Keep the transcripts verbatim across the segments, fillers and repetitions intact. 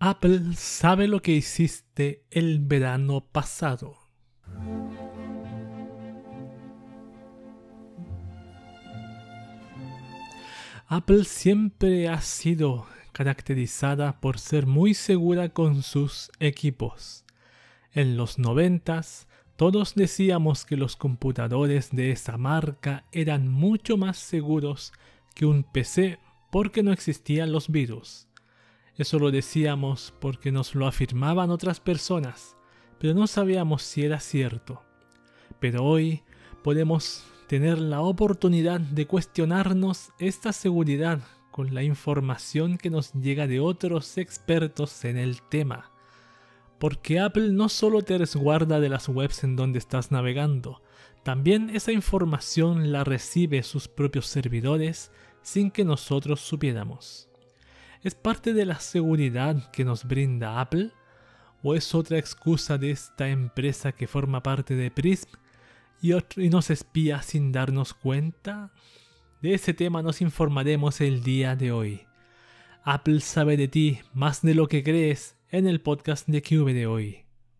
Apple sabe lo que hiciste el verano pasado. Apple siempre ha sido caracterizada por ser muy segura con sus equipos. En los noventas, todos decíamos que los computadores de esa marca eran mucho más seguros que un P C porque no existían los virus. Eso lo decíamos porque nos lo afirmaban otras personas, pero no sabíamos si era cierto. Pero hoy podemos tener la oportunidad de cuestionarnos esta seguridad con la información que nos llega de otros expertos en el tema. Porque Apple no solo te resguarda de las webs en donde estás navegando, también esa información la recibe sus propios servidores sin que nosotros supiéramos. ¿Es parte de la seguridad que nos brinda Apple? ¿O es otra excusa de esta empresa que forma parte de Prism y, otro, y nos espía sin darnos cuenta? De ese tema nos informaremos el día de hoy. Apple sabe de ti más de lo que crees en el podcast de Cube de hoy.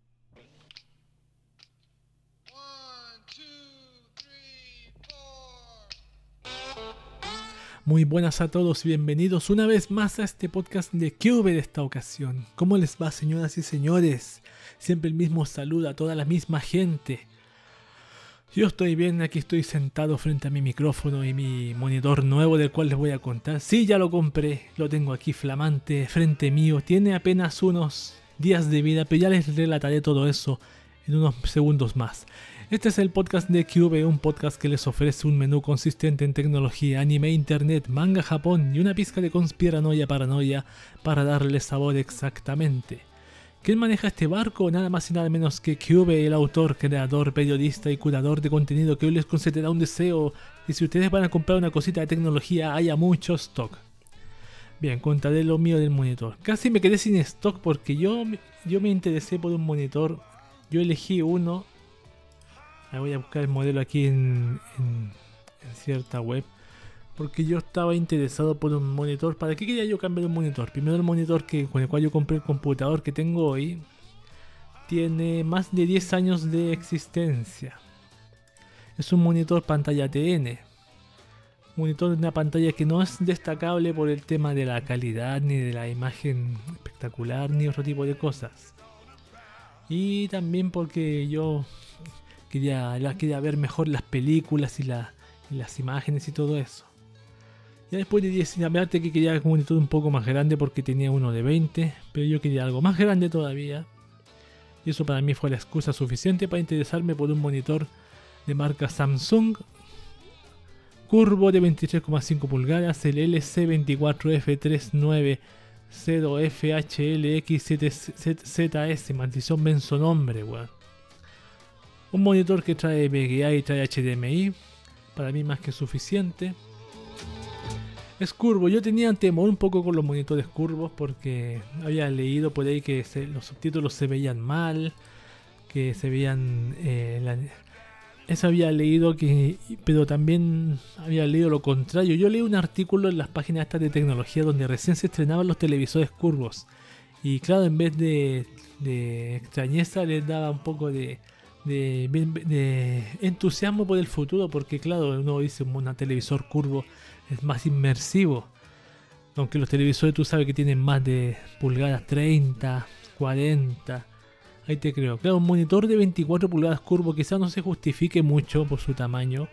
Muy buenas a todos y bienvenidos una vez más a este podcast de Cube de esta ocasión. ¿Cómo les va, señoras y señores? Siempre el mismo saludo a toda la misma gente. Yo estoy bien, aquí estoy sentado frente a mi micrófono y mi monitor nuevo del cual les voy a contar. Sí, ya lo compré, lo tengo aquí flamante frente mío. Tiene apenas unos días de vida, pero ya les relataré todo eso en unos segundos más. Este es el podcast de Cube, un podcast que les ofrece un menú consistente en tecnología, anime, internet, manga, Japón y una pizca de conspiranoia, paranoia para darle sabor exactamente. ¿Quién maneja este barco? Nada más y nada menos que Cube, el autor, creador, periodista y curador de contenido que hoy les concederá un deseo. Y si ustedes van a comprar una cosita de tecnología, haya mucho stock. Bien, contaré lo mío del monitor. Casi me quedé sin stock porque yo, yo me interesé por un monitor. Yo elegí uno. Ahí voy a buscar el modelo aquí en, en, en cierta web. Porque yo estaba interesado por un monitor. ¿Para qué quería yo cambiar un monitor? Primero, el monitor que, con el cual yo compré el computador que tengo hoy tiene más de diez años de existencia. Es un monitor pantalla T N. Monitor de una pantalla que no es destacable por el tema de la calidad, ni de la imagen espectacular, ni otro tipo de cosas. Y también porque yo quería, quería ver mejor las películas y, la, y las imágenes y todo eso. Ya después de diez años, aparte que quería un monitor un poco más grande porque tenía uno de veinte, pero yo quería algo más grande todavía. Y eso para mí fue la excusa suficiente para interesarme por un monitor de marca Samsung, curvo de veintitrés coma cinco pulgadas, el L C veinticuatro F trescientos noventa F H L X siete Z S, maldición menso nombre, weón. Un monitor que trae V G A y trae H D M I, para mí más que suficiente. Es curvo, yo tenía temor un poco con los monitores curvos porque había leído por ahí que se, los subtítulos se veían mal, que se veían... Eh, la, eso había leído, que, pero también había leído lo contrario. Yo leí un artículo en las páginas estas de tecnología donde recién se estrenaban los televisores curvos. Y claro, en vez de, de extrañeza les daba un poco de, de, de entusiasmo por el futuro, porque claro, uno dice un televisor curvo es más inmersivo, aunque los televisores tú sabes que tienen más de pulgadas treinta, cuarenta, ahí te creo. Claro, un monitor de veinticuatro pulgadas curvo quizás no se justifique mucho por su tamaño,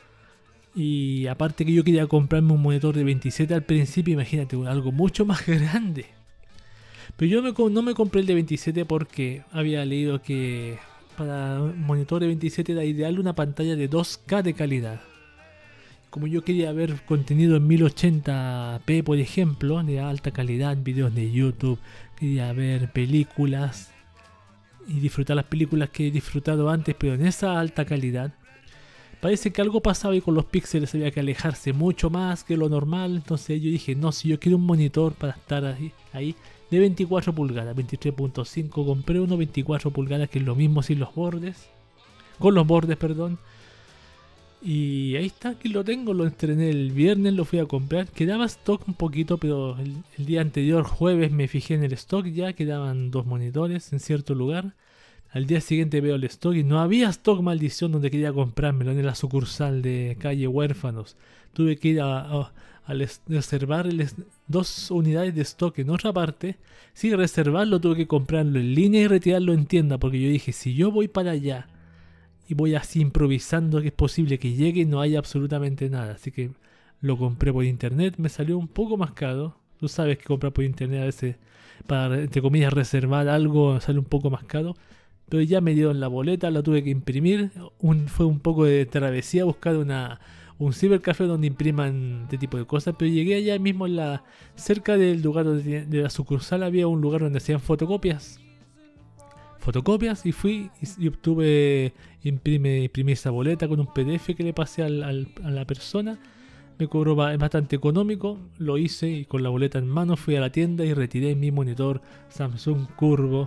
y aparte que yo quería comprarme un monitor de veintisiete al principio, imagínate, algo mucho más grande. Pero yo me, no me compré el de veintisiete porque había leído que para un monitor de veintisiete era ideal una pantalla de dos K de calidad. Como yo quería ver contenido en mil ochenta p, por ejemplo, de alta calidad, videos de YouTube, quería ver películas y disfrutar las películas que he disfrutado antes, pero en esa alta calidad. Parece que algo pasaba y con los píxeles había que alejarse mucho más que lo normal. Entonces yo dije, no, si yo quiero un monitor para estar ahí, ahí de veinticuatro pulgadas, veintitrés punto cinco, compré uno veinticuatro pulgadas que es lo mismo sin los bordes, con los bordes, perdón. Y ahí está, aquí lo tengo, lo estrené el viernes, lo fui a comprar. Quedaba stock un poquito, pero el, el día anterior, jueves, me fijé en el stock, ya quedaban dos monitores en cierto lugar. Al día siguiente veo el stock y no había stock, maldición, donde quería comprármelo, en la sucursal de calle Huérfanos. Tuve que ir a, a, a les- reservar el es- dos unidades de stock en otra parte. Sí, reservarlo, tuve que comprarlo en línea y retirarlo en tienda, porque yo dije, si yo voy para allá y voy así improvisando, que es posible que llegue y no haya absolutamente nada. Así que lo compré por internet, me salió un poco más caro. Tú sabes que comprar por internet a veces, para, entre comillas, reservar algo, sale un poco más caro. Pero ya me dieron la boleta, la tuve que imprimir. Un, fue un poco de travesía buscar una, un cibercafé donde impriman este tipo de cosas. Pero llegué allá mismo, en la, cerca del lugar donde, de la sucursal, había un lugar donde hacían fotocopias. Fotocopias y fui y, y obtuve, imprime, imprimí esa boleta con un P D F que le pasé al, al, a la persona. Me cobró ba- bastante económico, lo hice y con la boleta en mano fui a la tienda y retiré mi monitor Samsung Curvo.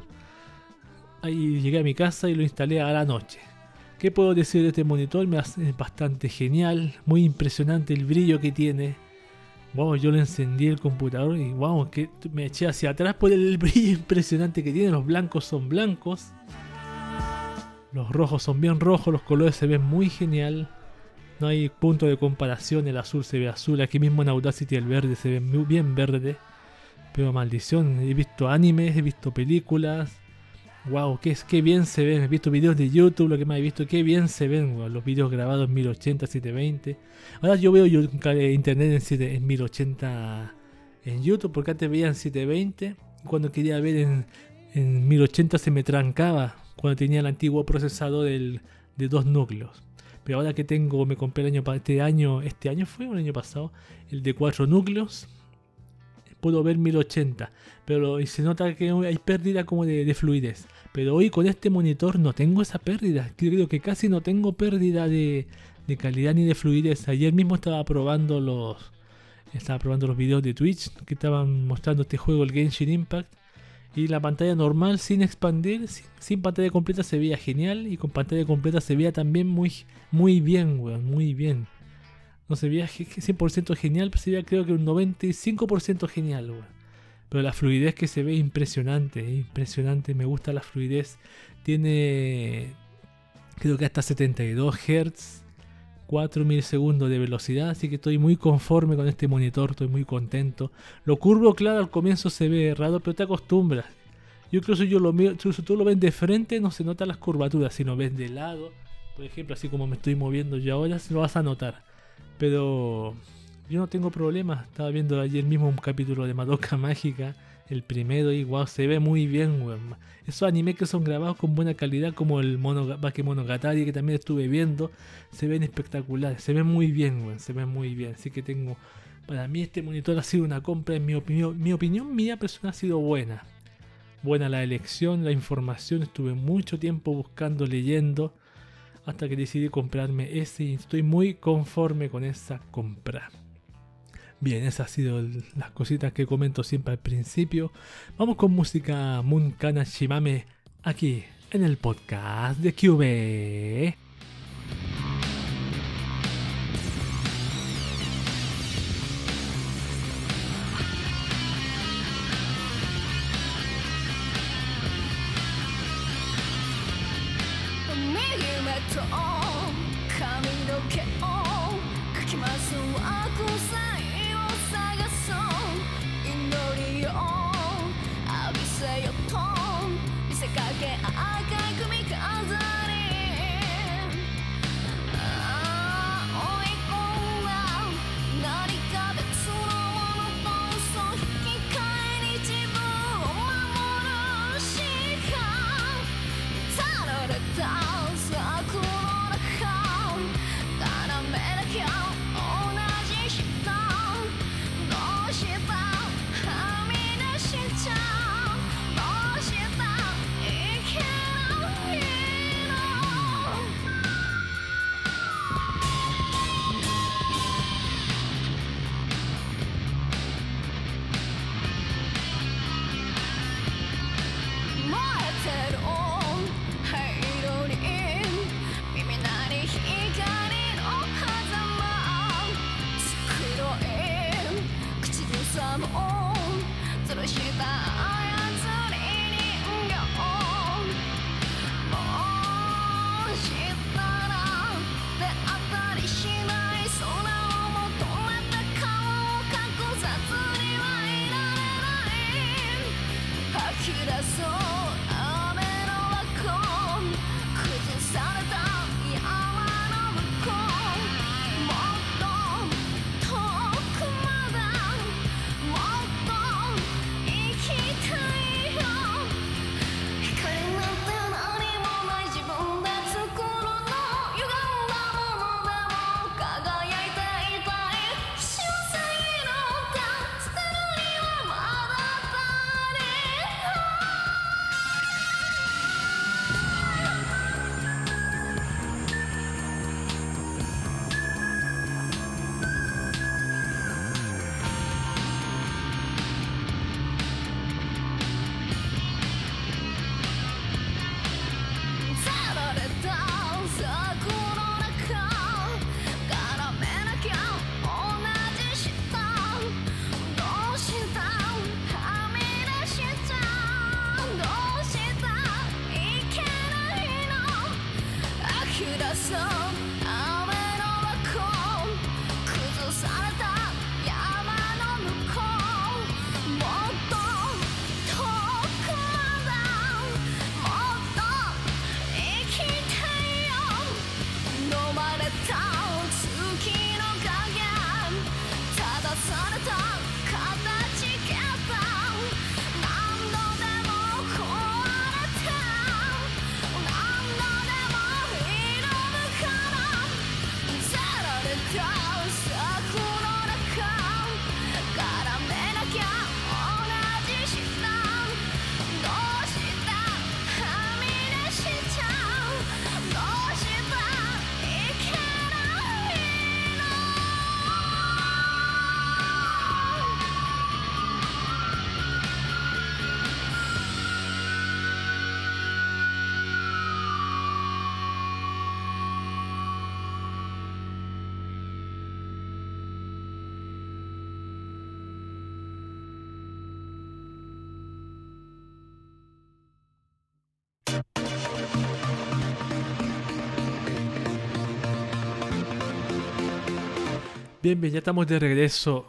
Ahí llegué a mi casa y lo instalé a la noche. ¿Qué puedo decir de este monitor? Me hace, es bastante genial, muy impresionante el brillo que tiene. Wow, yo le encendí el computador y wow, que me eché hacia atrás por el brillo impresionante que tiene. Los blancos son blancos, los rojos son bien rojos, los colores se ven muy genial. No hay punto de comparación, el azul se ve azul, aquí mismo en Audacity el verde se ve muy bien verde. Pero maldición, he visto animes, he visto películas. Wow, qué, qué bien se ven. He visto videos de YouTube, lo que más he visto, qué bien se ven, wow, los videos grabados en mil ochenta, setecientos veinte. Ahora yo veo yo, eh, internet en, siete, en mil ochenta en YouTube, porque antes veía en setecientos veinte. Cuando quería ver en, en mil ochenta se me trancaba, cuando tenía el antiguo procesador del, de dos núcleos. Pero ahora que tengo, me compré el año, pa- este año, este año fue, o el año pasado, el de cuatro núcleos, puedo ver mil ochenta, pero y se nota que hay pérdida como de, de fluidez. Pero hoy con este monitor no tengo esa pérdida. Creo que casi no tengo pérdida de, de calidad ni de fluidez. Ayer mismo estaba probando los estaba probando los videos de Twitch que estaban mostrando este juego, el Genshin Impact. Y la pantalla normal, sin expandir, sin, sin pantalla completa, se veía genial. Y con pantalla completa se veía también muy, muy bien, weón, muy bien. No se veía cien por ciento genial, pero se veía creo que un noventa y cinco por ciento genial, weón. Pero la fluidez que se ve impresionante, eh, impresionante, me gusta la fluidez. Tiene creo que hasta setenta y dos hertz, cuatro milisegundos de velocidad, así que estoy muy conforme con este monitor, estoy muy contento. Lo curvo, claro, al comienzo se ve raro, pero te acostumbras. Yo incluso yo lo miro, incluso tú lo ves de frente, no se notan las curvaturas, si lo ves de lado, por ejemplo, así como me estoy moviendo yo ahora, lo vas a notar. Pero yo no tengo problemas. Estaba viendo ayer mismo un capítulo de Madoka Mágica, el primero, y wow, se ve muy bien, weón. Esos animes que son grabados con buena calidad, como el Mono, Bakemonogatari, que también estuve viendo, se ven espectaculares, se ven muy bien, weón, se ven muy bien. Así que tengo, para mí este monitor ha sido una compra, en mi opinión, mi opinión mía personal ha sido buena. Buena la elección, la información, estuve mucho tiempo buscando, leyendo, hasta que decidí comprarme ese y estoy muy conforme con esa compra. Bien, esas han sido las cositas que comento siempre al principio. Vamos con música Munkana Shimame aquí en el podcast de Cube. はみ出しちゃうどうしたいけ Bien, bien, ya estamos de regreso.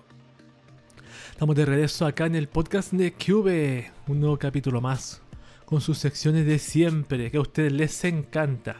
Estamos de regreso acá en el podcast de Cube. Un nuevo capítulo más. Con sus secciones de siempre, que a ustedes les encanta.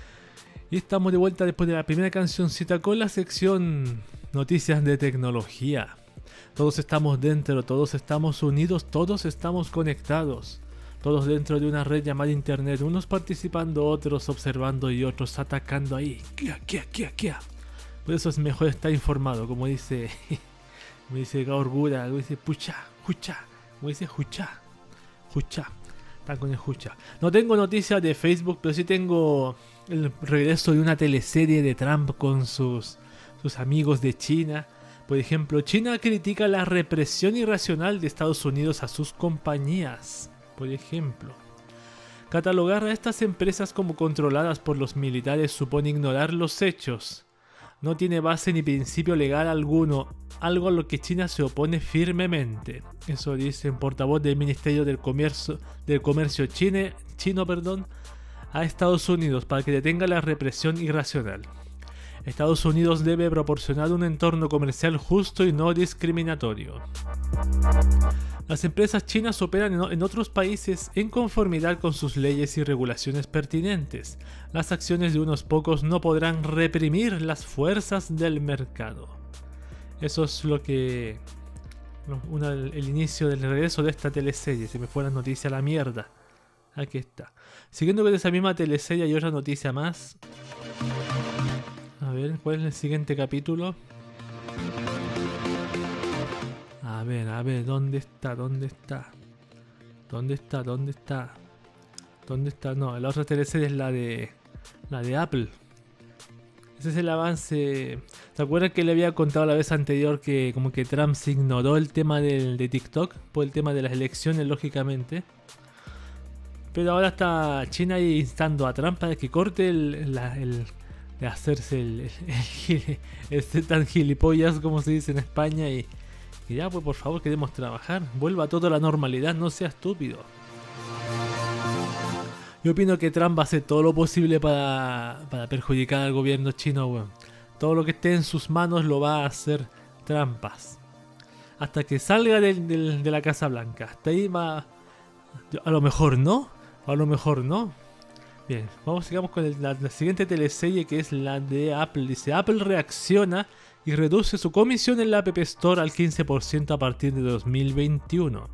Y estamos de vuelta después de la primera cancioncita con la sección Noticias de Tecnología. Todos estamos dentro, todos estamos unidos, todos estamos conectados. Todos dentro de una red llamada internet. Unos participando, otros observando y otros atacando ahí. Kia, kia, kia, kia. Por eso es mejor estar informado, como dice, como dice Gaorgura, como dice pucha, jucha, como dice jucha, jucha, están con el jucha. No tengo noticias de Facebook, pero sí tengo el regreso de una teleserie de Trump con sus, sus amigos de China. Por ejemplo, China critica la represión irracional de Estados Unidos a sus compañías. Por ejemplo, catalogar a estas empresas como controladas por los militares supone ignorar los hechos. No tiene base ni principio legal alguno, algo a lo que China se opone firmemente. Eso dice un portavoz del Ministerio del Comercio, del Comercio Chine, chino perdón, a Estados Unidos para que detenga la represión irracional. Estados Unidos debe proporcionar un entorno comercial justo y no discriminatorio. Las empresas chinas operan en otros países en conformidad con sus leyes y regulaciones pertinentes. Las acciones de unos pocos no podrán reprimir las fuerzas del mercado. Eso es lo que... Una, el inicio del regreso de esta teleserie. Se me fue la noticia a la mierda. Aquí está. Siguiendo con esa misma teleserie hay otra noticia más. A ver, ¿cuál es el siguiente capítulo? A ver, a ver, ¿dónde está? ¿Dónde está? ¿Dónde está? ¿Dónde está? ¿Dónde está? No, la otra teleserie es la de... La de Apple. Ese es el avance. ¿Se acuerdan que le había contado la vez anterior que como que Trump se ignoró el tema del, de TikTok? Por el tema de las elecciones, lógicamente. Pero ahora está China ahí instando a Trump para que corte el... La, el de hacerse el... el, el, el este tan gilipollas como se dice en España y... Y ya, pues por favor, queremos trabajar. Vuelva todo a la normalidad, no sea estúpido. Yo opino que Trump va a hacer todo lo posible para, para perjudicar al gobierno chino, weón. Todo lo que esté en sus manos lo va a hacer trampas. Hasta que salga de, de, de la Casa Blanca. Hasta ahí va, A lo mejor no, a lo mejor no. Bien, vamos, sigamos con el, la, la siguiente teleserie, que es la de Apple. Dice: Apple reacciona y reduce su comisión en la App Store al quince por ciento a partir de dos mil veintiuno.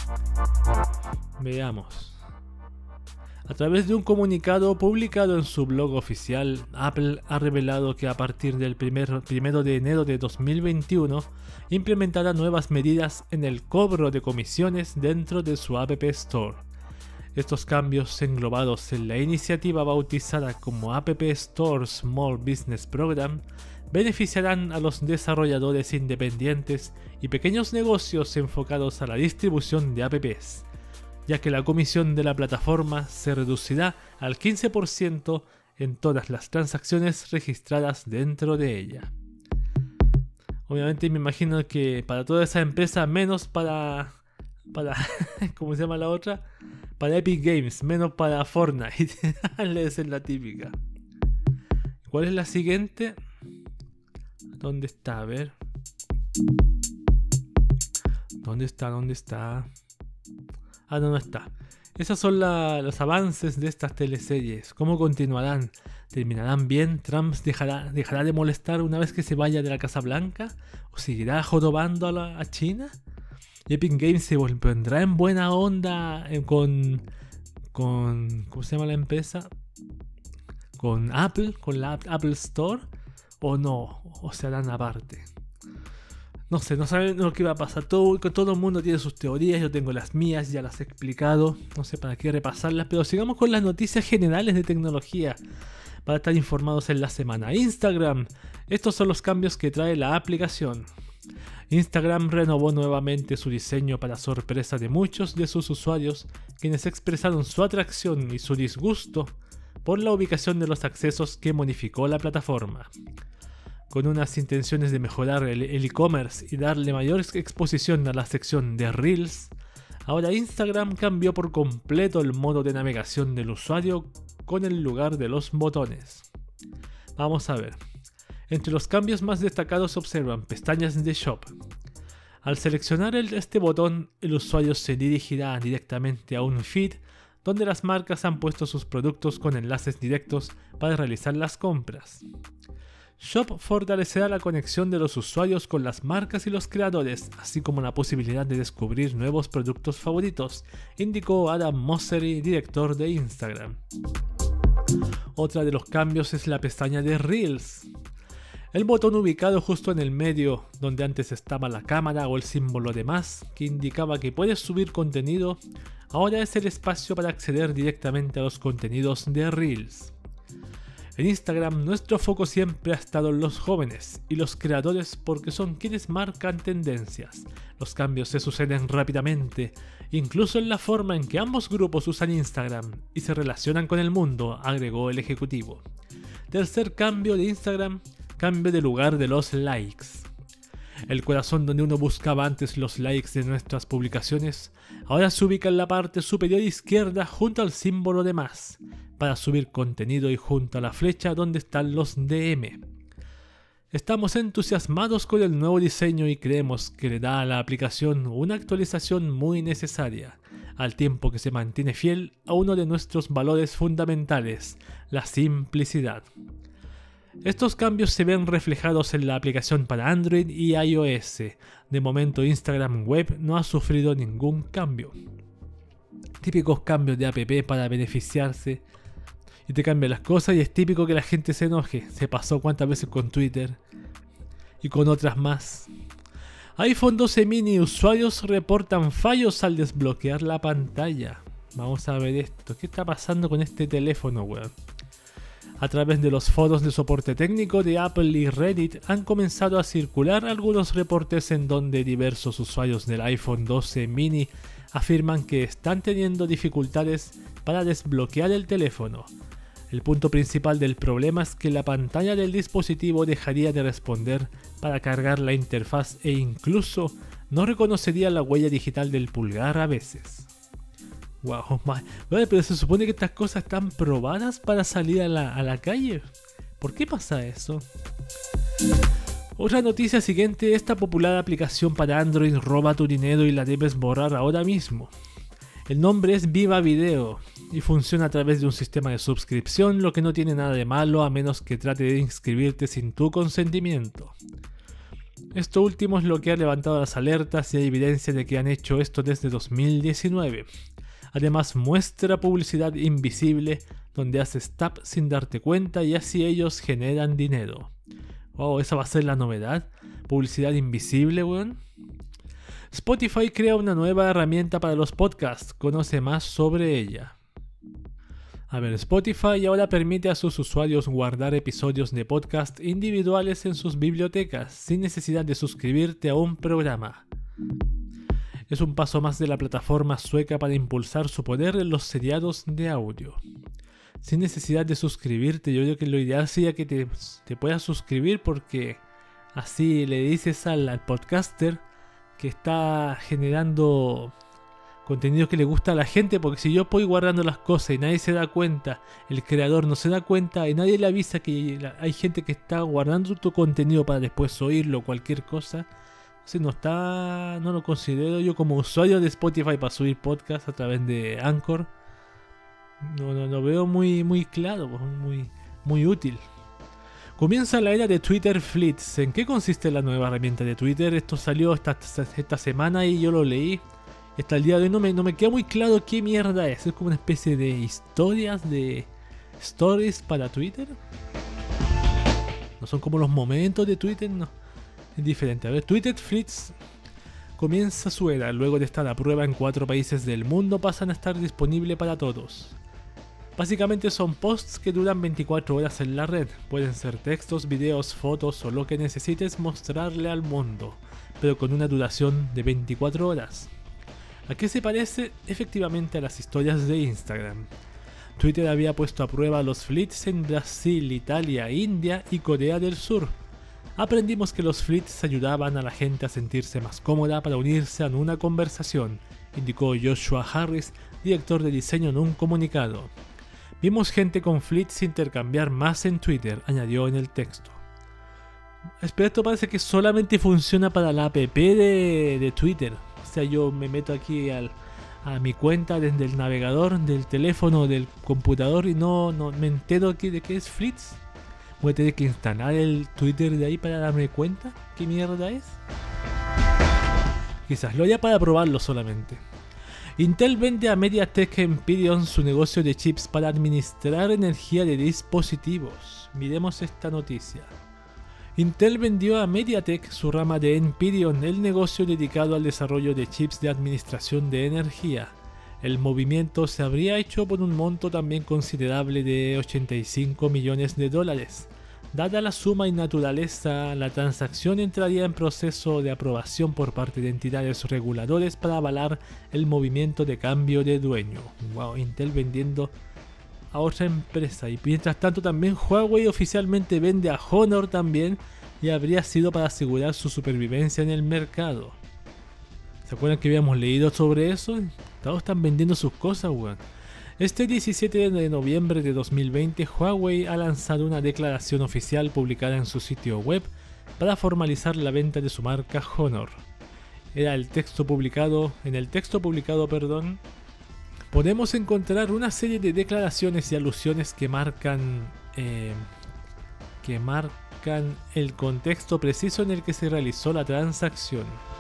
Veamos. A través de un comunicado publicado en su blog oficial, Apple ha revelado que a partir del primero de enero de dos mil veintiuno implementará nuevas medidas en el cobro de comisiones dentro de su App Store. Estos cambios, englobados en la iniciativa bautizada como App Store Small Business Program, beneficiarán a los desarrolladores independientes y pequeños negocios enfocados a la distribución de apps, ya que la comisión de la plataforma se reducirá al quince por ciento en todas las transacciones registradas dentro de ella. Obviamente me imagino que para toda esa empresa, menos para... para ¿cómo se llama la otra? Para Epic Games, menos para Fortnite. Es la típica. ¿Cuál es la siguiente? ¿Dónde está? A ver. ¿Dónde está? ¿Dónde está? Ah, no, no está. Esos son la, los avances de estas teleseries. ¿Cómo continuarán? ¿Terminarán bien? ¿Trump dejará, dejará de molestar una vez que se vaya de la Casa Blanca? ¿O seguirá jorobando a, la, a China? ¿Epic Games se pondrá en buena onda con, con... ¿Cómo se llama la empresa? ¿Con Apple? ¿Con la Apple Store? ¿O no? ¿O se harán aparte? No sé, no saben lo que va a pasar. Todo, todo el mundo tiene sus teorías, yo tengo las mías, ya las he explicado. No sé para qué repasarlas, pero sigamos con las noticias generales de tecnología para estar informados en la semana. Instagram. Estos son los cambios que trae la aplicación. Instagram renovó nuevamente su diseño para sorpresa de muchos de sus usuarios, quienes expresaron su atracción y su disgusto por la ubicación de los accesos que modificó la plataforma. Con unas intenciones de mejorar el e-commerce y darle mayor exposición a la sección de Reels, ahora Instagram cambió por completo el modo de navegación del usuario con el lugar de los botones. Vamos a ver. Entre los cambios más destacados se observan pestañas de Shop. Al seleccionar el, este botón, el usuario se dirigirá directamente a un feed donde las marcas han puesto sus productos con enlaces directos para realizar las compras. Shop fortalecerá la conexión de los usuarios con las marcas y los creadores, así como la posibilidad de descubrir nuevos productos favoritos, indicó Adam Mosseri, director de Instagram. Otra de los cambios es la pestaña de Reels. El botón ubicado justo en el medio, donde antes estaba la cámara o el símbolo de más, que indicaba que puedes subir contenido, ahora es el espacio para acceder directamente a los contenidos de Reels. En Instagram nuestro foco siempre ha estado en los jóvenes y los creadores porque son quienes marcan tendencias. Los cambios se suceden rápidamente, incluso en la forma en que ambos grupos usan Instagram y se relacionan con el mundo, agregó el ejecutivo. Tercer cambio de Instagram, cambio de lugar de los likes. El corazón donde uno buscaba antes los likes de nuestras publicaciones, ahora se ubica en la parte superior izquierda junto al símbolo de más, para subir contenido y junto a la flecha donde están los D M. Estamos entusiasmados con el nuevo diseño y creemos que le da a la aplicación una actualización muy necesaria, al tiempo que se mantiene fiel a uno de nuestros valores fundamentales, la simplicidad. Estos cambios se ven reflejados en la aplicación para Android y iOS. De momento Instagram Web no ha sufrido ningún cambio. Típicos cambios de app para beneficiarse y te cambian las cosas y es típico que la gente se enoje. Se pasó cuántas veces con Twitter y con otras más. iPhone doce mini usuarios reportan fallos al desbloquear la pantalla. Vamos a ver esto. ¿Qué está pasando con este teléfono, weón? A través de los foros de soporte técnico de Apple y Reddit han comenzado a circular algunos reportes en donde diversos usuarios del iPhone doce mini afirman que están teniendo dificultades para desbloquear el teléfono. El punto principal del problema es que la pantalla del dispositivo dejaría de responder para cargar la interfaz e incluso no reconocería la huella digital del pulgar a veces. Wow, vale, pero se supone que estas cosas están probadas para salir a la, a la calle. ¿Por qué pasa eso? Otra noticia siguiente, esta popular aplicación para Android roba tu dinero y la debes borrar ahora mismo. El nombre es Viva Video y funciona a través de un sistema de suscripción, lo que no tiene nada de malo a menos que trate de inscribirte sin tu consentimiento. Esto último es lo que ha levantado las alertas y hay evidencia de que han hecho esto desde dos mil diecinueve. Además muestra publicidad invisible donde haces tap sin darte cuenta y así ellos generan dinero. Wow, esa va a ser la novedad. Publicidad invisible, weón. Spotify crea una nueva herramienta para los podcasts. Conoce más sobre ella. A ver, Spotify ahora permite a sus usuarios guardar episodios de podcast individuales en sus bibliotecas sin necesidad de suscribirte a un programa. Es un paso más de la plataforma sueca para impulsar su poder en los seriados de audio. Sin necesidad de suscribirte, yo creo que lo ideal sería que te, te puedas suscribir porque así le dices al, al podcaster que está generando contenido que le gusta a la gente, porque si yo voy guardando las cosas y nadie se da cuenta, el creador no se da cuenta y nadie le avisa que hay gente que está guardando tu contenido para después oírlo, cualquier cosa, entonces no está, no lo considero yo como usuario de Spotify para subir podcast a través de Anchor. No, no, no veo muy, muy claro, muy, muy útil. Comienza la era de Twitter Fleets. ¿En qué consiste la nueva herramienta de Twitter? Esto salió esta, esta semana y yo lo leí. Hasta el día de hoy no me, no me queda muy claro qué mierda es. Es como una especie de historias, de stories para Twitter. No son como los momentos de Twitter, no. Es diferente. A ver, Twitter Fleets comienza su era. Luego de estar a prueba en cuatro países del mundo, pasan a estar disponibles para todos. Básicamente son posts que duran veinticuatro horas en la red. Pueden ser textos, videos, fotos o lo que necesites mostrarle al mundo, pero con una duración de veinticuatro horas. ¿A qué se parece? Efectivamente a las historias de Instagram. Twitter había puesto a prueba los fleets en Brasil, Italia, India y Corea del Sur. Aprendimos que los fleets ayudaban a la gente a sentirse más cómoda para unirse a una conversación, indicó Joshua Harris, director de diseño en un comunicado. Vimos gente con fleets intercambiar más en Twitter, añadió en el texto. Pero esto parece que solamente funciona para la app de, de Twitter. O sea, yo me meto aquí al, a mi cuenta desde el navegador, del teléfono, del computador y no, no me entero aquí de qué es fleets. Voy a tener que instalar el Twitter de ahí para darme cuenta qué mierda es. Quizás lo haya para probarlo solamente. Intel vende a MediaTek Empyrean su negocio de chips para administrar energía de dispositivos. Miremos esta noticia. Intel vendió a MediaTek su rama de Empyrean, el negocio dedicado al desarrollo de chips de administración de energía. El movimiento se habría hecho por un monto también considerable de ochenta y cinco millones de dólares. Dada la suma y naturaleza, la transacción entraría en proceso de aprobación por parte de entidades reguladoras para avalar el movimiento de cambio de dueño. Wow, Intel vendiendo a otra empresa. Y mientras tanto también Huawei oficialmente vende a Honor también y habría sido para asegurar su supervivencia en el mercado. ¿Se acuerdan que habíamos leído sobre eso? Todos están vendiendo sus cosas, weón. Este diecisiete de noviembre de dos mil veinte, Huawei ha lanzado una declaración oficial publicada en su sitio web para formalizar la venta de su marca Honor. Era el texto publicado, en el texto publicado, perdón, podemos encontrar una serie de declaraciones y alusiones que marcan, eh, que marcan el contexto preciso en el que se realizó la transacción.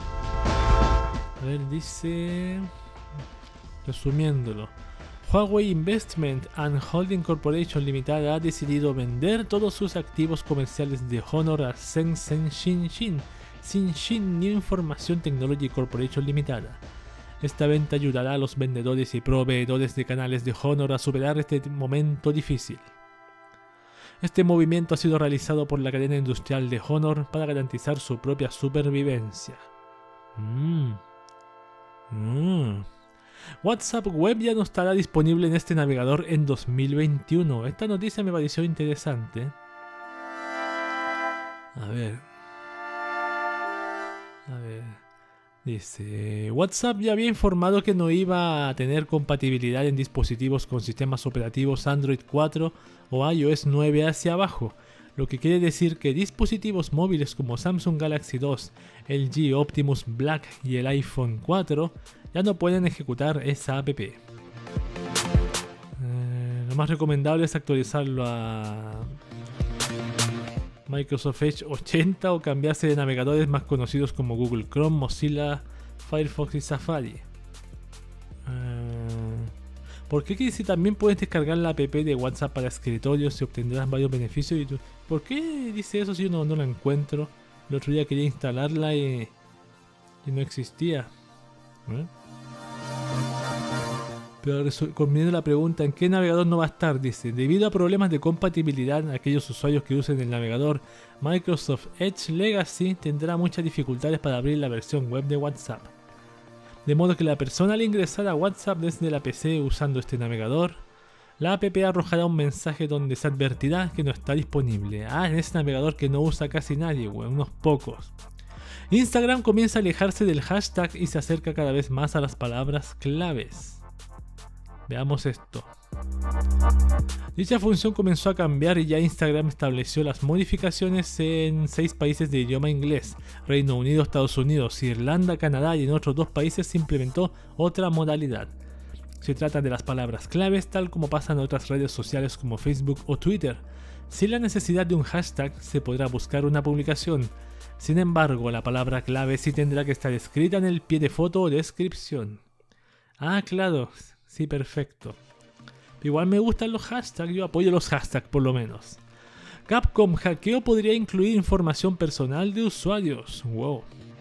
A ver, dice, resumiéndolo. Huawei Investment and Holding Corporation Limited ha decidido vender todos sus activos comerciales de Honor a Shenzhen Xinxin, Xinxin New Information Technology Corporation Limited. Esta venta ayudará a los vendedores y proveedores de canales de Honor a superar este momento difícil. Este movimiento ha sido realizado por la cadena industrial de Honor para garantizar su propia supervivencia. Mmm. Mmm. WhatsApp Web ya no estará disponible en este navegador en dos mil veintiuno. Esta noticia me pareció interesante. A ver. A ver. Dice, WhatsApp ya había informado que no iba a tener compatibilidad en dispositivos con sistemas operativos Android cuatro o iOS nueve hacia abajo. lo que quiere decir que dispositivos móviles como Samsung Galaxy dos, L G Optimus Black y el iPhone cuatro ya no pueden ejecutar esa app. Eh, lo más recomendable es actualizarlo a Microsoft Edge ochenta o cambiarse de navegadores más conocidos como Google Chrome, Mozilla, Firefox y Safari. Uh, ¿Por qué que si también puedes descargar la app de WhatsApp para escritorios y obtendrás varios beneficios? Y tú, ¿por qué dice eso si yo no, no la encuentro? El otro día quería instalarla y, y no existía. ¿Eh? Pero respondiendo la pregunta, ¿en qué navegador no va a estar? Dice, debido a problemas de compatibilidad, aquellos usuarios que usen el navegador Microsoft Edge Legacy tendrá muchas dificultades para abrir la versión web de WhatsApp. De modo que la persona al ingresar a WhatsApp desde la P C usando este navegador, la app arrojará un mensaje donde se advertirá que no está disponible. Ah, en ese navegador que no usa casi nadie, güey, unos pocos. Instagram comienza a alejarse del hashtag y se acerca cada vez más a las palabras claves. Veamos esto. Dicha función comenzó a cambiar y ya Instagram estableció las modificaciones en seis países de idioma inglés. Reino Unido, Estados Unidos, Irlanda, Canadá y en otros dos países se implementó otra modalidad. Se trata de las palabras claves tal como pasa en otras redes sociales como Facebook o Twitter. Sin la necesidad de un hashtag se podrá buscar una publicación. Sin embargo, la palabra clave sí tendrá que estar escrita en el pie de foto o descripción. Ah, claro. Sí, perfecto. Igual me gustan los hashtags, yo apoyo los hashtags por lo menos. Capcom hackeo podría incluir información personal de usuarios. Wow.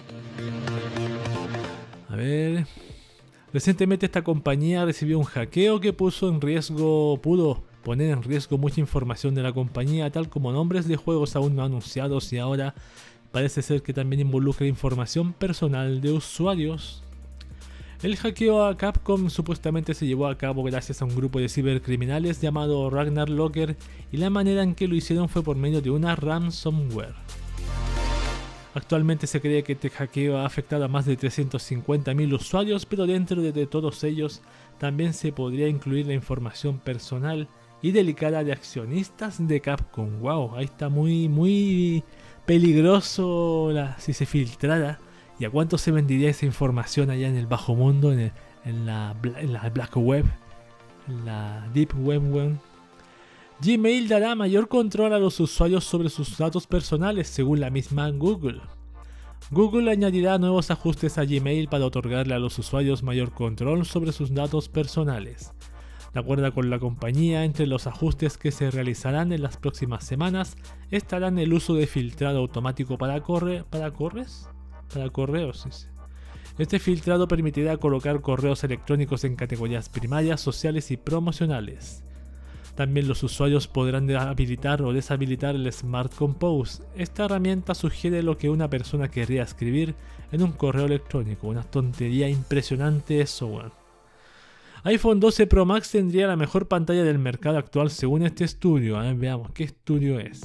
A ver. Recientemente esta compañía recibió un hackeo que puso en riesgo, pudo poner en riesgo mucha información de la compañía, tal como nombres de juegos aún no anunciados, y ahora parece ser que también involucra información personal de usuarios. El hackeo a Capcom supuestamente se llevó a cabo gracias a un grupo de cibercriminales llamado Ragnar Locker, y la manera en que lo hicieron fue por medio de una ransomware. Actualmente se cree que este hackeo ha afectado a más de trescientos cincuenta mil usuarios, pero dentro de, de todos ellos también se podría incluir la información personal y delicada de accionistas de Capcom. Wow, ahí está muy muy peligroso la, si se filtrara. ¿Y a cuánto se vendería esa información allá en el bajo mundo, en, el, en, la, en la Black Web, en la Deep Web? Web? Gmail dará mayor control a los usuarios sobre sus datos personales, según la misma Google. Google añadirá nuevos ajustes a Gmail para otorgarle a los usuarios mayor control sobre sus datos personales. De acuerdo con la compañía, entre los ajustes que se realizarán en las próximas semanas estarán el uso de filtrado automático para, corre para corres. Para correos. Este filtrado permitirá colocar correos electrónicos en categorías primarias, sociales y promocionales. También los usuarios podrán habilitar o deshabilitar el Smart Compose. Esta herramienta sugiere lo que una persona querría escribir en un correo electrónico. Una tontería impresionante eso, weón. iPhone doce Pro Max tendría la mejor pantalla del mercado actual según este estudio. A ver, veamos qué estudio es.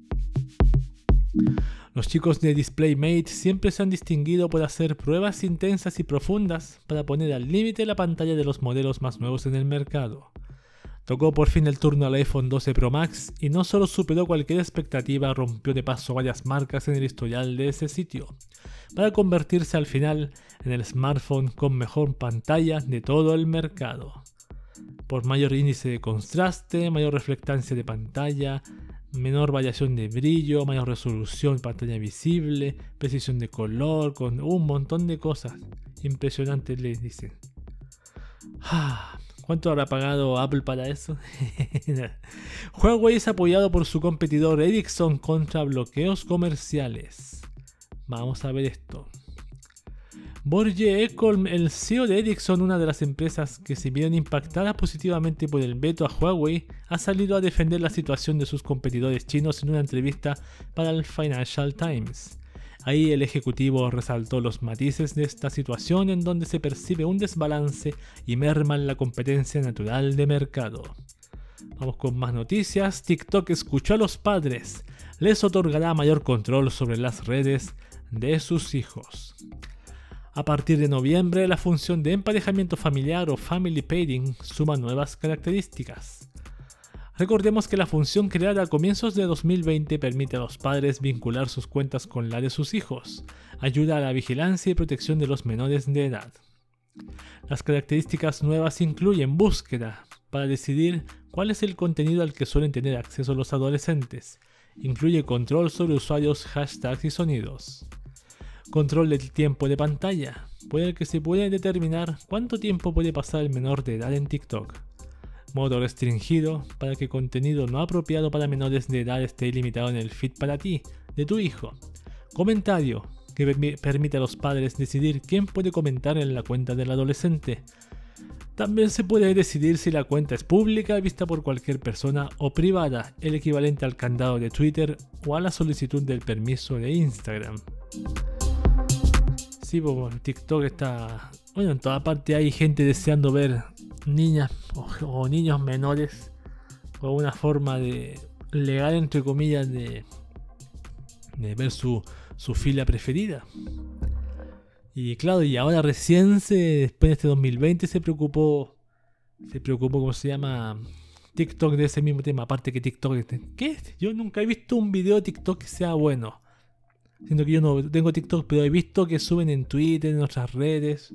Los chicos de DisplayMate siempre se han distinguido por hacer pruebas intensas y profundas para poner al límite la pantalla de los modelos más nuevos en el mercado. Tocó por fin el turno al iPhone doce Pro Max y no solo superó cualquier expectativa, rompió de paso varias marcas en el historial de ese sitio, para convertirse al final en el smartphone con mejor pantalla de todo el mercado. Por mayor índice de contraste, mayor reflectancia de pantalla, menor variación de brillo, mayor resolución, pantalla visible, precisión de color, con un montón de cosas impresionantes les dicen. ¿Cuánto habrá pagado Apple para eso? Huawei es apoyado por su competidor Ericsson contra bloqueos comerciales. Vamos a ver esto. Börje Ekholm, el C E O de Ericsson, una de las empresas que se vieron impactadas positivamente por el veto a Huawei, ha salido a defender la situación de sus competidores chinos en una entrevista para el Financial Times. Ahí el ejecutivo resaltó los matices de esta situación en donde se percibe un desbalance y merma en la competencia natural de mercado. Vamos con más noticias. TikTok escuchó a los padres. Les otorgará mayor control sobre las redes de sus hijos. A partir de noviembre, la función de emparejamiento familiar o Family Pairing suma nuevas características. Recordemos que la función creada a comienzos de dos mil veinte permite a los padres vincular sus cuentas con la de sus hijos, ayuda a la vigilancia y protección de los menores de edad. Las características nuevas incluyen búsqueda, para decidir cuál es el contenido al que suelen tener acceso los adolescentes. Incluye control sobre usuarios, hashtags y sonidos. Control del tiempo de pantalla, por el que se puede determinar cuánto tiempo puede pasar el menor de edad en TikTok. Modo restringido, para que contenido no apropiado para menores de edad esté ilimitado en el feed para ti, de tu hijo. Comentario, que permite a los padres decidir quién puede comentar en la cuenta del adolescente. También se puede decidir si la cuenta es pública, vista por cualquier persona, o privada, el equivalente al candado de Twitter o a la solicitud del permiso de Instagram. Sí, pues TikTok está... Bueno, en toda parte hay gente deseando ver niñas o, o niños menores con una forma de legal, entre comillas, de, de ver su, su fila preferida. Y claro, y ahora recién, se, después de este dos mil veinte, se preocupó, se preocupó, ¿cómo se llama? TikTok de ese mismo tema. Aparte que TikTok, ¿qué? Yo nunca he visto un video de TikTok que sea bueno. Siento que yo no tengo TikTok, pero he visto que suben en Twitter, en otras redes,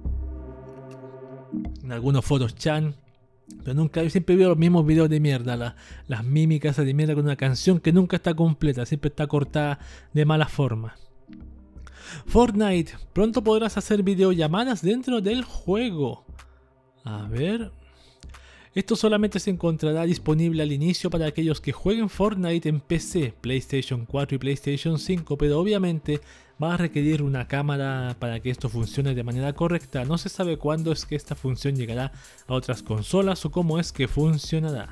en algunos foros chan. Pero nunca, yo siempre veo los mismos videos de mierda, la, las mímicas de mierda con una canción que nunca está completa, siempre está cortada de mala forma. Fortnite, pronto podrás hacer videollamadas dentro del juego. A ver... Esto solamente se encontrará disponible al inicio para aquellos que jueguen Fortnite en P C, PlayStation cuatro y PlayStation cinco, pero obviamente va a requerir una cámara para que esto funcione de manera correcta. No se sabe cuándo es que esta función llegará a otras consolas o cómo es que funcionará.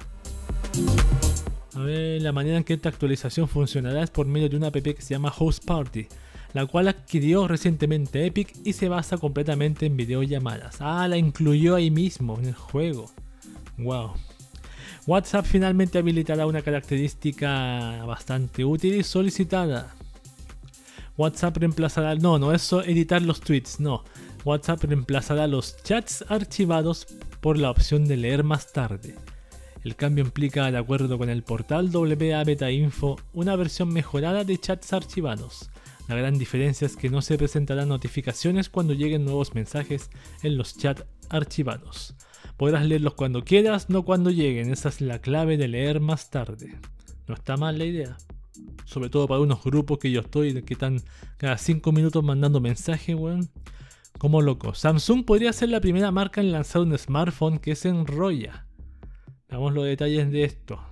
A ver, la manera en que esta actualización funcionará es por medio de una app que se llama House Party, la cual adquirió recientemente Epic y se basa completamente en videollamadas. Ah, la incluyó ahí mismo en el juego. Wow. WhatsApp finalmente habilitará una característica bastante útil y solicitada. WhatsApp reemplazará... No, no es editar los tweets, no. WhatsApp reemplazará los chats archivados por la opción de leer más tarde. El cambio implica, de acuerdo con el portal W A Beta Info, una versión mejorada de chats archivados. La gran diferencia es que no se presentarán notificaciones cuando lleguen nuevos mensajes en los chats archivados. Podrás leerlos cuando quieras, no cuando lleguen. Esa es la clave de leer más tarde. No está mal la idea. Sobre todo para unos grupos que yo estoy, que están cada cinco minutos mandando mensajes, weón. Como loco. Samsung podría ser la primera marca en lanzar un smartphone que se enrolla. Veamos los detalles de esto.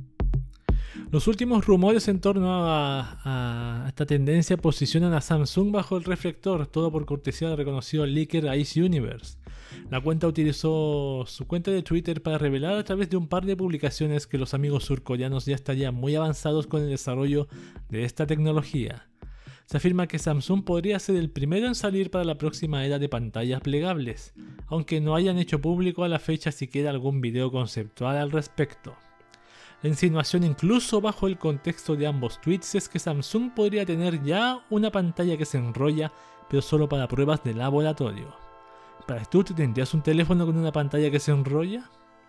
Los últimos rumores en torno a, a esta tendencia posicionan a Samsung bajo el reflector, todo por cortesía del reconocido leaker Ice Universe. La cuenta utilizó su cuenta de Twitter para revelar a través de un par de publicaciones que los amigos surcoreanos ya estarían muy avanzados con el desarrollo de esta tecnología. Se afirma que Samsung podría ser el primero en salir para la próxima era de pantallas plegables, aunque no hayan hecho público a la fecha siquiera algún video conceptual al respecto. La insinuación, incluso bajo el contexto de ambos tweets, es que Samsung podría tener ya una pantalla que se enrolla, pero solo para pruebas de laboratorio. ¿Para tú tendrías un teléfono con una pantalla que se enrolla?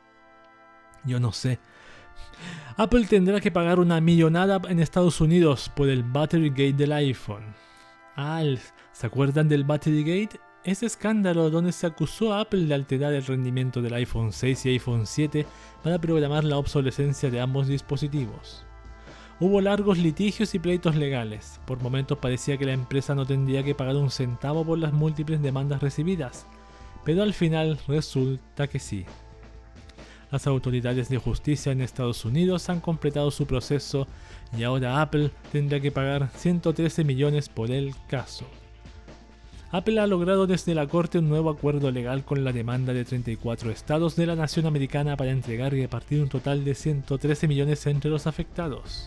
Yo no sé. Apple tendrá que pagar una millonada en Estados Unidos por el Battery Gate del iPhone. Ah, ¿se acuerdan del Battery Gate? Ese escándalo donde se acusó a Apple de alterar el rendimiento del iPhone seis y iPhone siete para programar la obsolescencia de ambos dispositivos. Hubo largos litigios y pleitos legales. Por momentos parecía que la empresa no tendría que pagar un centavo por las múltiples demandas recibidas, pero al final resulta que sí. Las autoridades de justicia en Estados Unidos han completado su proceso y ahora Apple tendrá que pagar ciento trece millones por el caso. Apple ha logrado desde la corte un nuevo acuerdo legal con la demanda de treinta y cuatro estados de la nación americana para entregar y repartir un total de ciento trece millones entre los afectados.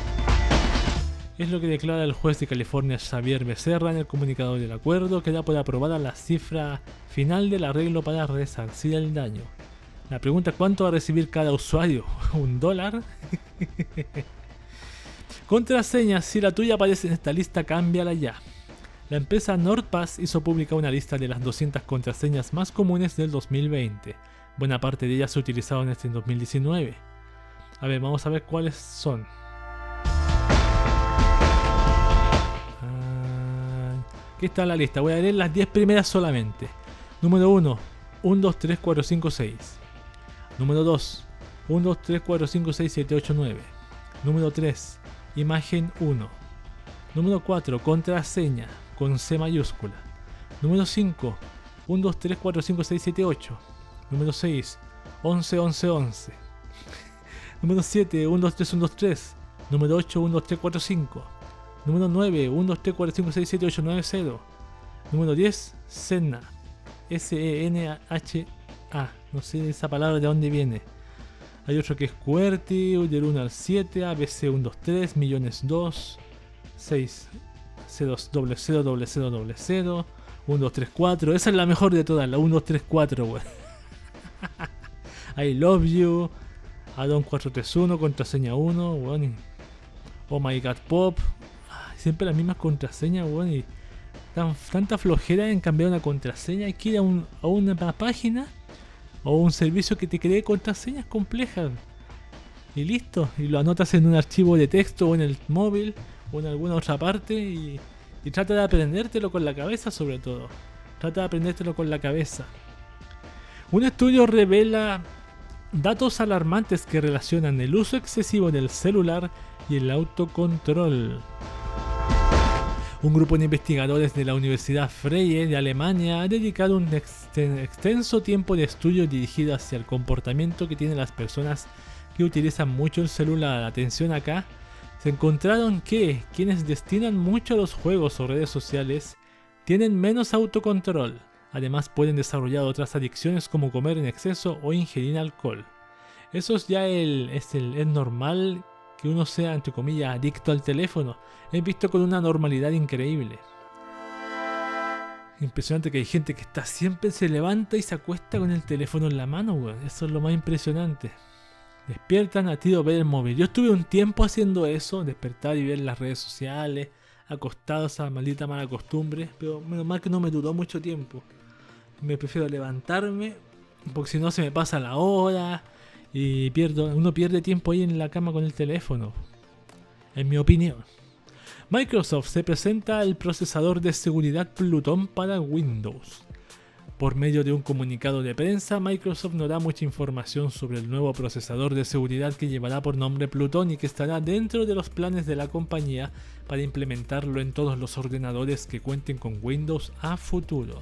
Es lo que declara el juez de California Xavier Becerra en el comunicado del acuerdo, que da por aprobada la cifra final del arreglo para resarcir el daño. La pregunta es ¿cuánto va a recibir cada usuario? ¿Un dólar? Contraseñas, si la tuya aparece en esta lista, cámbiala ya. La empresa NordPass hizo pública una lista de las doscientas contraseñas más comunes del dos mil veinte. Buena parte de ellas se utilizaron este en dos mil diecinueve. A ver, vamos a ver cuáles son. Ah, aquí está la lista. Voy a leer las diez primeras solamente. Número uno. uno, dos, tres, cuatro, cinco, seis. Número dos. uno, dos, tres, cuatro, cinco, seis, siete, ocho, nueve. Número tres. Imagen uno. Número cuatro. Contraseña con C mayúscula. Número cinco. uno, dos, tres, cuatro, cinco, seis, siete, ocho. Número seis. once, once, once. Número siete. uno, dos, tres, uno, dos, tres. Número ocho. uno, dos, tres, cuatro, cinco. Número nueve. uno, dos, tres, cuatro, cinco, seis, siete, ocho, nueve, cero. Número diez. Senna. S E N H A. No sé esa palabra de dónde viene. Hay otro que es QWERTY, del uno al siete, A B C uno, dos, tres, millones dos, seis, cero, cero, cero, cero, cero, uno, dos, tres, cuatro. Esa es la mejor de todas, la uno, dos, tres, cuatro, wey. I love you, Adon cuatro tres uno, contraseña uno, wey. Oh my god, pop. Siempre las mismas contraseñas, wey. Y tan, tanta flojera en cambiar una contraseña. Hay que ir a, un, a una página o un servicio que te cree contraseñas complejas. Y listo. Y lo anotas en un archivo de texto o en el móvil o en alguna otra parte. Y, y trata de aprendértelo con la cabeza sobre todo. Trata de aprendértelo con la cabeza. Un estudio revela datos alarmantes que relacionan el uso excesivo del celular y el autocontrol. Un grupo de investigadores de la Universidad Freie de Alemania ha dedicado un extenso tiempo de estudio dirigido hacia el comportamiento que tienen las personas que utilizan mucho el celular. Atención acá, se encontraron que quienes destinan mucho a los juegos o redes sociales tienen menos autocontrol. Además pueden desarrollar otras adicciones como comer en exceso o ingerir alcohol. Eso es ya el, es, el, es normal que uno sea, entre comillas, adicto al teléfono. He visto con una normalidad increíble. Impresionante que hay gente que está siempre se levanta y se acuesta con el teléfono en la mano, weón. Eso es lo más impresionante. Despiertan a tiro ver el móvil. Yo estuve un tiempo haciendo eso, despertar y ver las redes sociales, acostado, esa maldita mala costumbre, pero menos mal que no me duró mucho tiempo. Me prefiero levantarme, porque si no se me pasa la hora y pierdo, uno pierde tiempo ahí en la cama con el teléfono, en mi opinión. Microsoft se presenta el procesador de seguridad Plutón para Windows. Por medio de un comunicado de prensa, Microsoft no da mucha información sobre el nuevo procesador de seguridad que llevará por nombre Plutón y que estará dentro de los planes de la compañía para implementarlo en todos los ordenadores que cuenten con Windows a futuro.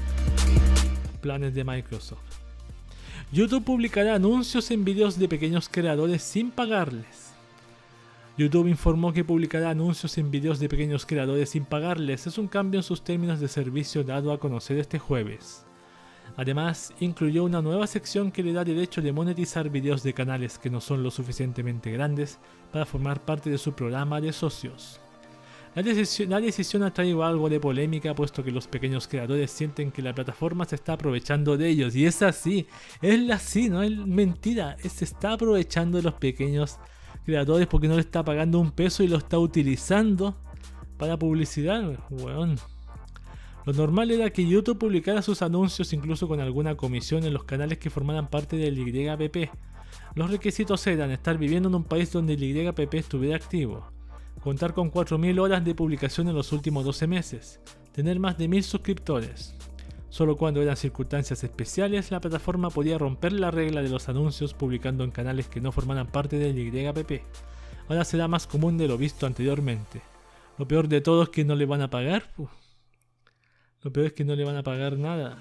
Planes de Microsoft. YouTube publicará anuncios en vídeos de pequeños creadores sin pagarles. YouTube informó que publicará anuncios en vídeos de pequeños creadores sin pagarles. Es un cambio en sus términos de servicio dado a conocer este jueves. Además, incluyó una nueva sección que le da derecho de monetizar vídeos de canales que no son lo suficientemente grandes para formar parte de su programa de socios. La decisión, la decisión ha traído algo de polémica, puesto que los pequeños creadores sienten que la plataforma se está aprovechando de ellos. Y es así, es así, no es mentira, se está aprovechando de los pequeños creadores porque no le está pagando un peso y lo está utilizando para publicidad, weón. Lo normal era que YouTube publicara sus anuncios incluso con alguna comisión en los canales que formaran parte del Y P P. Los requisitos eran estar viviendo en un país donde el Y P P estuviera activo, contar con cuatro mil horas de publicación en los últimos doce meses, tener más de mil suscriptores. Solo cuando eran circunstancias especiales, la plataforma podía romper la regla de los anuncios publicando en canales que no formaran parte del Y P P. Ahora será más común de lo visto anteriormente. Lo peor de todo es que no le van a pagar. Uf. Lo peor es que no le van a pagar nada.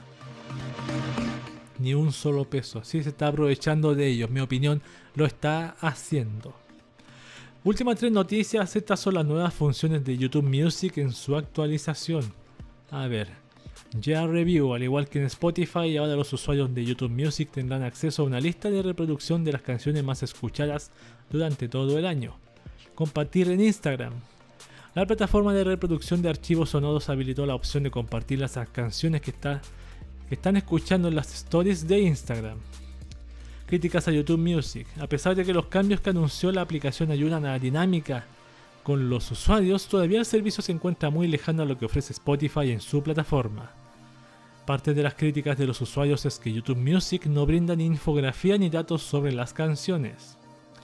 Ni un solo peso. Así se está aprovechando de ellos. Mi opinión, lo está haciendo. Últimas tres noticias. Estas son las nuevas funciones de YouTube Music en su actualización. A ver. Ya Review, al igual que en Spotify, ahora los usuarios de YouTube Music tendrán acceso a una lista de reproducción de las canciones más escuchadas durante todo el año. Compartir en Instagram. La plataforma de reproducción de archivos sonoros habilitó la opción de compartir las canciones que, está, que están escuchando en las stories de Instagram. Críticas a YouTube Music. A pesar de que los cambios que anunció la aplicación ayudan a la dinámica con los usuarios, todavía el servicio se encuentra muy lejano a lo que ofrece Spotify en su plataforma. Parte de las críticas de los usuarios es que YouTube Music no brinda ni infografía ni datos sobre las canciones.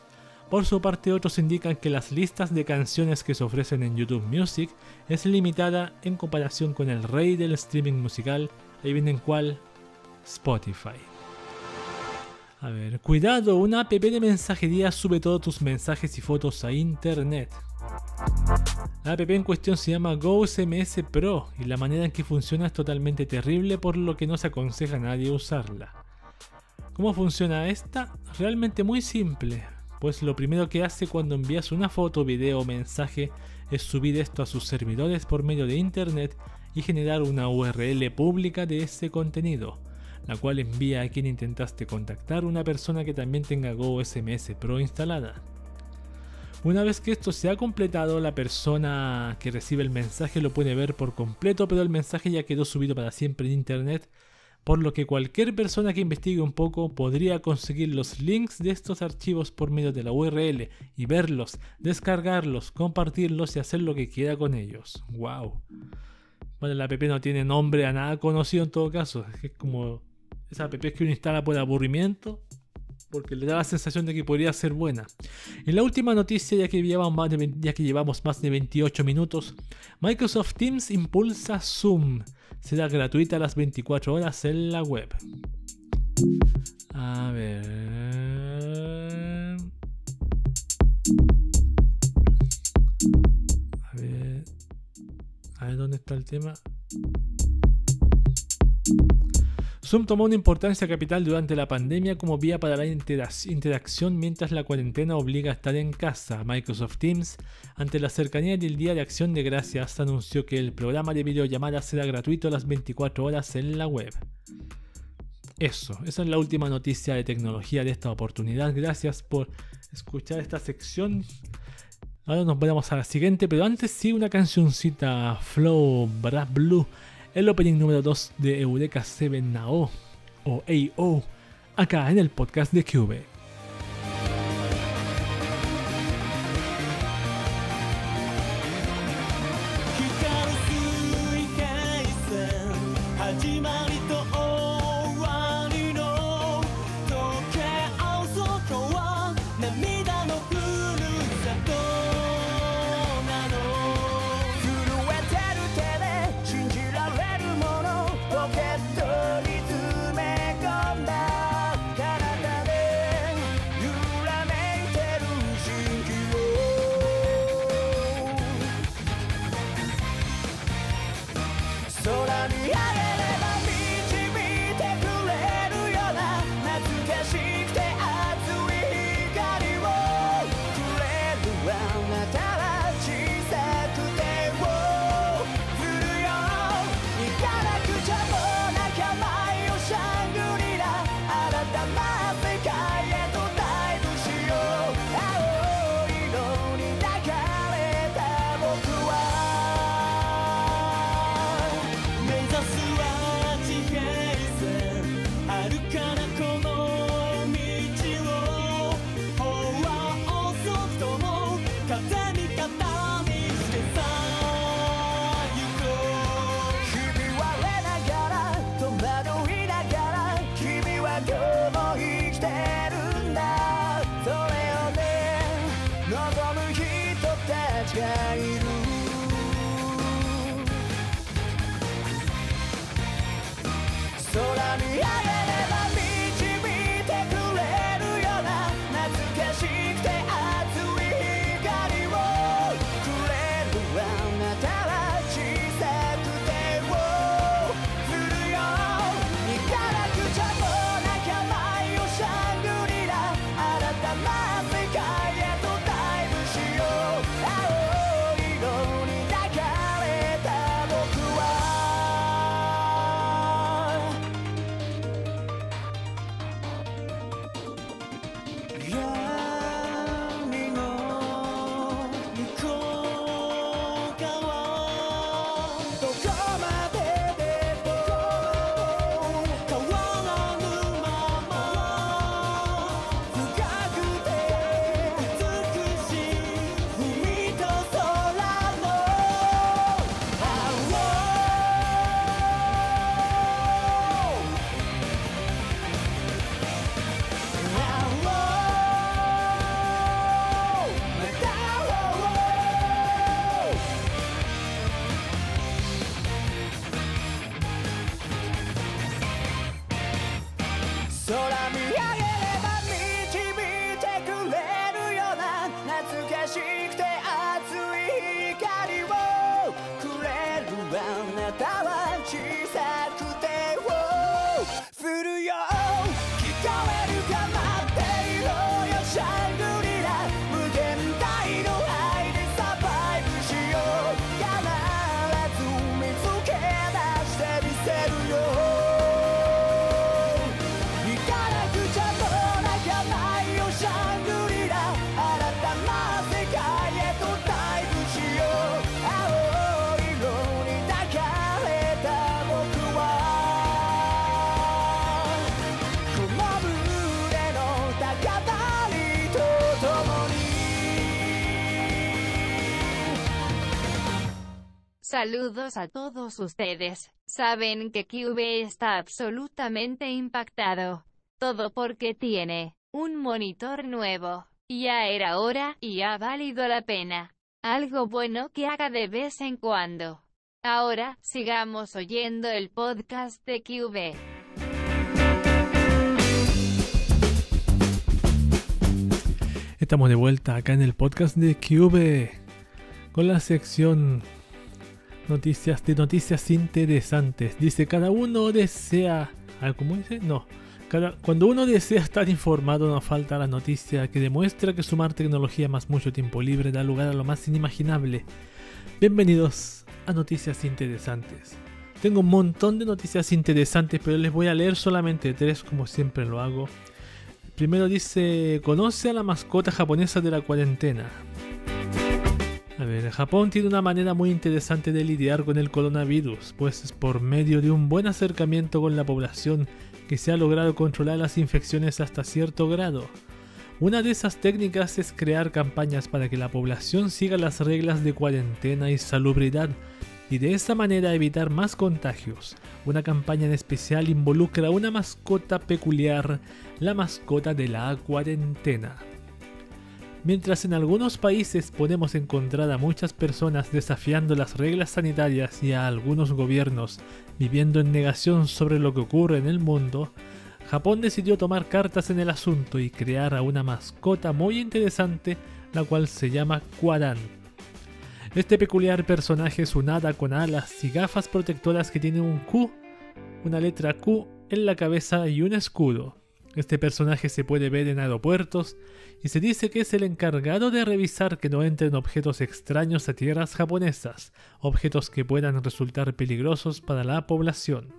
Por su parte, otros indican que las listas de canciones que se ofrecen en YouTube Music es limitada en comparación con el rey del streaming musical. Ahí vienen cuál, Spotify. A ver, cuidado, una app de mensajería sube todos tus mensajes y fotos a internet. La app en cuestión se llama GoSMS Pro y la manera en que funciona es totalmente terrible, por lo que no se aconseja a nadie usarla. ¿Cómo funciona esta? Realmente muy simple, pues lo primero que hace cuando envías una foto, video o mensaje es subir esto a sus servidores por medio de internet y generar una U R L pública de ese contenido, la cual envía a quien intentaste contactar una persona que también tenga GoSMS Pro instalada. Una vez que esto se ha completado, la persona que recibe el mensaje lo puede ver por completo, pero el mensaje ya quedó subido para siempre en internet, por lo que cualquier persona que investigue un poco podría conseguir los links de estos archivos por medio de la U R L y verlos, descargarlos, compartirlos y hacer lo que quiera con ellos. ¡Wow! Bueno, la app no tiene nombre a nada conocido en todo caso, es como esa app que uno instala por aburrimiento, porque le da la sensación de que podría ser buena. En la última noticia, ya que llevamos más de veinte, ya que llevamos más de veintiocho minutos, Microsoft Teams impulsa Zoom. Será gratuita a las veinticuatro horas en la web. A ver... A ver... A ver dónde está el tema. Zoom tomó una importancia capital durante la pandemia como vía para la interac- interacción mientras la cuarentena obliga a estar en casa. Microsoft Teams, ante la cercanía del Día de Acción de Gracias, anunció que el programa de videollamadas será gratuito a las veinticuatro horas en la web. Eso, esa es la última noticia de tecnología de esta oportunidad. Gracias por escuchar esta sección. Ahora nos vamos a la siguiente, pero antes sí una cancioncita Flow Brass Blue. El opening número dos de Eureka siete A O o A O, acá en el podcast de Cube. 空見上げれば導いてくれるような懐かしくて熱い光をくれるあなたは小さくて降るよ聞こえるか待っていろよシャングリラ無限大の愛でサバイブしよう必ず見つけ出してみせるよ行かなくちゃもう泣かないよシャングリラ新たな世界へとダイブしよう青い色に抱かれた僕はこの胸の高鳴りと共に Saludos a todos ustedes. Saben que Q V está absolutamente impactado. Todo porque tiene un monitor nuevo. Ya era hora, y ha valido la pena. Algo bueno que haga de vez en cuando. Ahora, sigamos oyendo el podcast de Q V. Estamos de vuelta acá en el podcast de Q V con la sección noticias de noticias interesantes. Dice, cada uno desea... ¿Cómo dice? No. Cada, cuando uno desea estar informado, no falta la noticia que demuestra que sumar tecnología más mucho tiempo libre da lugar a lo más inimaginable. Bienvenidos a Noticias Interesantes. Tengo un montón de noticias interesantes, pero les voy a leer solamente tres, como siempre lo hago. Primero dice, conoce a la mascota japonesa de la cuarentena. A ver, Japón tiene una manera muy interesante de lidiar con el coronavirus, pues es por medio de un buen acercamiento con la población que se ha logrado controlar las infecciones hasta cierto grado. Una de esas técnicas es crear campañas para que la población siga las reglas de cuarentena y salubridad, y de esa manera evitar más contagios. Una campaña en especial involucra una mascota peculiar, la mascota de la cuarentena. Mientras en algunos países podemos encontrar a muchas personas desafiando las reglas sanitarias y a algunos gobiernos viviendo en negación sobre lo que ocurre en el mundo, Japón decidió tomar cartas en el asunto y crear a una mascota muy interesante, la cual se llama Kwaran. Este peculiar personaje es un hada con alas y gafas protectoras que tiene un Q, una letra Q en la cabeza y un escudo. Este personaje se puede ver en aeropuertos y se dice que es el encargado de revisar que no entren objetos extraños a tierras japonesas, objetos que puedan resultar peligrosos para la población.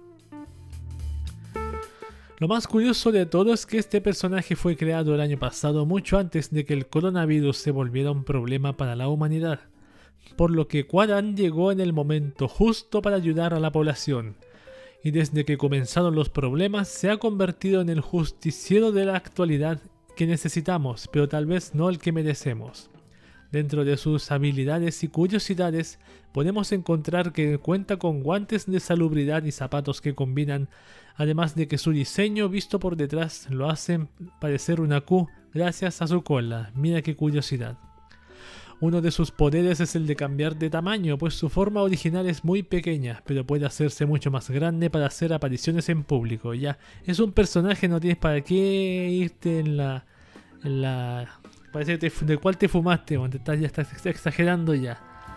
Lo más curioso de todo es que este personaje fue creado el año pasado, mucho antes de que el coronavirus se volviera un problema para la humanidad, por lo que Kwaran llegó en el momento justo para ayudar a la población. Y desde que comenzaron los problemas se ha convertido en el justiciero de la actualidad que necesitamos, pero tal vez no el que merecemos. Dentro de sus habilidades y curiosidades podemos encontrar que cuenta con guantes de salubridad y zapatos que combinan, además de que su diseño visto por detrás lo hace parecer una Q gracias a su cola. Mira qué curiosidad. Uno de sus poderes es el de cambiar de tamaño, pues su forma original es muy pequeña, pero puede hacerse mucho más grande para hacer apariciones en público. Ya, es un personaje, no tienes para qué irte en la... En la parece que te, de cuál te fumaste, te estás, ya estás exagerando ya.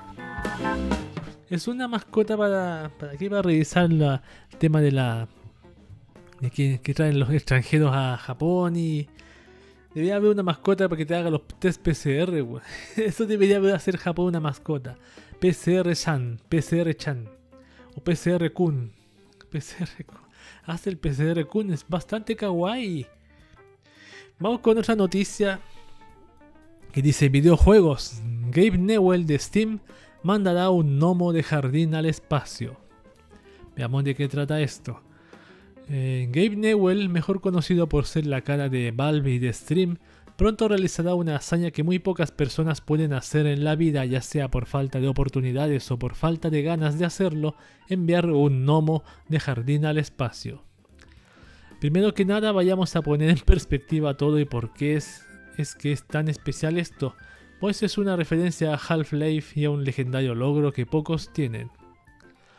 Es una mascota para... ¿Para qué? Para revisar la, el tema de la... De que, que traen los extranjeros a Japón y... Debería haber una mascota para que te haga los test P C R, güey. Eso debería hacer Japón una mascota. P C R-chan, P C R-chan. O P C R-kun. P C R-kun. Hace el P C R-kun, es bastante kawaii. Vamos con otra noticia que dice videojuegos. Gabe Newell de Steam mandará un gnomo de jardín al espacio. Veamos de qué trata esto. Eh, Gabe Newell, mejor conocido por ser la cara de Valve y de Steam, pronto realizará una hazaña que muy pocas personas pueden hacer en la vida, ya sea por falta de oportunidades o por falta de ganas de hacerlo: enviar un gnomo de jardín al espacio. Primero que nada, vayamos a poner en perspectiva todo y por qué es, es que es tan especial esto, pues es una referencia a Half-Life y a un legendario logro que pocos tienen.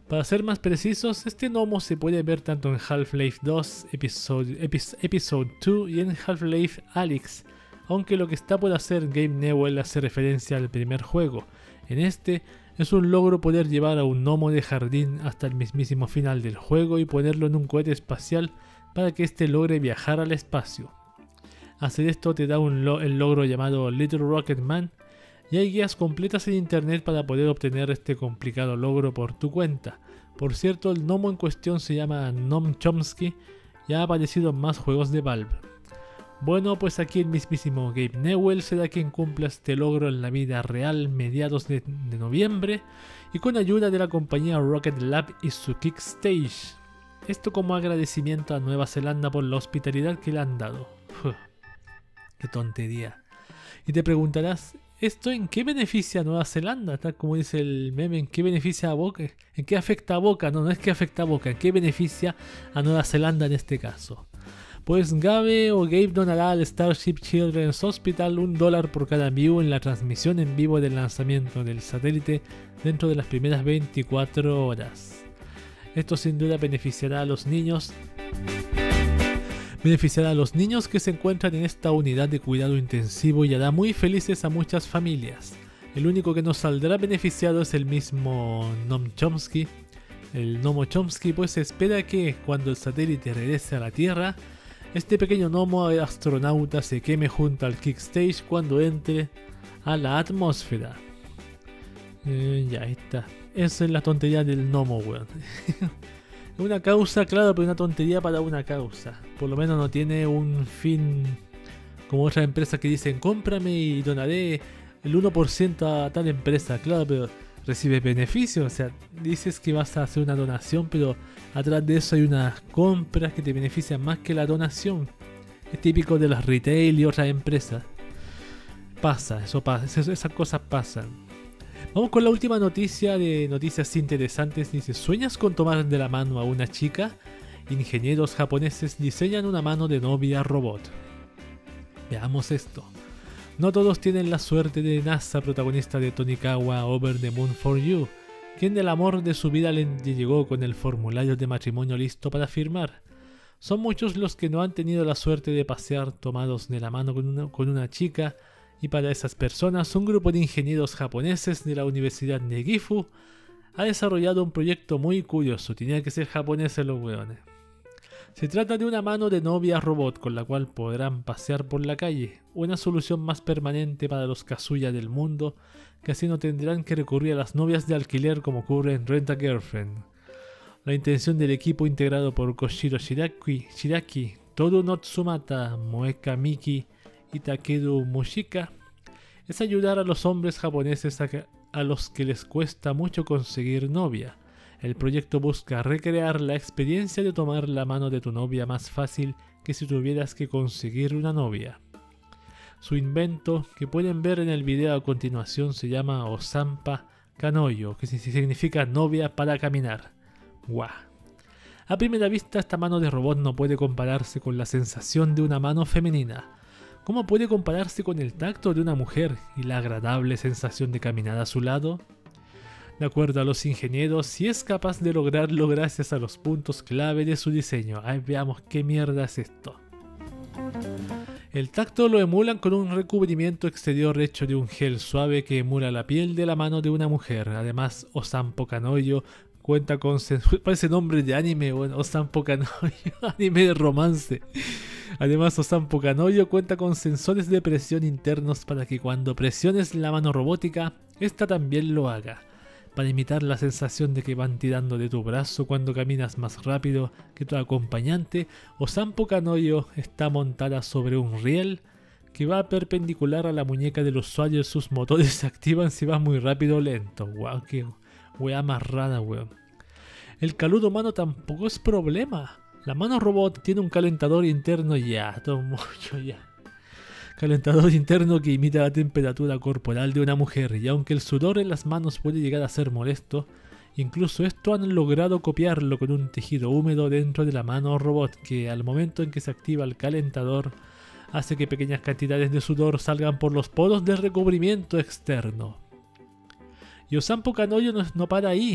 Para ser más precisos, este gnomo se puede ver tanto en Half-Life dos Episode, Epis, Episode dos y en Half-Life Alyx, aunque lo que está por hacer Gabe Newell hace referencia al primer juego. En este, es un logro poder llevar a un gnomo de jardín hasta el mismísimo final del juego y ponerlo en un cohete espacial para que éste logre viajar al espacio. Hacer esto te da un lo el logro llamado Little Rocket Man, y hay guías completas en internet para poder obtener este complicado logro por tu cuenta. Por cierto, el gnomo en cuestión se llama Noam Chomsky y ha aparecido en más juegos de Valve. Bueno, pues aquí el mismísimo Gabe Newell será quien cumpla este logro en la vida real mediados de, de noviembre y con ayuda de la compañía Rocket Lab y su Kickstage. Esto como agradecimiento a Nueva Zelanda por la hospitalidad que le han dado. Uf, qué tontería. Y te preguntarás, ¿esto en qué beneficia a Nueva Zelanda? Tal como dice el meme, ¿en qué beneficia a Boca? ¿En qué afecta a Boca? No, no es que afecta a Boca, ¿en qué beneficia a Nueva Zelanda en este caso? Pues Gabe o Gabe donará al Starship Children's Hospital un dólar por cada view en la transmisión en vivo del lanzamiento del satélite dentro de las primeras veinticuatro horas. Esto sin duda beneficiará a los niños beneficiará a los niños que se encuentran en esta unidad de cuidado intensivo y hará muy felices a muchas familias. El único que nos saldrá beneficiado es el mismo Noam Chomsky, el Gnomo Chomsky, pues se espera que cuando el satélite regrese a la Tierra, este pequeño gnomo astronauta se queme junto al Kickstage cuando entre a la atmósfera. Eh, ya está. Esa es la tontería del gnomo, weón. Una causa, claro, pero una tontería para una causa. Por lo menos no tiene un fin como otras empresas que dicen cómprame y donaré el uno por ciento a tal empresa. Claro, pero recibes beneficios. O sea, dices que vas a hacer una donación, pero atrás de eso hay unas compras que te benefician más que la donación. Es típico de los retail y otras empresas. Pasa, eso pasa, esas cosas pasan. Vamos con la última noticia de noticias interesantes. Dice, ¿sueñas con tomar de la mano a una chica? Ingenieros japoneses diseñan una mano de novia robot. Veamos esto. No todos tienen la suerte de NASA, protagonista de Tonikawa Over the Moon for You, quien del amor de su vida le llegó con el formulario de matrimonio listo para firmar. Son muchos los que no han tenido la suerte de pasear tomados de la mano con una, con una chica, y para esas personas un grupo de ingenieros japoneses de la Universidad de Gifu ha desarrollado un proyecto muy curioso. Tenía que ser japoneses los weones. Se trata de una mano de novia robot con la cual podrán pasear por la calle, una solución más permanente para los Kazuya del mundo, que así no tendrán que recurrir a las novias de alquiler como ocurre en Rent a Girlfriend. La intención del equipo integrado por Koshiro Shiraki, Shiraki Toru Notsumata, Moeka Miki y Takeru Mushika es ayudar a los hombres japoneses a, que, a los que les cuesta mucho conseguir novia. El proyecto busca recrear la experiencia de tomar la mano de tu novia más fácil que si tuvieras que conseguir una novia. Su invento, que pueden ver en el video a continuación, se llama Osampa Kanoyo, que significa novia para caminar. ¡Guau! A primera vista, esta mano de robot no puede compararse con la sensación de una mano femenina. ¿Cómo puede compararse con el tacto de una mujer y la agradable sensación de caminar a su lado? De acuerdo a los ingenieros, sí es capaz de lograrlo gracias a los puntos clave de su diseño. Ahí veamos qué mierda es esto. El tacto lo emulan con un recubrimiento exterior hecho de un gel suave que emula la piel de la mano de una mujer. Además, Osampo Kanoyo cuenta con... Parece nombre de anime, bueno, Osampo Kanoyo, anime de romance. Además, Osampo Kanoyo cuenta con sensores de presión internos para que cuando presiones la mano robótica, esta también lo haga. Para imitar la sensación de que van tirando de tu brazo cuando caminas más rápido que tu acompañante, Osampo Kanoyo está montada sobre un riel que va perpendicular a la muñeca del usuario y sus motores se activan si vas muy rápido o lento. Wow, qué wea más rara, weón. El calor humano tampoco es problema. La mano robot tiene un calentador interno ya, todo mucho ya. Calentador interno que imita la temperatura corporal de una mujer, y aunque el sudor en las manos puede llegar a ser molesto, incluso esto han logrado copiarlo con un tejido húmedo dentro de la mano robot que al momento en que se activa el calentador hace que pequeñas cantidades de sudor salgan por los poros del recubrimiento externo. Y Osampo Kanoyo no, no para ahí.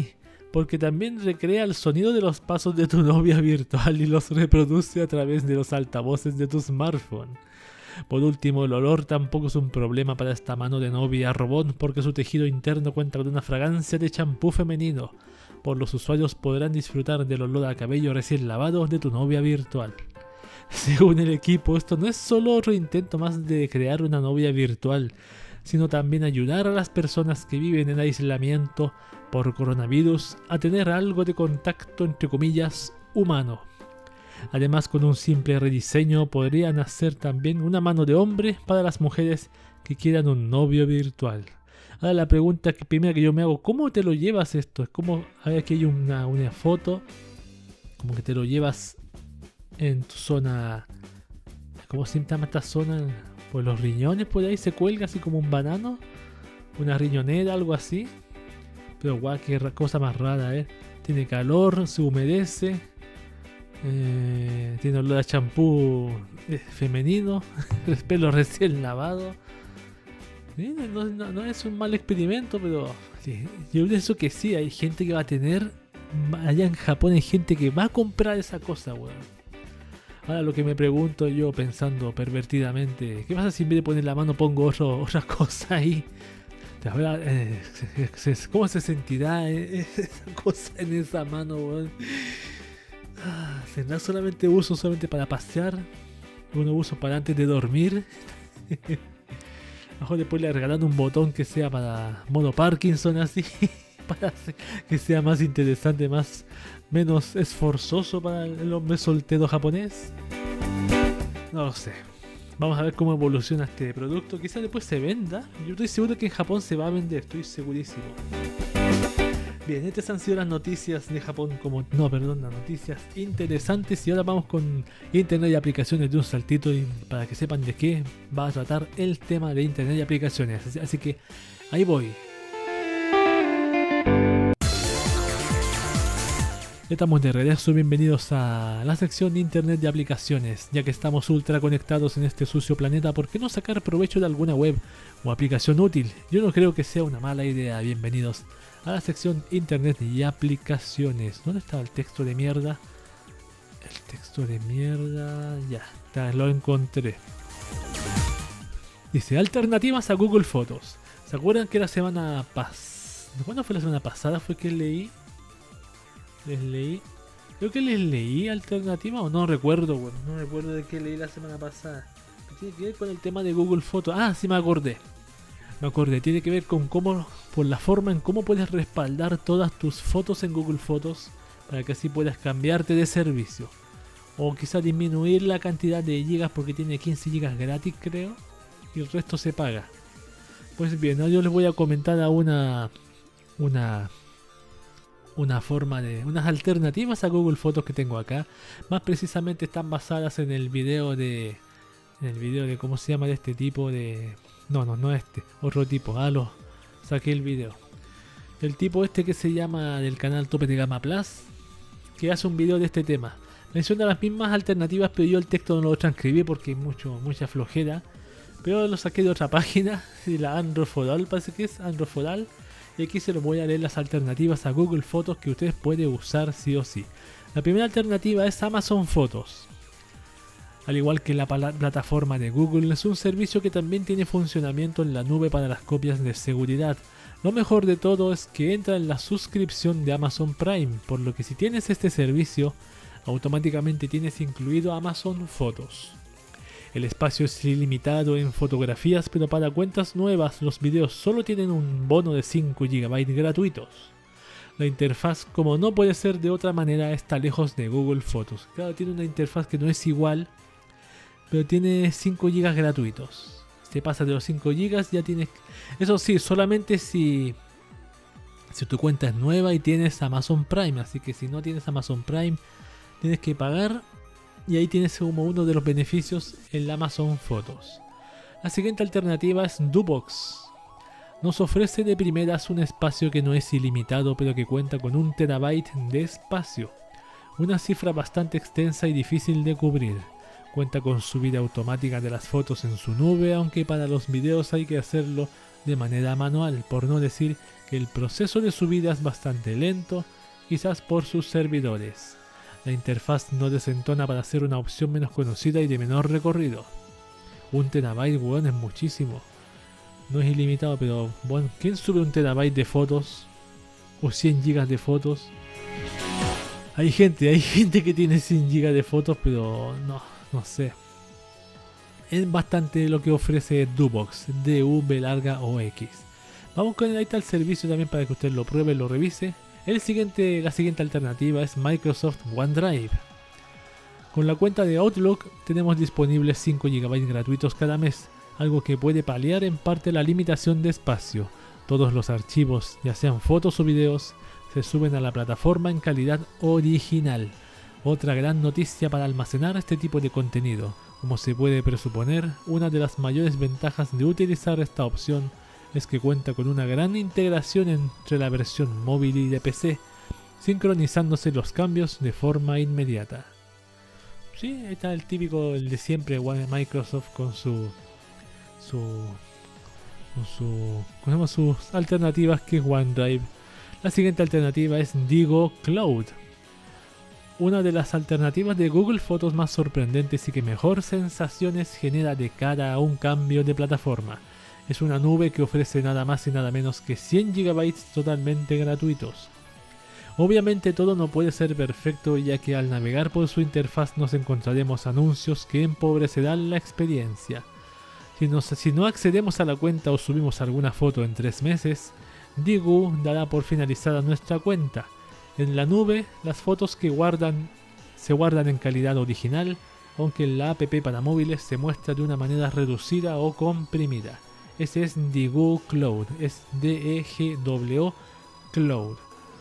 porque también recrea el sonido de los pasos de tu novia virtual y los reproduce a través de los altavoces de tu smartphone. Por último, el olor tampoco es un problema para esta mano de novia robot, porque su tejido interno cuenta con una fragancia de champú femenino. Por los usuarios podrán disfrutar del olor a cabello recién lavado de tu novia virtual. Según el equipo, esto no es solo otro intento más de crear una novia virtual, sino también ayudar a las personas que viven en aislamiento por coronavirus a tener algo de contacto, entre comillas, humano. Además, con un simple rediseño podrían hacer también una mano de hombre para las mujeres que quieran un novio virtual. Ahora la pregunta que primera que yo me hago, ¿cómo te lo llevas esto? Es como, a ver, aquí hay una, una foto, como que te lo llevas en tu zona, ¿cómo se llama esta zona? Pues los riñones, por ahí se cuelga así como un banano, una riñonera, algo así. Pero guau, qué cosa más rara, ¿eh? Tiene calor, se humedece, eh, tiene olor a champú eh, femenino, el pelo recién lavado. ¿Sí? No, no, no es un mal experimento, pero sí, yo pienso que sí, hay gente que va a tener, allá en Japón hay gente que va a comprar esa cosa, weón. Ahora lo que me pregunto yo, pensando pervertidamente, ¿qué pasa si en vez de poner la mano pongo otro, otra cosa ahí? Eh, ¿Cómo se sentirá eh, esa cosa en esa mano, weón? Ah, ¿tendrá solamente uso solamente para pasear? ¿Uno uso para antes de dormir? Mejor después le regalan un botón que sea para modo Parkinson, así, para que sea más interesante, más menos esforzoso para el hombre soltero japonés. No lo sé. Vamos a ver cómo evoluciona este producto. Quizás después se venda. Yo estoy seguro que en Japón se va a vender, estoy segurísimo. Bien, estas han sido las noticias de Japón, como no, perdón, las noticias interesantes. Y ahora vamos con Internet y aplicaciones de un saltito, y para que sepan de qué va a tratar el tema de Internet y aplicaciones. Así, así que ahí voy. Estamos de regreso, bienvenidos a la sección de Internet de aplicaciones. Ya que estamos ultra conectados en este sucio planeta, ¿por qué no sacar provecho de alguna web o aplicación útil? Yo no creo que sea una mala idea. Bienvenidos a la sección Internet y aplicaciones. ¿Dónde está el texto de mierda? El texto de mierda... Ya, ya lo encontré. Dice, alternativas a Google Fotos. ¿Se acuerdan que la semana pasada... ¿Cuándo fue la semana pasada? Fue que leí... Les leí... Creo que les leí alternativa o no recuerdo, bueno, no recuerdo de qué leí la semana pasada. Tiene que ver con el tema de Google Fotos. Ah, sí me acordé. Me acordé, tiene que ver con cómo, por la forma en cómo puedes respaldar todas tus fotos en Google Fotos para que así puedas cambiarte de servicio. O quizá disminuir la cantidad de gigas porque tiene quince gigas gratis, creo, y el resto se paga. Pues bien, ¿no? Yo les voy a comentar a una... una... una forma de... unas alternativas a Google Fotos que tengo acá. Más precisamente están basadas en el video de... en el video de... ¿cómo se llama? De este tipo de... No, no, no este. Otro tipo. Ah, lo... saqué el video. El tipo este que se llama del canal Tope de Gama Plus, que hace un video de este tema. Menciona las mismas alternativas, pero yo el texto no lo transcribí porque hay mucho, mucha flojera. Pero lo saqué de otra página, de la Android Foral, parece que es Android Foral. Y aquí se los voy a leer las alternativas a Google Fotos que ustedes pueden usar sí o sí. La primera alternativa es Amazon Fotos. Al igual que la plataforma de Google, es un servicio que también tiene funcionamiento en la nube para las copias de seguridad. Lo mejor de todo es que entra en la suscripción de Amazon Prime, por lo que si tienes este servicio, automáticamente tienes incluido Amazon Fotos. El espacio es ilimitado en fotografías, pero para cuentas nuevas los videos solo tienen un bono de cinco gigabytes gratuitos. La interfaz, como no puede ser de otra manera, está lejos de Google Fotos. Claro, tiene una interfaz que no es igual, pero tiene cinco gigas gratuitos. Si pasa de los cinco gigas ya tienes... Eso sí, solamente si... si tu cuenta es nueva y tienes Amazon Prime. Así que si no tienes Amazon Prime, tienes que pagar. Y ahí tienes como uno de los beneficios el Amazon Fotos. La siguiente alternativa es Dubox. Nos ofrece de primeras un espacio que no es ilimitado, pero que cuenta con un terabyte de espacio. Una cifra bastante extensa y difícil de cubrir. Cuenta con subida automática de las fotos en su nube, aunque para los videos hay que hacerlo de manera manual, por no decir que el proceso de subida es bastante lento quizás por sus servidores. La interfaz no desentona para ser una opción menos conocida y de menor recorrido. Un terabyte, weón, es muchísimo. No es ilimitado, pero bueno, ¿quién sube un terabyte de fotos? O cien gigas de fotos. Hay gente, hay gente que tiene cien gigas de fotos, pero no, no sé. Es bastante lo que ofrece Dubox, D U B larga O X. Vamos con, ahí está el servicio también para que usted lo pruebe, lo revise. El siguiente, la siguiente alternativa es Microsoft OneDrive. Con la cuenta de Outlook tenemos disponibles cinco gigabytes gratuitos cada mes, algo que puede paliar en parte la limitación de espacio. Todos los archivos, ya sean fotos o videos, se suben a la plataforma en calidad original. Otra gran noticia para almacenar este tipo de contenido. Como se puede presuponer, una de las mayores ventajas de utilizar esta opción es que cuenta con una gran integración entre la versión móvil y de P C, sincronizándose los cambios de forma inmediata. Sí, ahí está el típico, el de siempre, Microsoft con su su con su con sus alternativas, que es OneDrive. La siguiente alternativa es Digo Cloud, una de las alternativas de Google Fotos más sorprendentes y que mejor sensaciones genera de cara a un cambio de plataforma. Es una nube que ofrece nada más y nada menos que cien gigabytes totalmente gratuitos. Obviamente todo no puede ser perfecto, ya que al navegar por su interfaz nos encontraremos anuncios que empobrecerán la experiencia. Si, nos, si no accedemos a la cuenta o subimos alguna foto en tres meses, Digo dará por finalizada nuestra cuenta. En la nube, las fotos que guardan se guardan en calidad original, aunque en la app para móviles se muestra de una manera reducida o comprimida. Ese es Digo Cloud, es D E G W Cloud.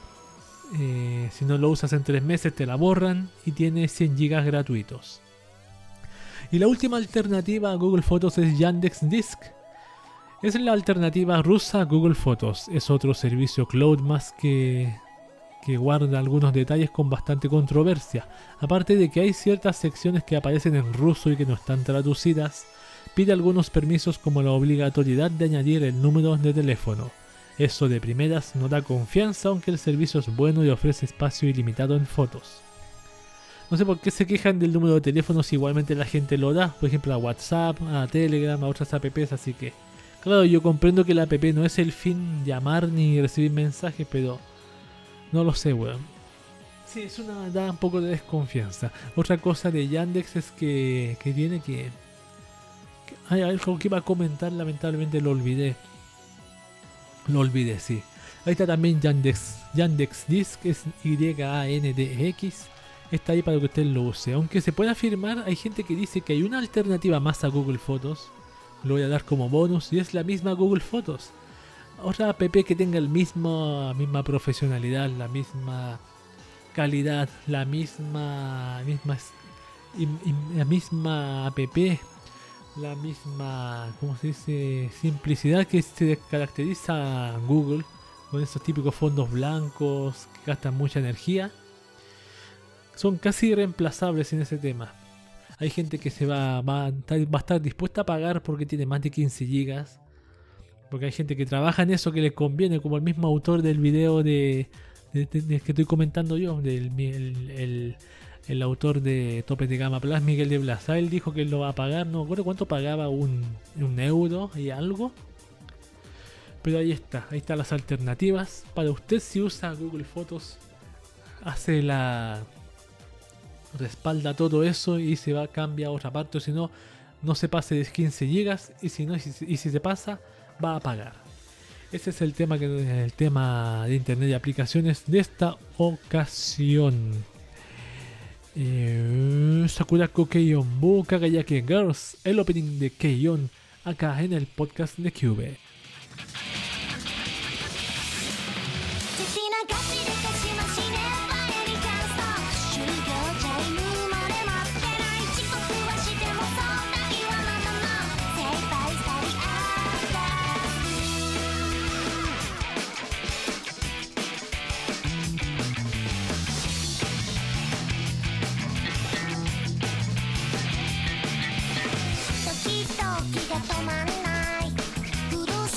Eh, si no lo usas en tres meses te la borran y tiene cien gigas gratuitos. Y la última alternativa a Google Fotos es Yandex Disk. Es la alternativa rusa a Google Fotos. Es otro servicio cloud más que, que guarda algunos detalles con bastante controversia. Aparte de que hay ciertas secciones que aparecen en ruso y que no están traducidas, pide algunos permisos como la obligatoriedad de añadir el número de teléfono. Eso de primeras no da confianza, aunque el servicio es bueno y ofrece espacio ilimitado en fotos. No sé por qué se quejan del número de teléfono si igualmente la gente lo da, por ejemplo a WhatsApp, a Telegram, a otras apps, así que... Claro, yo comprendo que la app no es el fin llamar ni recibir mensajes, pero... No lo sé, weón. Sí, es una... da un poco de desconfianza. Otra cosa de Yandex es que... que tiene que... que hay algo que iba a comentar, lamentablemente lo olvidé. Lo olvidé, sí. Ahí está también Yandex. Yandex Disk es Y A N D X. Está ahí para que usted lo use. Aunque se puede afirmar, hay gente que dice que hay una alternativa más a Google Fotos. Lo voy a dar como bonus y es la misma Google Fotos. Otra app que tenga el mismo, la misma profesionalidad, la misma calidad, la misma, misma la misma app, la misma, ¿cómo se dice? Simplicidad que se caracteriza a Google, con esos típicos fondos blancos que gastan mucha energía. Son casi irreemplazables en ese tema. Hay gente que se va, va, a estar, va a estar dispuesta a pagar porque tiene más de quince gigas. Porque hay gente que trabaja en eso que les conviene, como el mismo autor del video de, de, de, de que estoy comentando yo, del el, el, el autor de Tope de Gama Plus, Miguel de Blasa. Él dijo que él lo va a pagar, no recuerdo cuánto pagaba, un, un euro y algo. Pero ahí está, ahí están las alternativas. Para usted, si usa Google Fotos, hace la... respalda todo eso y se va a cambiar a otra parte, o si no, no se pase de quince gigas, y si no, y si, y si se pasa, va a pagar. Ese es el tema, que, el tema de internet y aplicaciones de esta ocasión. Eh, Sakurako Keion Bu Kagayake Girls, el opening de Keion, acá en el podcast de Cube. 止まんない苦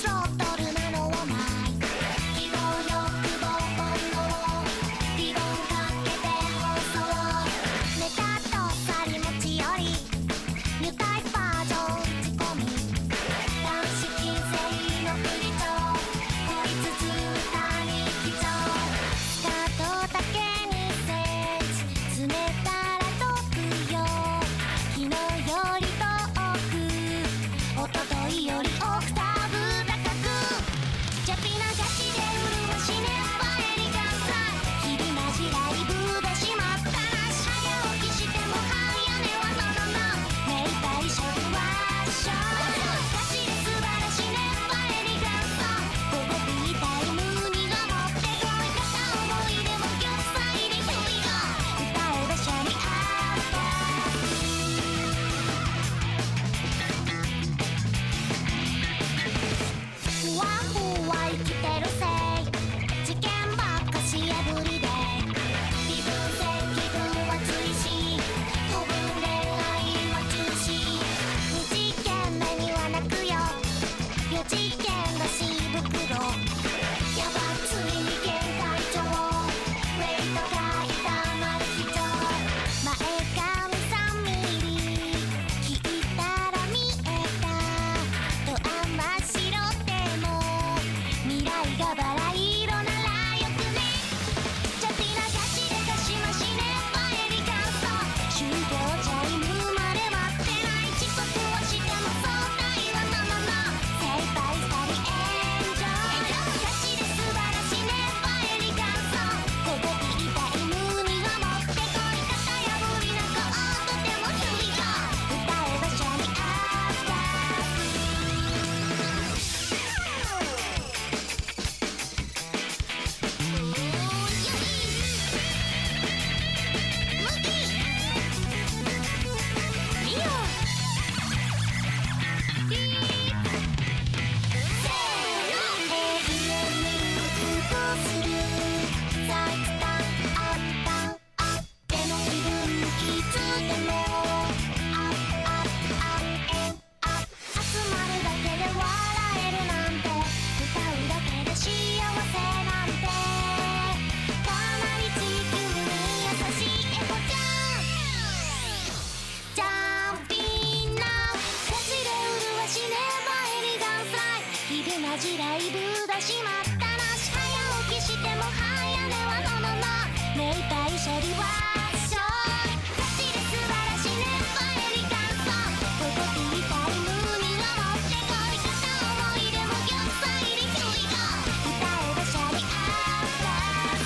じライブだしまったなし早起きしても早寝はののな目いっぱい処理はショーガチで素晴らしいねエリカンソンフォトティータイムには持ってこい片思いでもぎょっさいでひょいが歌えばシャリアップ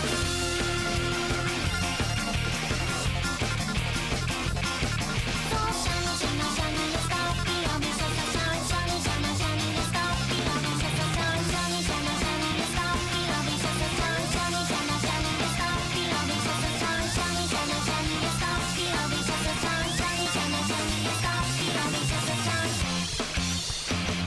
そうシャニシャナシャニスコーピオミシャサシャンシャニシャナシャニスコーピオミシャサシャンシャニシャナシャニスコーピオミシャサシャンシャニシャナシャニスコーピオミシャサシャンシャニシャナシャニスコーピオミシャサシャンシャニシャナシャニスコーピオミシャサシャン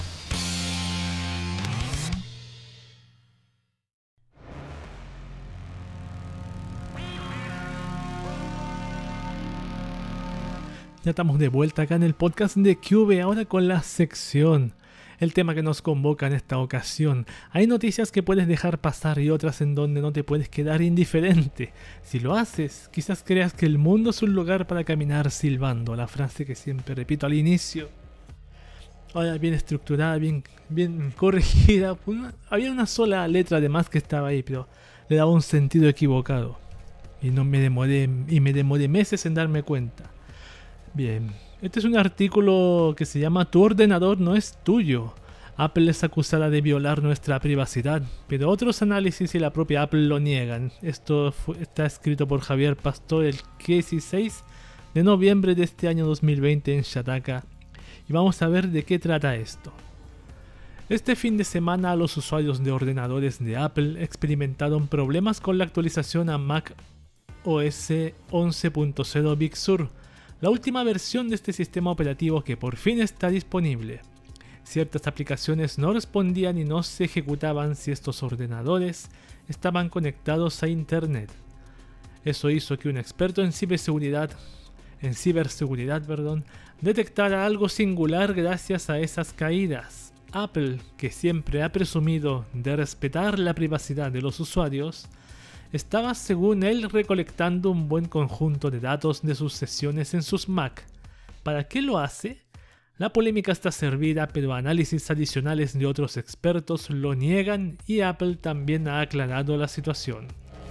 Ya estamos de vuelta acá en el podcast de Cube, ahora con la sección, el tema que nos convoca en esta ocasión. Hay noticias que puedes dejar pasar y otras en donde no te puedes quedar indiferente. Si lo haces, quizás creas que el mundo es un lugar para caminar silbando, la frase que siempre repito al inicio. Ahora bien estructurada, bien, bien corregida. Una, había una sola letra de más que estaba ahí, pero le daba un sentido equivocado. Y no me demoré, y me demoré meses en darme cuenta. Bien, este es un artículo que se llama Tu ordenador no es tuyo. Apple es acusada de violar nuestra privacidad, pero otros análisis y la propia Apple lo niegan. Esto fue, está escrito por Javier Pastor el dieciséis de noviembre de este año dos mil veinte en Shataka. Y vamos a ver de qué trata esto. Este fin de semana los usuarios de ordenadores de Apple experimentaron problemas con la actualización a Mac O S once punto cero Big Sur, la última versión de este sistema operativo que por fin está disponible. Ciertas aplicaciones no respondían y no se ejecutaban si estos ordenadores estaban conectados a internet. Eso hizo que un experto en ciberseguridad, en ciberseguridad, perdón, detectara algo singular gracias a esas caídas. Apple, que siempre ha presumido de respetar la privacidad de los usuarios, estaba según él recolectando un buen conjunto de datos de sus sesiones en sus Mac. ¿Para qué lo hace? La polémica está servida, pero análisis adicionales de otros expertos lo niegan y Apple también ha aclarado la situación.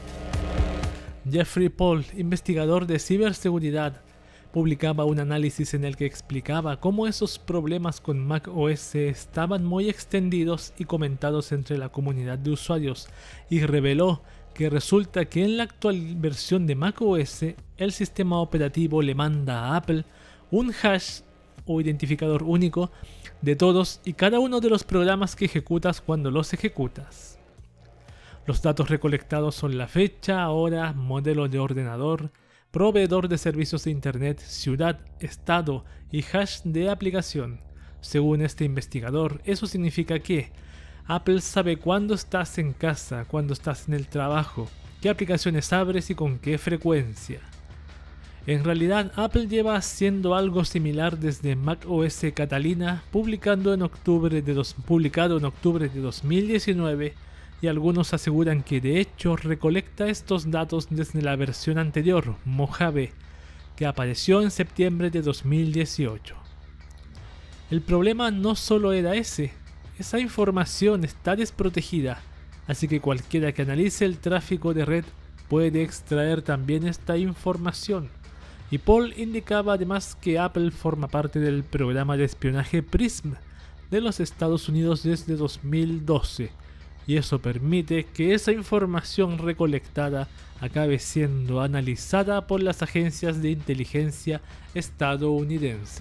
Jeffrey Paul, investigador de ciberseguridad, publicaba un análisis en el que explicaba cómo esos problemas con Mac O S estaban muy extendidos y comentados entre la comunidad de usuarios, y reveló que resulta que en la actual versión de Mac O S el sistema operativo le manda a Apple un hash o identificador único de todos y cada uno de los programas que ejecutas cuando los ejecutas. Los datos recolectados son la fecha, hora, modelo de ordenador, proveedor de servicios de internet, ciudad, estado y hash de aplicación. Según este investigador, eso significa que Apple sabe cuándo estás en casa, cuándo estás en el trabajo, qué aplicaciones abres y con qué frecuencia. En realidad, Apple lleva haciendo algo similar desde Mac O S Catalina, publicando en octubre de dos, publicado en octubre de dos mil diecinueve, y algunos aseguran que de hecho recolecta estos datos desde la versión anterior, Mojave, que apareció en septiembre de dos mil dieciocho. El problema no solo era ese. Esa información está desprotegida, así que cualquiera que analice el tráfico de red puede extraer también esta información. Y Paul indicaba además que Apple forma parte del programa de espionaje PRISM de los Estados Unidos desde dos mil doce, y eso permite que esa información recolectada acabe siendo analizada por las agencias de inteligencia estadounidenses.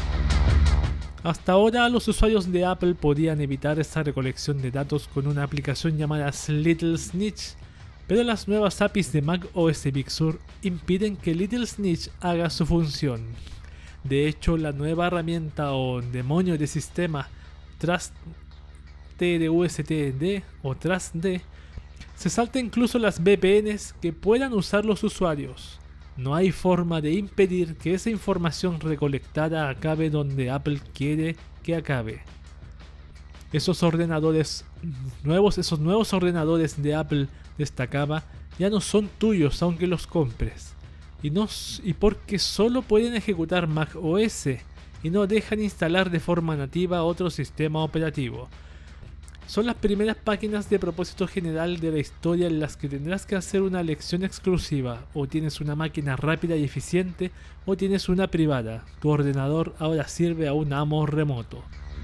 Hasta ahora los usuarios de Apple podían evitar esa recolección de datos con una aplicación llamada Little Snitch, pero las nuevas A P Is de Mac O S Big Sur impiden que Little Snitch haga su función. De hecho, la nueva herramienta o demonio de sistema Trust T D U S T D o TrustD se salta incluso las V P Ns que puedan usar los usuarios. No hay forma de impedir que esa información recolectada acabe donde Apple quiere que acabe. Esos ordenadores nuevos, esos nuevos ordenadores de Apple, destacaba, ya no son tuyos aunque los compres. Y, no, y porque solo pueden ejecutar Mac O S y no dejan instalar de forma nativa otro sistema operativo. Son las primeras páginas de propósito general de la historia en las que tendrás que hacer una elección exclusiva. O tienes una máquina rápida y eficiente, o tienes una privada. Tu ordenador ahora sirve a un amo remoto.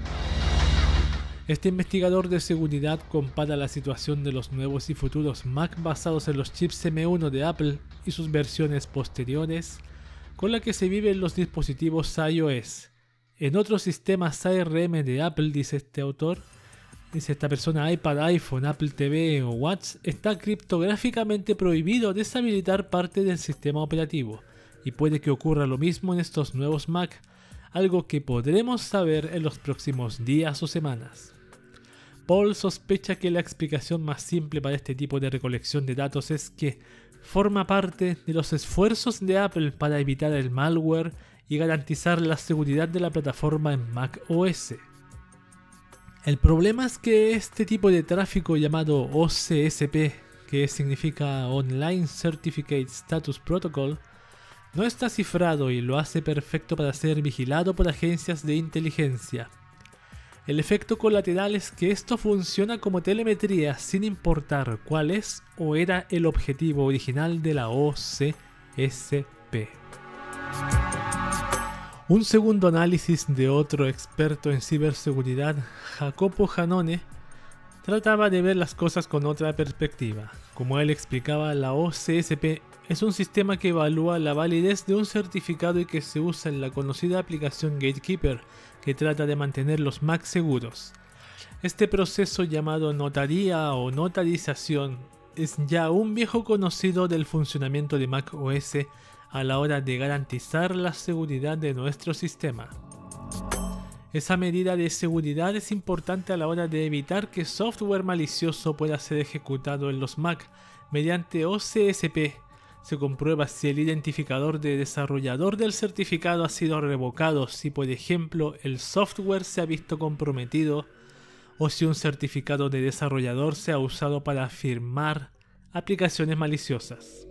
Este investigador de seguridad compara la situación de los nuevos y futuros Mac basados en los chips M uno de Apple y sus versiones posteriores con la que se vive en los dispositivos iOS. En otros sistemas A R M de Apple, dice este autor, dice esta persona, iPad, iPhone, Apple T V o Watch, está criptográficamente prohibido deshabilitar parte del sistema operativo, y puede que ocurra lo mismo en estos nuevos Mac, algo que podremos saber en los próximos días o semanas. Paul sospecha que la explicación más simple para este tipo de recolección de datos es que forma parte de los esfuerzos de Apple para evitar el malware y garantizar la seguridad de la plataforma en macOS. El problema es que este tipo de tráfico llamado O C S P, que significa Online Certificate Status Protocol, no está cifrado y lo hace perfecto para ser vigilado por agencias de inteligencia. El efecto colateral es que esto funciona como telemetría sin importar cuál es o era el objetivo original de la O C S P. Un segundo análisis de otro experto en ciberseguridad, Jacopo Janone, trataba de ver las cosas con otra perspectiva. Como él explicaba, la O C S P es un sistema que evalúa la validez de un certificado y que se usa en la conocida aplicación Gatekeeper, que trata de mantener los Mac seguros. Este proceso llamado notaría o notarización es ya un viejo conocido del funcionamiento de macOS a la hora de garantizar la seguridad de nuestro sistema. Esa medida de seguridad es importante a la hora de evitar que software malicioso pueda ser ejecutado en los Mac mediante O C S P. Se comprueba si el identificador de desarrollador del certificado ha sido revocado, si por ejemplo el software se ha visto comprometido o si un certificado de desarrollador se ha usado para firmar aplicaciones maliciosas.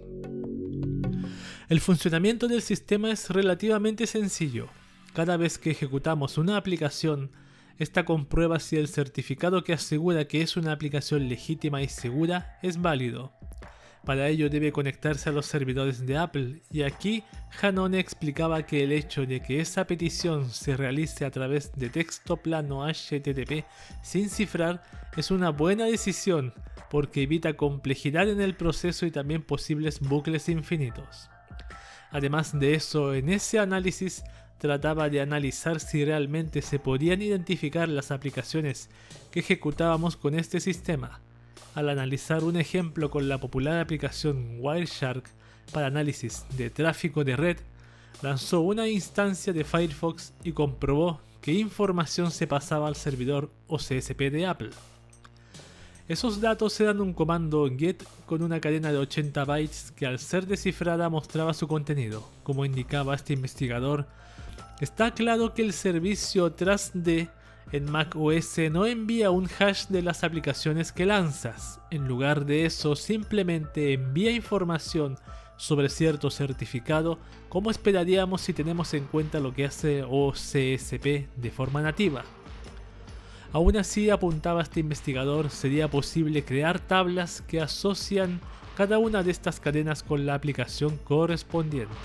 El funcionamiento del sistema es relativamente sencillo. Cada vez que ejecutamos una aplicación, esta comprueba si el certificado que asegura que es una aplicación legítima y segura es válido. Para ello debe conectarse a los servidores de Apple, y aquí Janone explicaba que el hecho de que esa petición se realice a través de texto plano H T T P sin cifrar es una buena decisión porque evita complejidad en el proceso y también posibles bucles infinitos. Además de eso, en ese análisis trataba de analizar si realmente se podían identificar las aplicaciones que ejecutábamos con este sistema. Al analizar un ejemplo con la popular aplicación Wireshark para análisis de tráfico de red, lanzó una instancia de Firefox y comprobó qué información se pasaba al servidor O C S P de Apple. Esos datos eran un comando get con una cadena de ochenta bytes que al ser descifrada mostraba su contenido. Como indicaba este investigador, está claro que el servicio trasd en macOS no envía un hash de las aplicaciones que lanzas. En lugar de eso, simplemente envía información sobre cierto certificado, como esperaríamos si tenemos en cuenta lo que hace O C S P de forma nativa. Aún así, apuntaba este investigador, sería posible crear tablas que asocian cada una de estas cadenas con la aplicación correspondiente.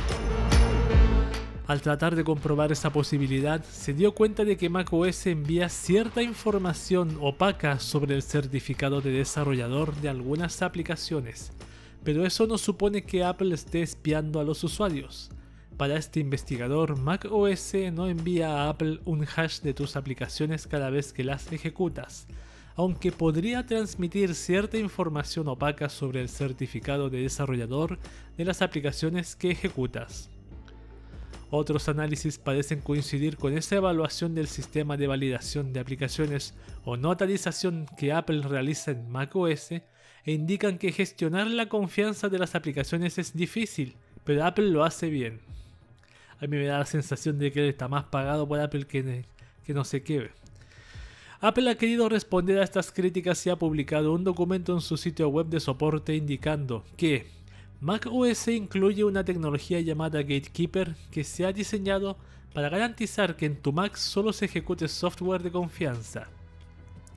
Al tratar de comprobar esa posibilidad, se dio cuenta de que macOS envía cierta información opaca sobre el certificado de desarrollador de algunas aplicaciones, pero eso no supone que Apple esté espiando a los usuarios. Para este investigador, macOS no envía a Apple un hash de tus aplicaciones cada vez que las ejecutas, aunque podría transmitir cierta información opaca sobre el certificado de desarrollador de las aplicaciones que ejecutas. Otros análisis parecen coincidir con esa evaluación del sistema de validación de aplicaciones o notarización que Apple realiza en macOS e indican que gestionar la confianza de las aplicaciones es difícil, pero Apple lo hace bien. A mí me da la sensación de que él está más pagado por Apple que, que no sé qué. Apple ha querido responder a estas críticas y ha publicado un documento en su sitio web de soporte indicando que macOS incluye una tecnología llamada Gatekeeper que se ha diseñado para garantizar que en tu Mac solo se ejecute software de confianza.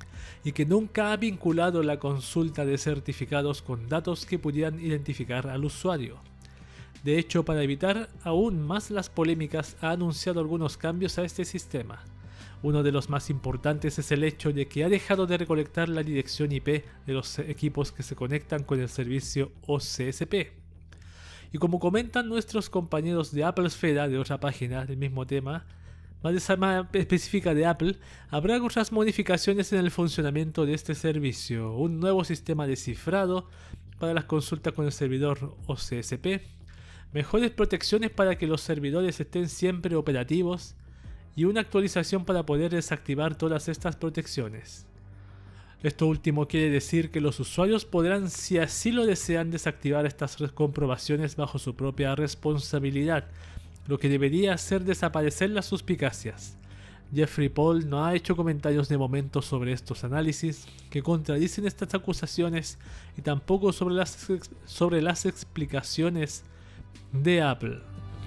y que nunca ha vinculado la consulta de certificados con datos que pudieran identificar al usuario. De hecho, para evitar aún más las polémicas, ha anunciado algunos cambios a este sistema. Uno de los más importantes es el hecho de que ha dejado de recolectar la dirección I P de los equipos que se conectan con el servicio O C S P. Y como comentan nuestros compañeros de Apple Esfera, de otra página del mismo tema, más específica de Apple, habrá otras modificaciones en el funcionamiento de este servicio, un nuevo sistema de cifrado para las consultas con el servidor O C S P, mejores protecciones para que los servidores estén siempre operativos y una actualización para poder desactivar todas estas protecciones. Esto último quiere decir que los usuarios podrán, si así lo desean, desactivar estas comprobaciones bajo su propia responsabilidad, lo que debería hacer desaparecer las suspicacias. Jeffrey Paul no ha hecho comentarios de momento sobre estos análisis que contradicen estas acusaciones y tampoco sobre las, sobre las explicaciones de Apple.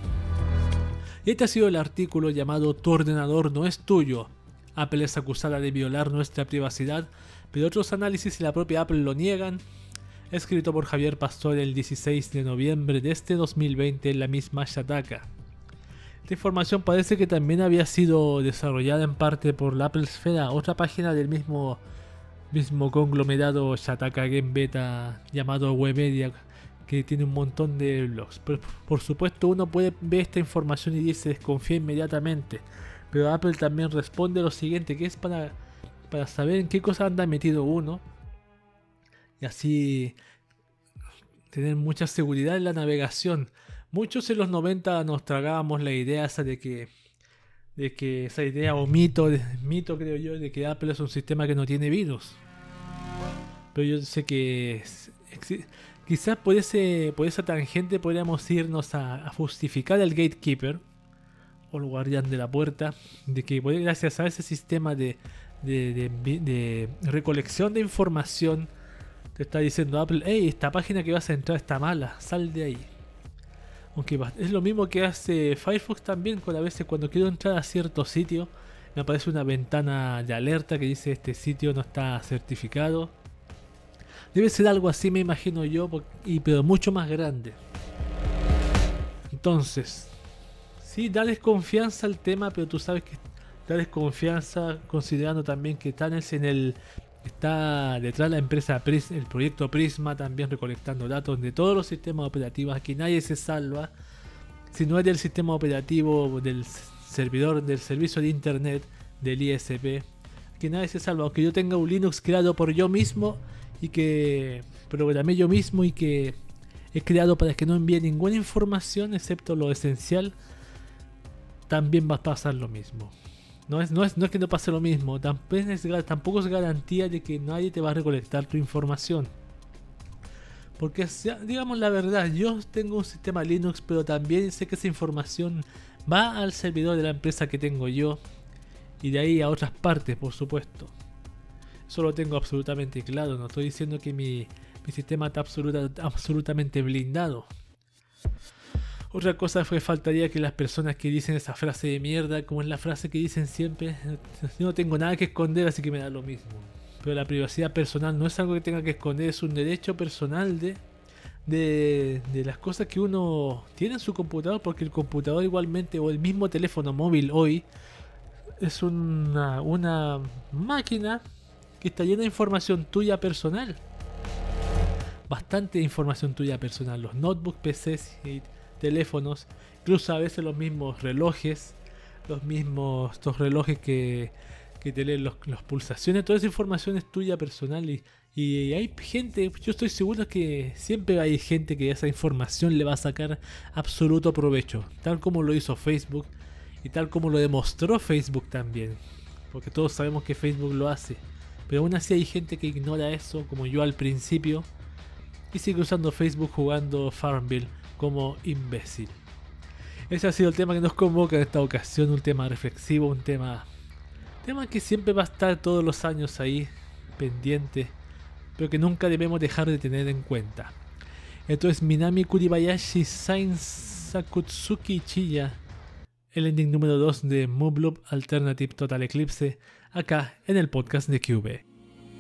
Y este ha sido el artículo llamado "Tu ordenador no es tuyo. Apple es acusada de violar nuestra privacidad, pero otros análisis y la propia Apple lo niegan", escrito por Javier Pastor el dieciséis de noviembre de este dos mil veinte en la misma Shataka. Esta información parece que también había sido desarrollada en parte por la Apple Esfera, otra página del mismo, mismo conglomerado Shataka Game Beta llamado Webedia, que tiene un montón de blogs. Pero, por supuesto, uno puede ver esta información y dice desconfía inmediatamente, pero Apple también responde lo siguiente, que es para, para saber en qué cosa anda metido uno y así tener mucha seguridad en la navegación. Muchos en los noventa nos tragábamos la idea esa de que, de que esa idea o mito, de, mito creo yo, de que Apple es un sistema que no tiene virus. Pero yo sé que quizás por, ese, por esa tangente podríamos irnos a, a justificar el gatekeeper o el guardián de la puerta, de que gracias a ese sistema de, de, de, de recolección de información te está diciendo Apple, hey, esta página que vas a entrar está mala, sal de ahí. Aunque es lo mismo que hace Firefox también, cuando a veces cuando quiero entrar a cierto sitio me aparece una ventana de alerta que dice este sitio no está certificado. Debe ser algo así, me imagino yo, y pero mucho más grande. Entonces, sí, da desconfianza al tema, pero tú sabes que da desconfianza considerando también que están en el... Está detrás la empresa Prisma, el proyecto Prisma, también recolectando datos de todos los sistemas operativos. Aquí nadie se salva. Si no es del sistema operativo, del servidor, del servicio de internet, del I S P, aquí nadie se salva. Aunque yo tenga un Linux creado por yo mismo y que programé yo mismo y que he creado para que no envíe ninguna información excepto lo esencial, también va a pasar lo mismo. No es, no, es, no es que no pase lo mismo, tampoco es, tampoco es garantía de que nadie te va a recolectar tu información. Porque, digamos la verdad, yo tengo un sistema Linux, pero también sé que esa información va al servidor de la empresa que tengo yo y de ahí a otras partes, por supuesto. Eso lo tengo absolutamente claro, no estoy diciendo que mi, mi sistema está absoluta, absolutamente blindado. Otra cosa fue faltaría que las personas que dicen esa frase de mierda, como es la frase que dicen siempre, yo no tengo nada que esconder, así que me da lo mismo. Pero la privacidad personal no es algo que tenga que esconder, es un derecho personal de, de, de las cosas que uno tiene en su computador, porque el computador igualmente, o el mismo teléfono móvil hoy, es una, una máquina que está llena de información tuya personal. Bastante información tuya personal, los notebooks, P Cs y teléfonos, incluso a veces los mismos relojes, los mismos estos relojes que, que te leen los, los pulsaciones, toda esa información es tuya personal y, y hay gente, yo estoy seguro que siempre hay gente que esa información le va a sacar absoluto provecho, tal como lo hizo Facebook y tal como lo demostró Facebook también, porque todos sabemos que Facebook lo hace, pero aún así hay gente que ignora eso, como yo al principio, y sigue usando Facebook jugando Farmville como imbécil. Ese ha sido el tema que nos convoca en esta ocasión, un tema reflexivo, un tema, tema que siempre va a estar todos los años ahí, pendiente, pero que nunca debemos dejar de tener en cuenta. Esto es Minami Kuribayashi Sain Sakutsuki Chiya, el ending número dos de Moobloop Alternative Total Eclipse, acá en el podcast de Cube.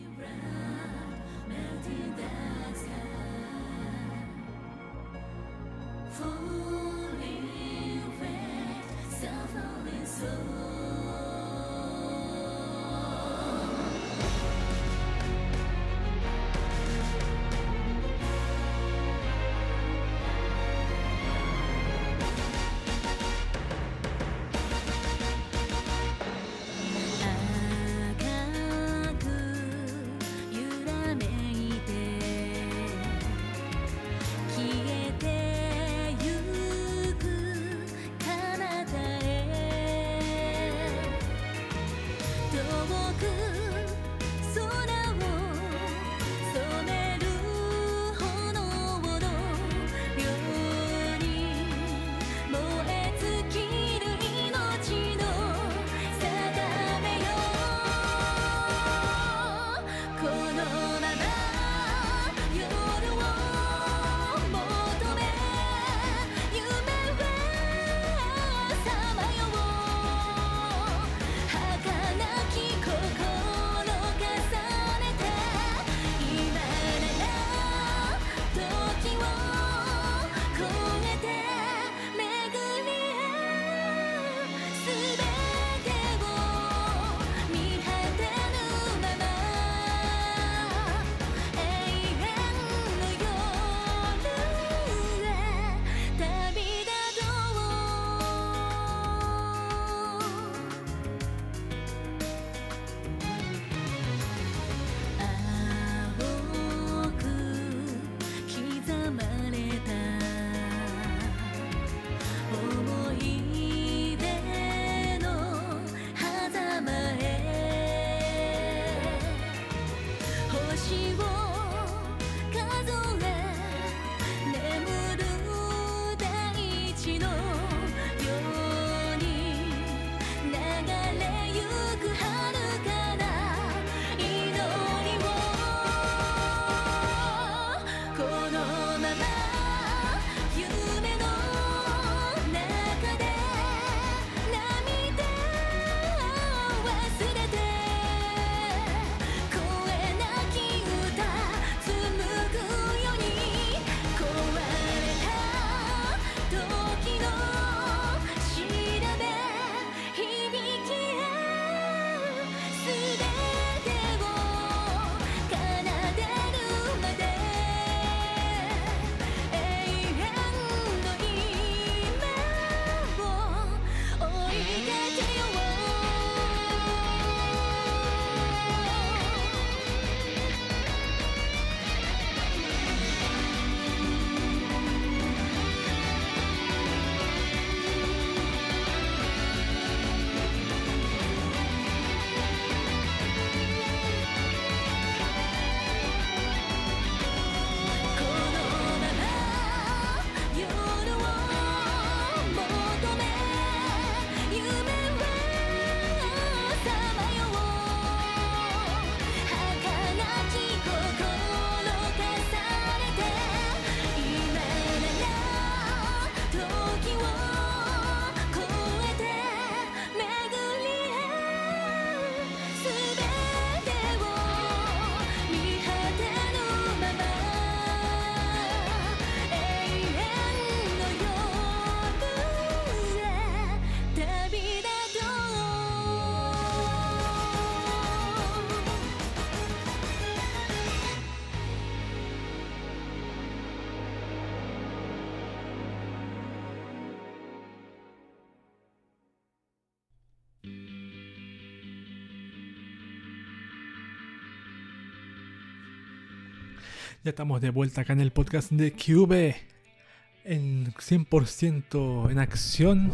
Ya estamos de vuelta acá en el podcast de Cube, en cien por ciento en acción,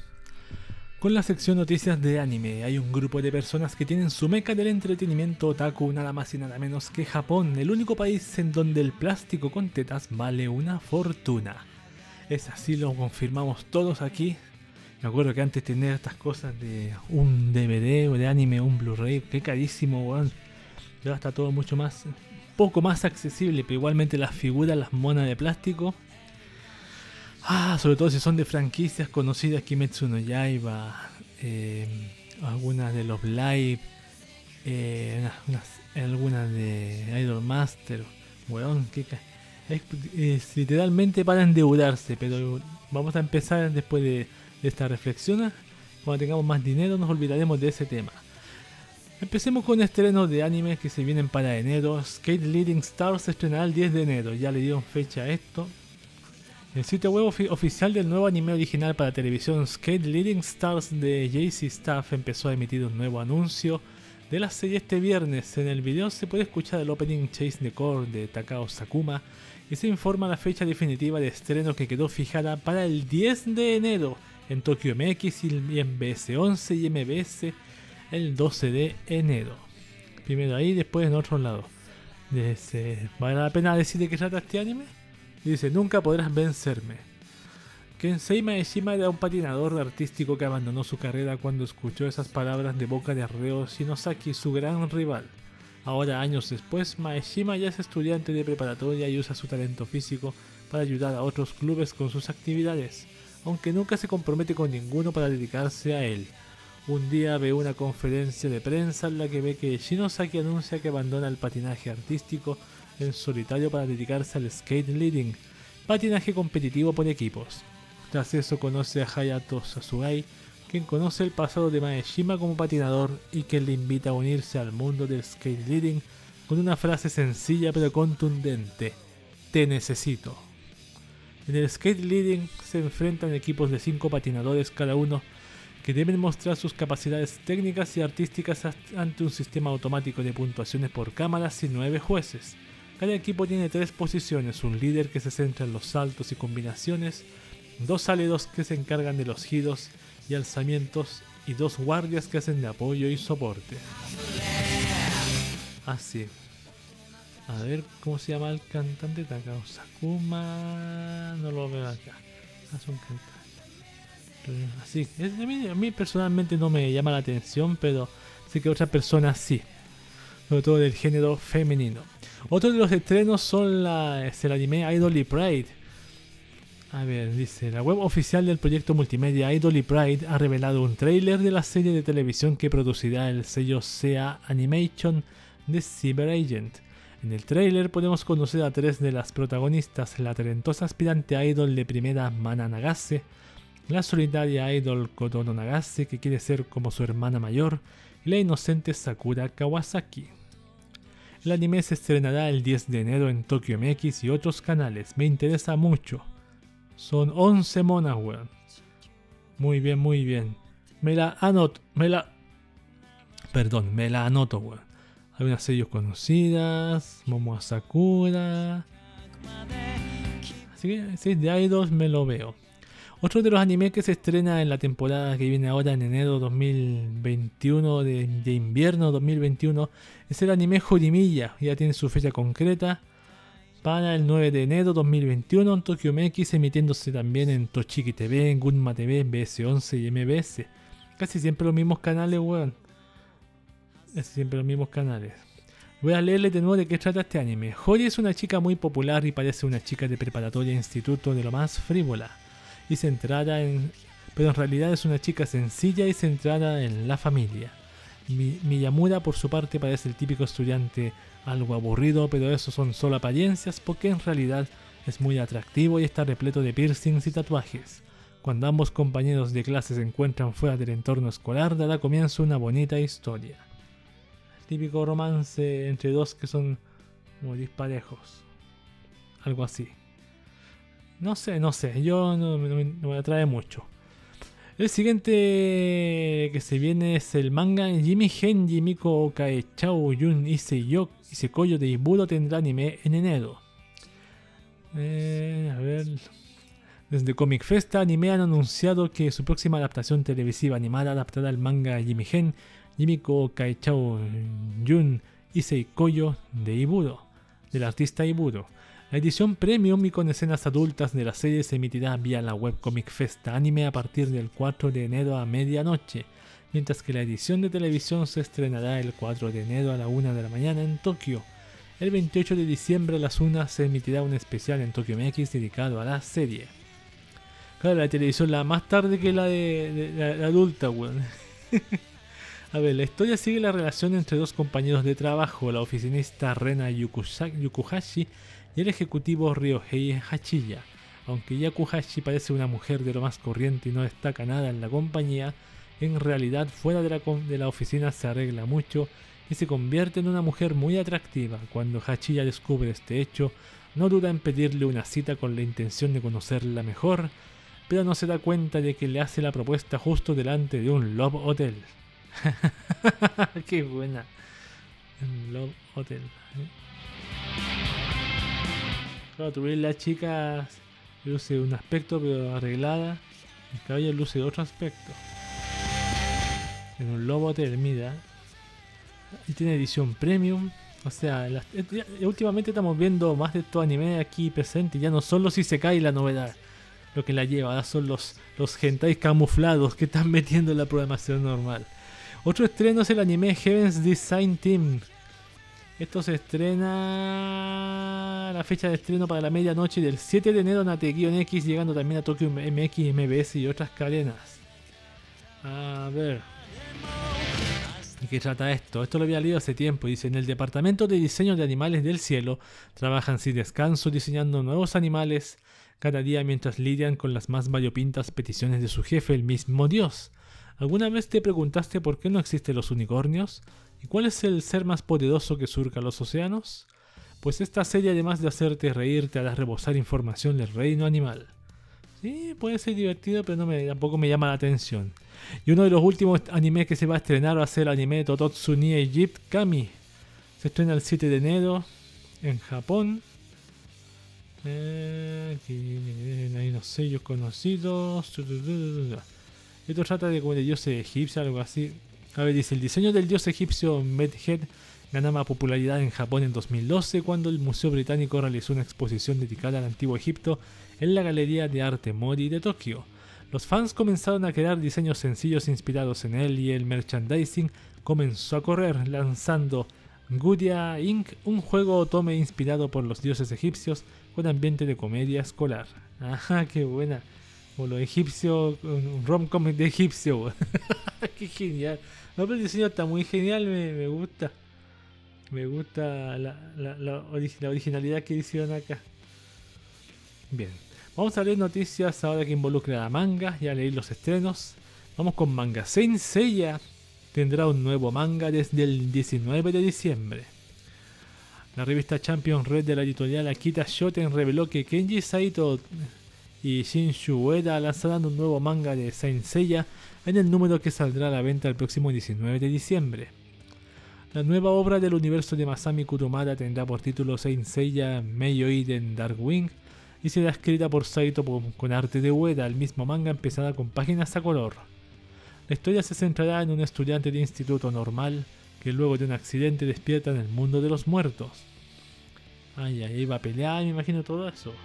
con la sección noticias de anime. Hay un grupo de personas que tienen su meca del entretenimiento otaku, nada más y nada menos que Japón, el único país en donde el plástico con tetas vale una fortuna. Es así, lo confirmamos todos aquí. Me acuerdo que antes tener estas cosas de un D V D o de anime, un Blu-ray, qué carísimo, weón. Ya está todo mucho más, poco más accesible, pero igualmente las figuras, las monas de plástico. Ah, sobre todo si son de franquicias conocidas, Kimetsu no Yaiba, eh, algunas de los Live, eh, unas, unas, algunas de Idol Master, weón, qué ca- es, es literalmente para endeudarse, pero vamos a empezar después de, de esta reflexión. Cuando tengamos más dinero nos olvidaremos de ese tema. Empecemos con estrenos de anime que se vienen para enero. Skate Leading Stars se estrenará el diez de enero, ya le dieron fecha a esto. El sitio web ofi- oficial del nuevo anime original para televisión Skate Leading Stars de J C Staff empezó a emitir un nuevo anuncio de la serie este viernes. En el video se puede escuchar el opening Chase the Core de Takao Sakuma y se informa la fecha definitiva de estreno que quedó fijada para el diez de enero en Tokyo M X y en B S once y M B S el doce de enero. Primero ahí, después en otro lado. Dice, ¿vale la pena decir de qué trata este anime? Dice, nunca podrás vencerme. Kensei Maeshima era un patinador artístico que abandonó su carrera cuando escuchó esas palabras de boca de Reo Shinosaki, su gran rival. Ahora, años después, Maeshima ya es estudiante de preparatoria y usa su talento físico para ayudar a otros clubes con sus actividades, aunque nunca se compromete con ninguno para dedicarse a él. Un día ve una conferencia de prensa en la que ve que Shinosaki anuncia que abandona el patinaje artístico en solitario para dedicarse al skate leading, patinaje competitivo por equipos. Tras eso conoce a Hayato Sasugai, quien conoce el pasado de Maeshima como patinador y que le invita a unirse al mundo del skate leading con una frase sencilla pero contundente: te necesito. En el skate leading se enfrentan equipos de cinco patinadores cada uno que deben mostrar sus capacidades técnicas y artísticas ante un sistema automático de puntuaciones por cámaras y nueve jueces. Cada equipo tiene tres posiciones, un líder que se centra en los saltos y combinaciones, dos aleros que se encargan de los giros y alzamientos y dos guardias que hacen de apoyo y soporte. Así. A ver, ¿cómo se llama el cantante? Takao Sakuma. No lo veo acá. Es un cantante. Así, es, a, mí, a mí personalmente no me llama la atención, pero sé que otras personas sí, sobre todo del género femenino. Otro de los estrenos son la, es el anime Idol Pride. A ver, dice, la web oficial del proyecto multimedia Idol Pride ha revelado un tráiler de la serie de televisión que producirá el sello S E A Animation de Cyber Agent. En el tráiler podemos conocer a tres de las protagonistas, la talentosa aspirante idol de primera Mana Nagase, la solitaria idol Kotono Nagase que quiere ser como su hermana mayor y la inocente Sakura Kawasaki. El anime se estrenará el diez de enero en Tokyo M X y otros canales. Me interesa mucho. Son once monas, weón. Muy bien, muy bien. Me la anoto, me la... Perdón, me la anoto, weón. Hay unas sellos conocidas, Momo Sakura. Así que si es de idols me lo veo. Otro de los animes que se estrena en la temporada que viene ahora en enero dos mil veintiuno, de, de invierno dos mil veintiuno, es el anime Horimiya. Ya tiene su fecha concreta para el nueve de enero dos mil veintiuno en Tokyo M X, emitiéndose también en Tochiki T V, en Gunma T V, B S once y M B S. Casi siempre los mismos canales, weón. Casi siempre los mismos canales. Voy a leerle de nuevo de qué trata este anime. Hori es una chica muy popular y parece una chica de preparatoria e instituto de lo más frívola y centrada en... pero en realidad es una chica sencilla y centrada en la familia. Mi, Miyamura por su parte parece el típico estudiante algo aburrido, pero eso son solo apariencias porque en realidad es muy atractivo y está repleto de piercings y tatuajes. Cuando ambos compañeros de clase se encuentran fuera del entorno escolar, dará comienzo una bonita historia. El típico romance entre dos que son como disparejos. Algo así. No sé, no sé, yo no, no, no me atrae mucho. El siguiente que se viene es el manga Jimi Genji Miko Kaechao Yun Iseyo Isekoyo de Iburo tendrá anime en enero. Eh, a ver. Desde Comic Festa, Anime han anunciado que su próxima adaptación televisiva animada adaptará el manga Jimi Gen, Jimiko Kaichou Jun Issei Koyo de Iburo, del artista Iburo. La edición premium y con escenas adultas de la serie se emitirá vía la web Comic Festa Anime a partir del cuatro de enero a medianoche, mientras que la edición de televisión se estrenará el cuatro de enero a la una de la mañana en Tokio. El veintiocho de diciembre a las una se emitirá un especial en Tokyo M X dedicado a la serie. Claro, la televisión la más tarde que la de, de, de la, la adulta, weón. A ver, la historia sigue la relación entre dos compañeros de trabajo, la oficinista Rena Yukusa- Yukuhashi y el ejecutivo Ryohei Hachiya. Aunque Yakuhashi parece una mujer de lo más corriente y no destaca nada en la compañía, en realidad fuera de la, de la oficina se arregla mucho y se convierte en una mujer muy atractiva. Cuando Hachiya descubre este hecho, no duda en pedirle una cita con la intención de conocerla mejor, pero no se da cuenta de que le hace la propuesta justo delante de un Love Hotel. Qué buena. Un Love Hotel. ¿eh? Claro, tú ves la chica luce un aspecto pero arreglada, el cabello luce otro aspecto. En un Love Hotel, mira. Y tiene edición premium. O sea, las, ya, últimamente estamos viendo más de estos animes aquí presentes. Ya no son los Isekai la novedad lo que la lleva, ahora son los, los hentais camuflados que están metiendo en la programación normal. Otro estreno es el anime Heaven's Design Team. Esto se estrena la fecha de estreno para la medianoche del siete de enero en A T X, llegando también a Tokyo M X, M B S y otras cadenas. A ver. ¿De qué trata esto? Esto lo había leído hace tiempo. Dice, en el departamento de diseño de animales del cielo trabajan sin descanso diseñando nuevos animales cada día mientras lidian con las más variopintas peticiones de su jefe, el mismo Dios. ¿Alguna vez te preguntaste por qué no existen los unicornios? ¿Y cuál es el ser más poderoso que surca los océanos? Pues esta serie, además de hacerte reír, te hará rebosar información del reino animal. Sí, puede ser divertido, pero no me, tampoco me llama la atención. Y uno de los últimos animes que se va a estrenar va a ser el anime Tototsu ni Egypt Kami. Se estrena el siete de enero en Japón. Eh, hay unos sellos conocidos. Esto trata de como de dioses egipcios, algo así. A ver, dice, el diseño del dios egipcio Medhed ganaba popularidad en Japón en dos mil doce cuando el Museo Británico realizó una exposición dedicada al antiguo Egipto en la Galería de Arte Mori de Tokio. Los fans comenzaron a crear diseños sencillos inspirados en él y el merchandising comenzó a correr, lanzando Gudia incorporated, un juego otome inspirado por los dioses egipcios con ambiente de comedia escolar. Ajá, qué buena. O los egipcios, un rom-com de egipcio. Qué genial. No, pero el diseño está muy genial, me, me gusta. Me gusta la, la, la, ori- la originalidad que hicieron acá. Bien, vamos a leer noticias ahora que involucran a manga. Ya leí los estrenos. Vamos con manga. Saint Seiya tendrá un nuevo manga desde el diecinueve de diciembre. La revista Champion Red de la editorial Akita Shoten reveló que Kenji Saito y Shinshu Ueda lanzarán un nuevo manga de Saint Seiya en el número que saldrá a la venta el próximo diecinueve de diciembre. La nueva obra del universo de Masami Kurumada tendrá por título Saint Seiya Meioiden Darkwing y será escrita por Saito con arte de Ueda. El mismo manga empezará con páginas a color. La historia se centrará en un estudiante de instituto normal que luego de un accidente despierta en el mundo de los muertos. Ay, ahí va a pelear, me imagino todo eso.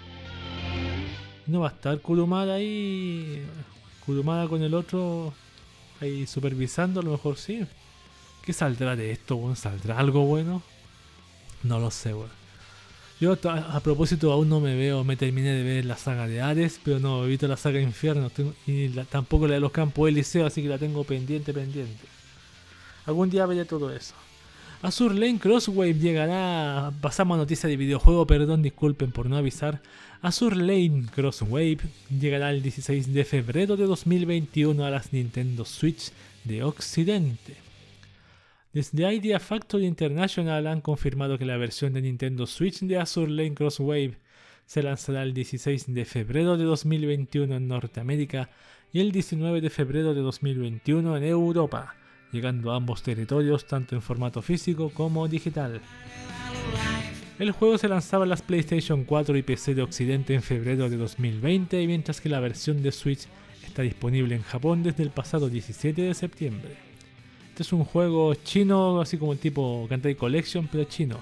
No va a estar Kurumada ahí, Kurumada con el otro ahí supervisando, a lo mejor sí. ¿Qué saldrá de esto, weón? ¿Saldrá algo bueno? No lo sé, weón. Yo a, a propósito aún no me veo, me terminé de ver la saga de Hades, pero no he visto la saga Infierno, tengo, y la, tampoco la de los Campos de Eliseo, así que la tengo pendiente, pendiente. Algún día veré todo eso. Azur Lane Crosswave llegará. Pasamos a noticia de videojuego, perdón, disculpen por no avisar. Azur Lane Crosswave llegará el dieciséis de febrero de dos mil veintiuno a las Nintendo Switch de Occidente. Desde Idea Factory International han confirmado que la versión de Nintendo Switch de Azur Lane Crosswave se lanzará el dieciséis de febrero de dos mil veintiuno en Norteamérica y el diecinueve de febrero de dos mil veintiuno en Europa, llegando a ambos territorios tanto en formato físico como digital. El juego se lanzaba en las PlayStation cuatro y P C de Occidente en febrero de dos mil veinte, mientras que la versión de Switch está disponible en Japón desde el pasado diecisiete de septiembre. Este es un juego chino, así como el tipo Kantai Collection, pero chino.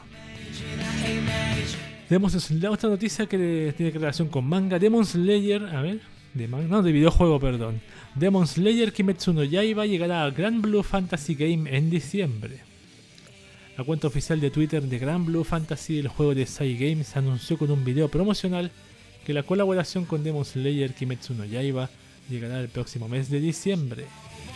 Demon Slayer, otra noticia que tiene relación con manga. Demon Slayer, a ver, de manga, no, de videojuego, perdón. Demon Slayer Kimetsu no Yaiba llegará a Grand Blue Fantasy Game en diciembre. La cuenta oficial de Twitter de Grand Blue Fantasy, el juego de Sai Games, anunció con un video promocional que la colaboración con Demon Slayer Kimetsu no Yaiba llegará el próximo mes de diciembre.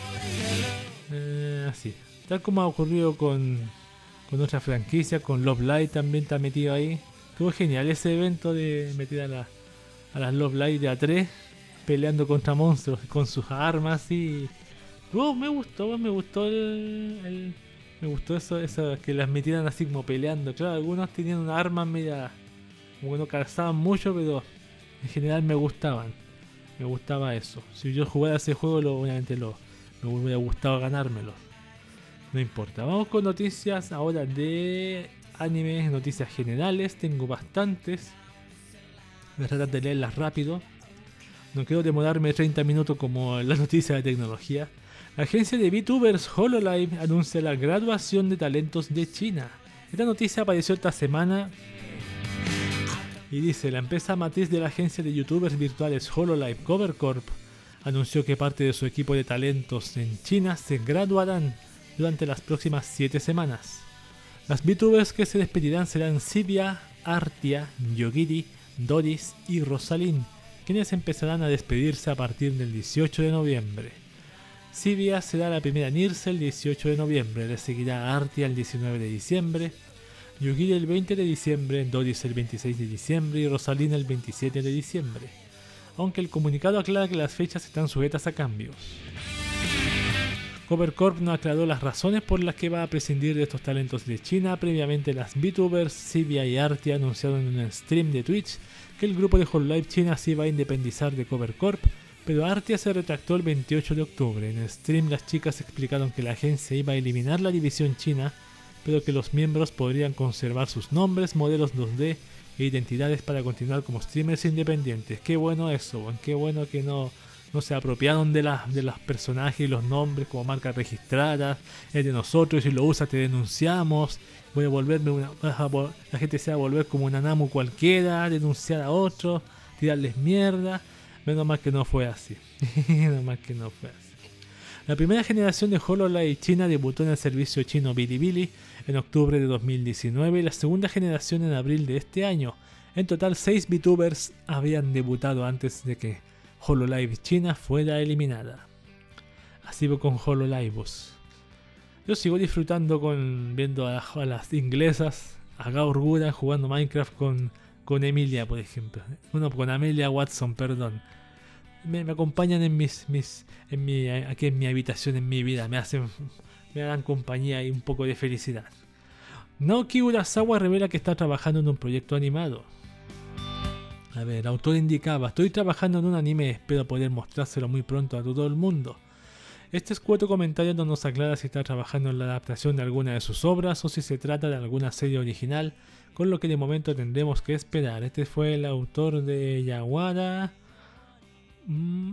Eh, así, tal como ha ocurrido con, con otra franquicia, con Love Live también está metido ahí. Estuvo genial ese evento de meter a, la, a las Love Live de A tres peleando contra monstruos con sus armas y... Oh, me gustó, me gustó el... el Me gustó eso, eso, que las metieran así como peleando. Claro, algunos tenían unas armas media... como que no calzaban mucho, pero en general me gustaban. Me gustaba eso. Si yo jugara ese juego, lo, obviamente lo, me hubiera gustado ganármelo. No importa. Vamos con noticias ahora de animes, noticias generales. Tengo bastantes. Voy a tratar de leerlas rápido. No quiero demorarme treinta minutos como la noticia de tecnología. La agencia de VTubers Hololive anuncia la graduación de talentos de China. Esta noticia apareció esta semana y dice: la empresa matriz de la agencia de youtubers virtuales Hololive, Cover Corp, anunció que parte de su equipo de talentos en China se graduarán durante las próximas siete semanas. Las VTubers que se despedirán serán Sivia, Artia, Yogiri, Doris y Rosalyn, quienes empezarán a despedirse a partir del dieciocho de noviembre. Sivia será la primera en irse el dieciocho de noviembre, le seguirá Artia el diecinueve de diciembre, Yogiri el veinte de diciembre, Doris el veintiséis de diciembre y Rosalyn el veintisiete de diciembre, aunque el comunicado aclara que las fechas están sujetas a cambios. Cover Corp no aclaró las razones por las que va a prescindir de estos talentos de China. Previamente, las VTubers Sivia y Artia anunciaron en un stream de Twitch que el grupo de Hololive China se iba a independizar de Cover Corp, pero Artia se retractó el veintiocho de octubre. En el stream las chicas explicaron que la agencia iba a eliminar la división china, pero que los miembros podrían conservar sus nombres, modelos dos D e identidades para continuar como streamers independientes. Qué bueno eso, qué bueno que no, no se apropiaron de, la, de los personajes y los nombres como marcas registradas. Es de nosotros, si lo usas te denunciamos. Voy a volverme una, la gente se va a volver como una Namu cualquiera, denunciar a otros, tirarles mierda. Menos mal que no fue así. Menos mal que no fue así. La primera generación de Hololive China debutó en el servicio chino Bilibili en octubre de dos mil diecinueve y la segunda generación en abril de este año. En total, seis VTubers habían debutado antes de que Hololive China fuera eliminada. Así fue con Hololivebus. Yo sigo disfrutando con viendo a, a las inglesas, a Gaurgura jugando Minecraft con, con Emilia, por ejemplo. Bueno, con Amelia Watson, perdón. Me, me acompañan en mis, mis, en mi, aquí en mi habitación, en mi vida. Me hacen, me dan compañía y un poco de felicidad. Naoki Urasawa revela que está trabajando en un proyecto animado. A ver, el autor indicaba: estoy trabajando en un anime y espero poder mostrárselo muy pronto a todo el mundo. Este escueto comentario no nos aclara si está trabajando en la adaptación de alguna de sus obras o si se trata de alguna serie original, con lo que de momento tendremos que esperar. Este fue el autor de Yawara. Mm.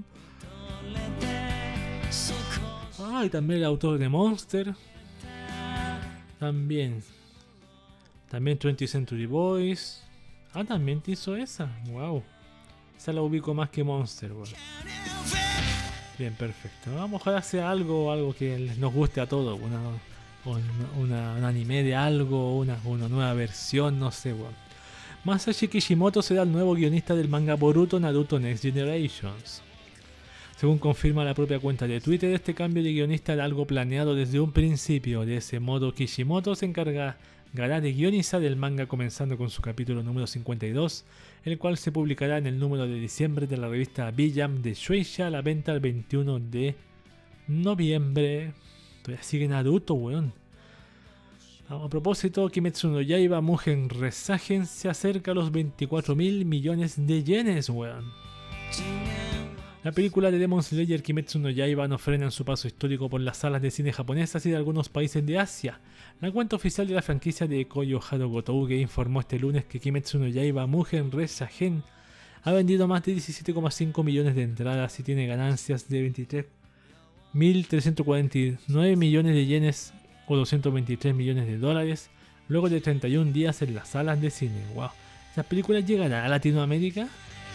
Ah, y también el autor de Monster. También. También twentieth Century Boys. Ah, también te hizo esa. Wow. Esa la ubico más que Monster, bueno. Bien, perfecto. Vamos, ojalá sea algo, algo que nos guste a todos. Una, una, una, un anime de algo, una, una nueva versión, no sé, bueno. Masashi Kishimoto será el nuevo guionista del manga Boruto Naruto Next Generations. Según confirma la propia cuenta de Twitter, este cambio de guionista era algo planeado desde un principio. De ese modo, Kishimoto se encargará de guionizar el manga comenzando con su capítulo número cincuenta y dos, el cual se publicará en el número de diciembre de la revista B-Jam de Shueisha a la venta el veintiuno de noviembre. Todavía sigue Naruto, weón. A propósito, Kimetsu no Yaiba Mugen Resagen se acerca a los veinticuatro mil millones de yenes, weón. La película de Demon Slayer Kimetsu no Yaiba no frena en su paso histórico por las salas de cine japonesas y de algunos países de Asia. La cuenta oficial de la franquicia de Koyo Hado Gotouge informó este lunes que Kimetsu no Yaiba Mugen Reshagen ha vendido más de diecisiete coma cinco millones de entradas y tiene ganancias de veintitrés mil trescientos cuarenta y nueve millones de yenes o doscientos veintitrés millones de dólares luego de treinta y un días en las salas de cine. Wow. ¿Las películas llegarán a Latinoamérica?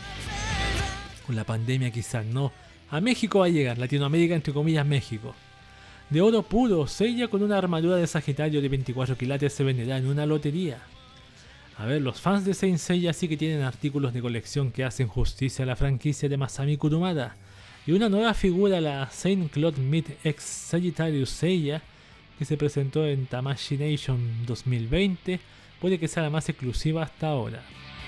Con la pandemia quizás no. A México va a llegar, Latinoamérica entre comillas México. De oro puro, Seiya con una armadura de Sagitario de veinticuatro quilates se venderá en una lotería. A ver, los fans de Saint Seiya sí que tienen artículos de colección que hacen justicia a la franquicia de Masami Kurumada. Y una nueva figura, la Saint Claude Meet X Sagittarius Seiya, que se presentó en Tamashii Nation dos mil veinte, puede que sea la más exclusiva hasta ahora.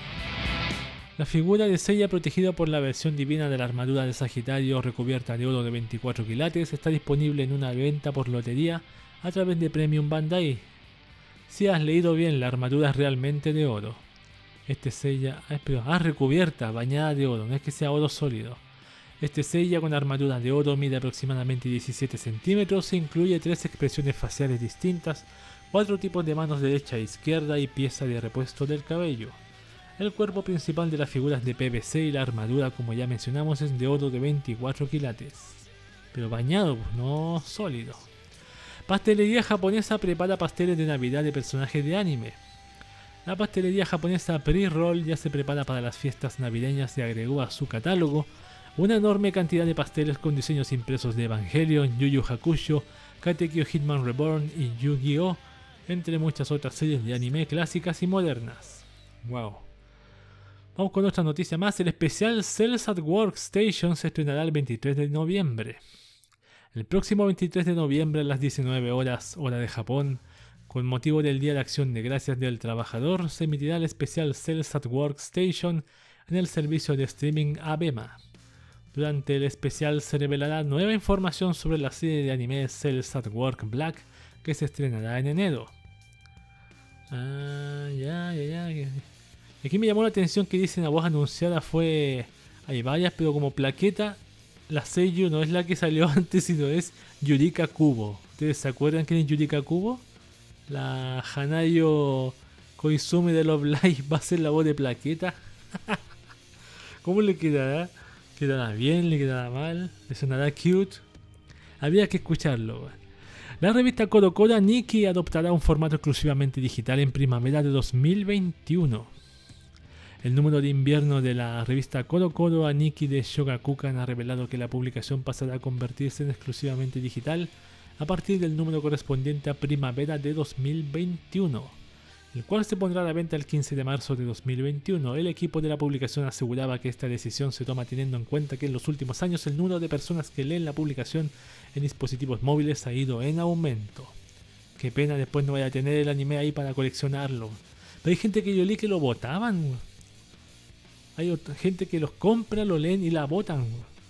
La figura de Seiya protegida por la versión divina de la armadura de Sagitario recubierta de oro de veinticuatro quilates está disponible en una venta por lotería a través de Premium Bandai. Si has leído bien, la armadura es realmente de oro. Este Seiya, ah, pero, ah, recubierta, bañada de oro, no es que sea oro sólido. Este Seiya con armadura de oro mide aproximadamente diecisiete centímetros e incluye tres expresiones faciales distintas, cuatro tipos de manos derecha e izquierda y pieza de repuesto del cabello. El cuerpo principal de la figura es de P V C y la armadura, como ya mencionamos, es de oro de veinticuatro quilates. Pero bañado, no sólido. Pastelería japonesa prepara pasteles de Navidad de personajes de anime. La pastelería japonesa Pre-Roll ya se prepara para las fiestas navideñas y agregó a su catálogo una enorme cantidad de pasteles con diseños impresos de Evangelion, Yu Yu Hakusho, Katekyo Hitman Reborn y Yu-Gi-Oh!, entre muchas otras series de anime clásicas y modernas. Wow. Vamos con otra noticia más. El especial Cells at Workstation se estrenará el veintitrés de noviembre. El próximo veintitrés de noviembre a las diecinueve horas, hora de Japón, con motivo del Día de Acción de Gracias del Trabajador, se emitirá el especial Cells at Workstation en el servicio de streaming ABEMA. Durante el especial se revelará nueva información sobre la serie de anime Cells at Work Black, que se estrenará en enero. Ah, ya, ya, ya. Aquí me llamó la atención que dicen la voz anunciada fue... Hay varias, pero como plaqueta, la seiyuu no es la que salió antes, sino es Yurika Kubo. ¿Ustedes se acuerdan quién es Yurika Kubo? La Hanayo Koizumi de Love Live va a ser la voz de plaqueta. ¿Cómo le quedará? ¿Quedará bien? ¿Le quedará mal? ¿Le sonará cute? Habría que escucharlo. La revista CoroCoro Nikki adoptará un formato exclusivamente digital en primavera de dos mil veintiuno. El número de invierno de la revista CoroCoro Nikki de Shogakukan ha revelado que la publicación pasará a convertirse en exclusivamente digital a partir del número correspondiente a primavera de dos mil veintiuno, el cual se pondrá a la venta el quince de marzo de dos mil veintiuno. El equipo de la publicación aseguraba que esta decisión se toma teniendo en cuenta que en los últimos años el número de personas que leen la publicación en dispositivos móviles ha ido en aumento. Qué pena después no vaya a tener el anime ahí para coleccionarlo. Pero hay gente que yo leí que lo botaban. Hay otra gente que los compra, lo leen y la botan.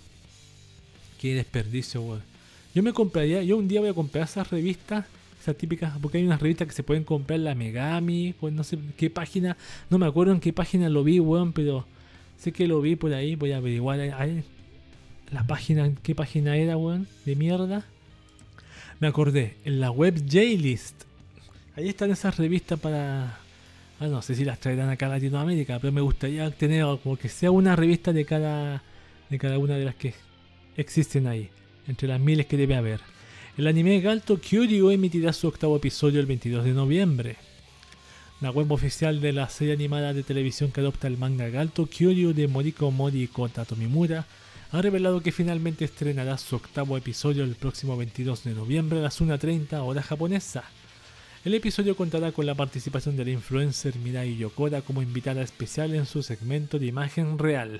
Qué desperdicio, weón. Yo me compraría, yo un día voy a comprar esas revistas, esas típicas, porque hay unas revistas que se pueden comprar en la Megami, pues no sé qué página, no me acuerdo en qué página lo vi, weón, pero sé que lo vi por ahí, voy a averiguar ahí, la página, qué página era, weón, de mierda. Me acordé, en la web J-List. Ahí están esas revistas para... Ah, no sé si las traerán acá a Latinoamérica, pero me gustaría tener como que sea una revista de cada, de cada una de las que existen ahí, entre las miles que debe haber. El anime Galto Kyuryu emitirá su octavo episodio el veintidós de noviembre. La web oficial de la serie animada de televisión que adopta el manga Galto Kyuryu de Moriko Mori Kota Tomimura ha revelado que finalmente estrenará su octavo episodio el próximo veintidós de noviembre a las una treinta hora japonesa. El episodio contará con la participación de la influencer Mirai Yokora como invitada especial en su segmento de imagen real.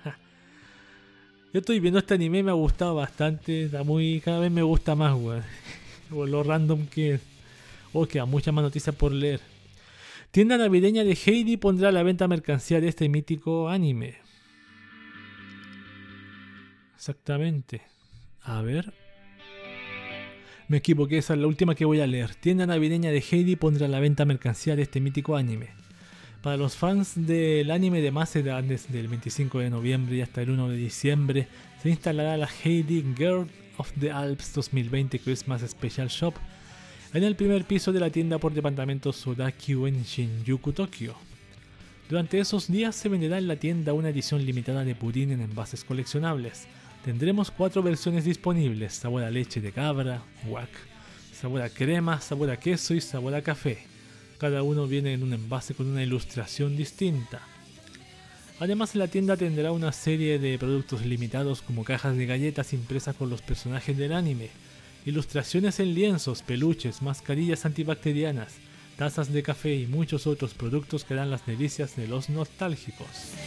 Yo estoy viendo este anime, me ha gustado bastante, está muy, cada vez me gusta más, weón. Por lo random que es. Oh, queda muchas más noticias por leer. Tienda navideña de Heidi pondrá a la venta mercancía de este mítico anime. Exactamente. A ver... Me equivoqué, esa es la última que voy a leer. Tienda navideña de Heidi pondrá a la venta mercancía de este mítico anime. Para los fans del anime de más edad, desde el veinticinco de noviembre y hasta el uno de diciembre se instalará la Heidi Girl of the Alps dos mil veinte Christmas Special Shop en el primer piso de la tienda por departamentos Sodakyu en Shinjuku, Tokio. Durante esos días se venderá en la tienda una edición limitada de pudín en envases coleccionables. Tendremos cuatro versiones disponibles: sabor a leche de cabra, guac, sabor a crema, sabor a queso y sabor a café. Cada uno viene en un envase con una ilustración distinta. Además, la tienda tendrá una serie de productos limitados como cajas de galletas impresas con los personajes del anime, ilustraciones en lienzos, peluches, mascarillas antibacterianas, tazas de café y muchos otros productos que harán las delicias de los nostálgicos.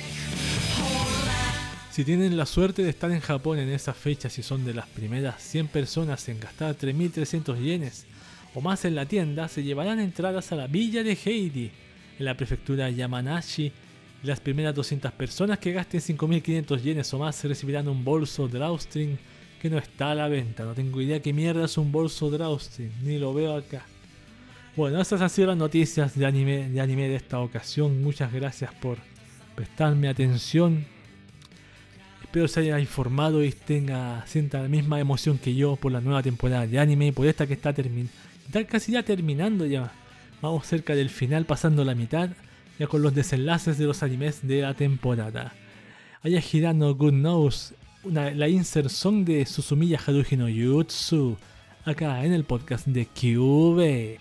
Si tienen la suerte de estar en Japón en esas fechas y son de las primeras cien personas en gastar tres mil trescientos yenes o más en la tienda, se llevarán entradas a la Villa de Heidi en la prefectura Yamanashi, y las primeras doscientas personas que gasten cinco mil quinientos yenes o más recibirán un bolso Drawstring que no está a la venta. No tengo idea qué mierda es un bolso Drawstring, ni lo veo acá. Bueno, esas han sido las noticias de anime, de anime de esta ocasión. Muchas gracias por prestarme atención. Espero se haya informado y tenga, sienta la misma emoción que yo por la nueva temporada de anime y por esta que está terminando. Está casi ya terminando ya. Vamos cerca del final, pasando la mitad, ya con los desenlaces de los animes de la temporada. Ayahira no Good Knows, una, la insert song de Suzumiya Haruhi no Jutsu, acá en el podcast de Cube.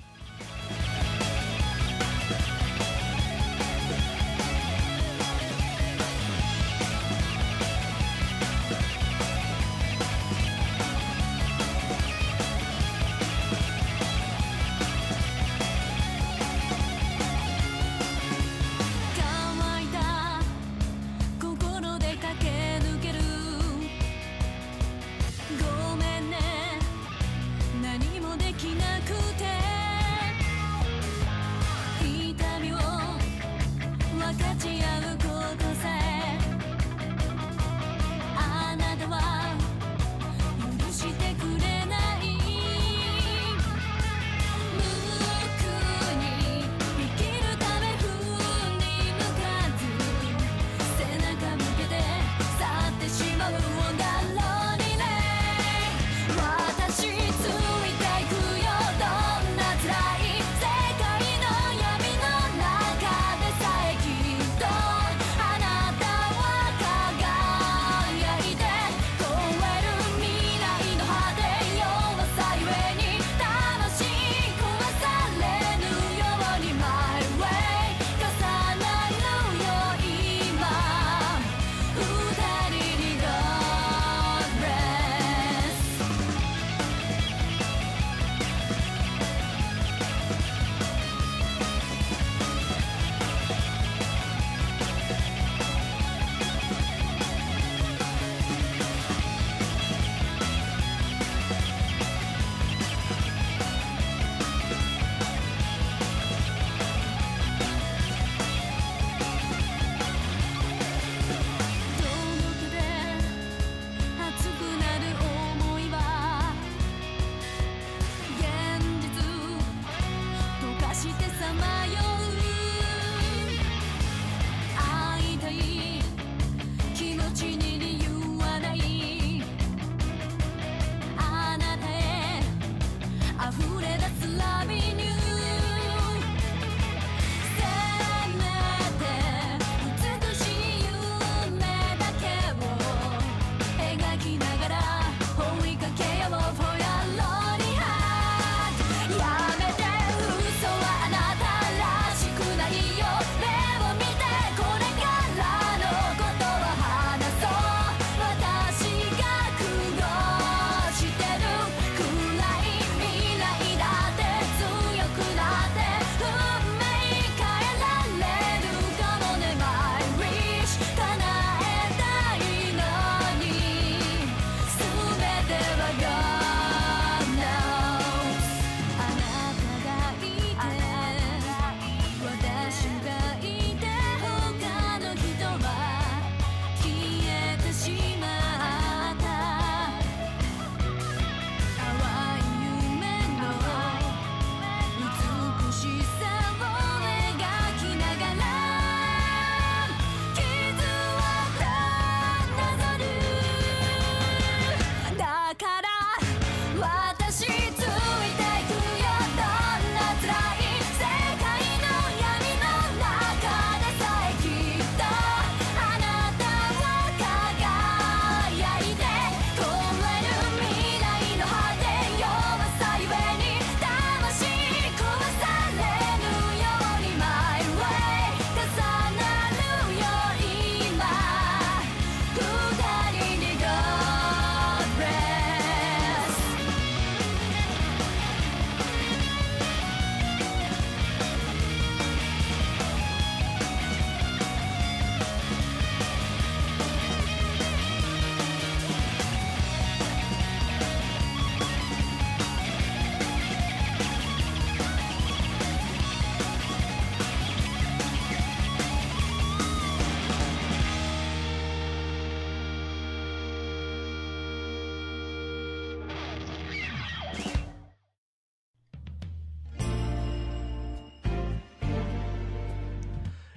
きなくて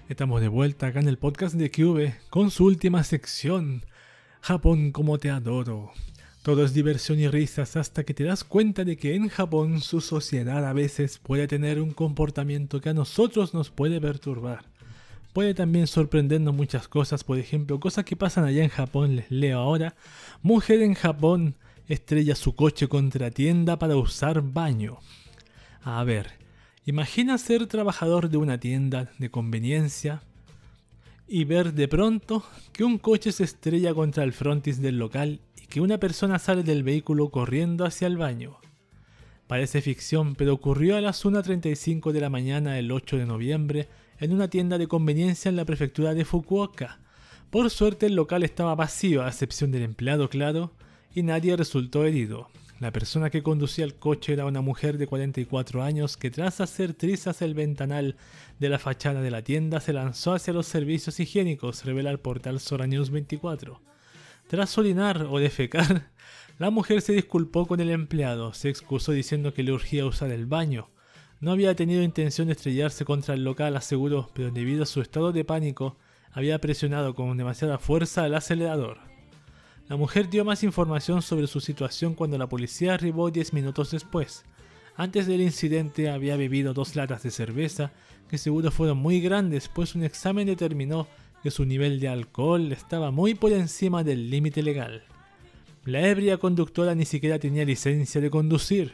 Estamos de vuelta acá en el podcast de Cube con su última sección, Japón como te adoro. Todo es diversión y risas hasta que te das cuenta de que en Japón su sociedad a veces puede tener un comportamiento que a nosotros nos puede perturbar. Puede también sorprendernos muchas cosas, por ejemplo, cosas que pasan allá en Japón, les leo ahora. Mujer en Japón estrella su coche contra tienda para usar baño. A ver, imagina ser trabajador de una tienda de conveniencia y ver de pronto que un coche se estrella contra el frontis del local y que una persona sale del vehículo corriendo hacia el baño. Parece ficción, pero ocurrió a las una treinta y cinco de la mañana el ocho de noviembre en una tienda de conveniencia en la prefectura de Fukuoka. Por suerte el local estaba vacío, a excepción del empleado, claro, y nadie resultó herido. La persona que conducía el coche era una mujer de cuarenta y cuatro años que tras hacer trizas el ventanal de la fachada de la tienda se lanzó hacia los servicios higiénicos, revela el portal Sora News veinticuatro. Tras orinar o defecar, la mujer se disculpó con el empleado, se excusó diciendo que le urgía usar el baño. No había tenido intención de estrellarse contra el local, aseguró, pero debido a su estado de pánico, había presionado con demasiada fuerza el acelerador. La mujer dio más información sobre su situación cuando la policía arribó diez minutos después. Antes del incidente había bebido dos latas de cerveza, que seguro fueron muy grandes, pues un examen determinó que su nivel de alcohol estaba muy por encima del límite legal. La ebria conductora ni siquiera tenía licencia de conducir.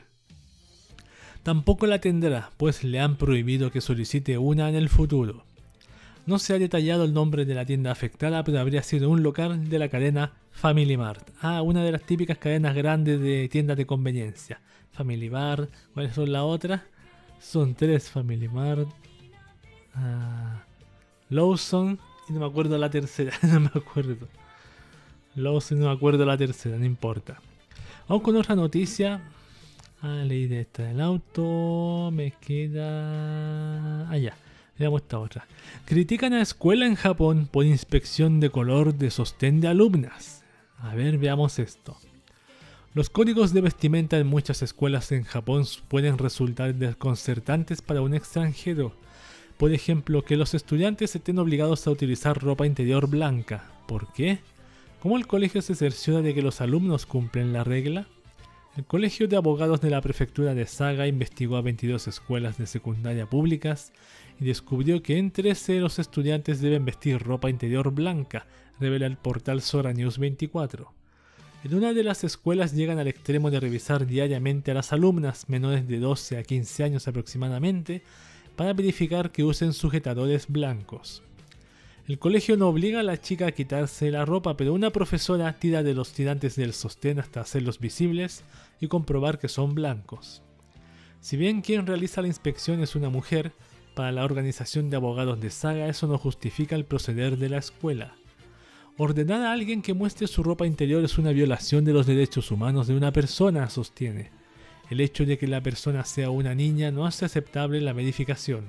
Tampoco la tendrá, pues le han prohibido que solicite una en el futuro. No se ha detallado el nombre de la tienda afectada, pero habría sido un local de la cadena Family Mart. Ah, una de las típicas cadenas grandes de tiendas de conveniencia. Family Mart, ¿cuáles son las otras? Son tres: Family Mart, uh, Lawson y no me acuerdo la tercera, no me acuerdo. Lawson, no me acuerdo la tercera, no importa. Vamos con otra noticia. Ah, leí de esta del auto, me queda... Ah, ya. Veamos esta otra. Critican a escuela en Japón por inspección de color de sostén de alumnas. A ver, veamos esto. Los códigos de vestimenta en muchas escuelas en Japón pueden resultar desconcertantes para un extranjero. Por ejemplo, que los estudiantes estén obligados a utilizar ropa interior blanca. ¿Por qué? ¿Cómo el colegio se cerciora de que los alumnos cumplen la regla? El Colegio de Abogados de la Prefectura de Saga investigó a veintidós escuelas de secundaria públicas y descubrió que en trece los estudiantes deben vestir ropa interior blanca, revela el portal Sora News veinticuatro. En una de las escuelas llegan al extremo de revisar diariamente a las alumnas menores de doce a quince años aproximadamente para verificar que usen sujetadores blancos. El colegio no obliga a la chica a quitarse la ropa, pero una profesora tira de los tirantes del sostén hasta hacerlos visibles y comprobar que son blancos. Si bien quien realiza la inspección es una mujer, para la organización de abogados de Saga eso no justifica el proceder de la escuela. Ordenar a alguien que muestre su ropa interior es una violación de los derechos humanos de una persona, sostiene. El hecho de que la persona sea una niña no hace aceptable la verificación.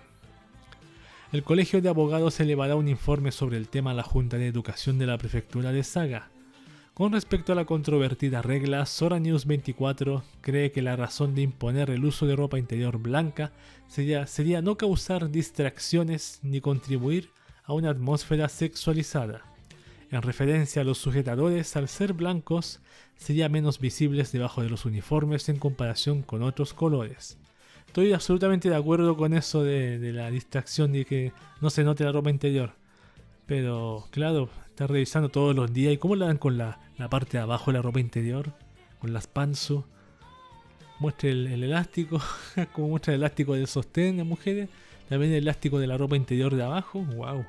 El Colegio de Abogados elevará un informe sobre el tema a la Junta de Educación de la Prefectura de Saga. Con respecto a la controvertida regla, Sora News veinticuatro cree que la razón de imponer el uso de ropa interior blanca sería, sería no causar distracciones ni contribuir a una atmósfera sexualizada. En referencia a los sujetadores, al ser blancos, serían menos visibles debajo de los uniformes en comparación con otros colores. Estoy absolutamente de acuerdo con eso de, de la distracción de que no se note la ropa interior. Pero, claro, está revisando todos los días. ¿Y cómo la dan con la, la parte de abajo de la ropa interior? Con las pantsu. Muestra el, el elástico. Como muestra el elástico del sostén de mujeres. También el elástico de la ropa interior de abajo. Wow.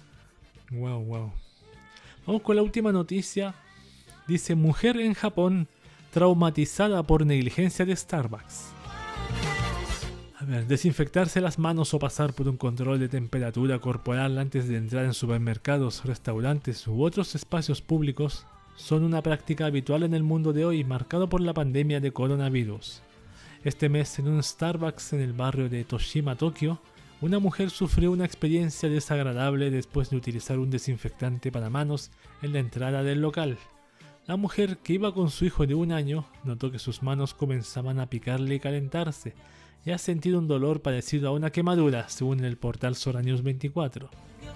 Wow, wow. Vamos con la última noticia. Dice: mujer en Japón traumatizada por negligencia de Starbucks. A ver, desinfectarse las manos o pasar por un control de temperatura corporal antes de entrar en supermercados, restaurantes u otros espacios públicos son una práctica habitual en el mundo de hoy, marcado por la pandemia de coronavirus. Este mes, en un Starbucks en el barrio de Toshima, Tokio, una mujer sufrió una experiencia desagradable después de utilizar un desinfectante para manos en la entrada del local. La mujer, que iba con su hijo de un año, notó que sus manos comenzaban a picarle y calentarse, y ha sentido un dolor parecido a una quemadura, según el portal Sora News veinticuatro.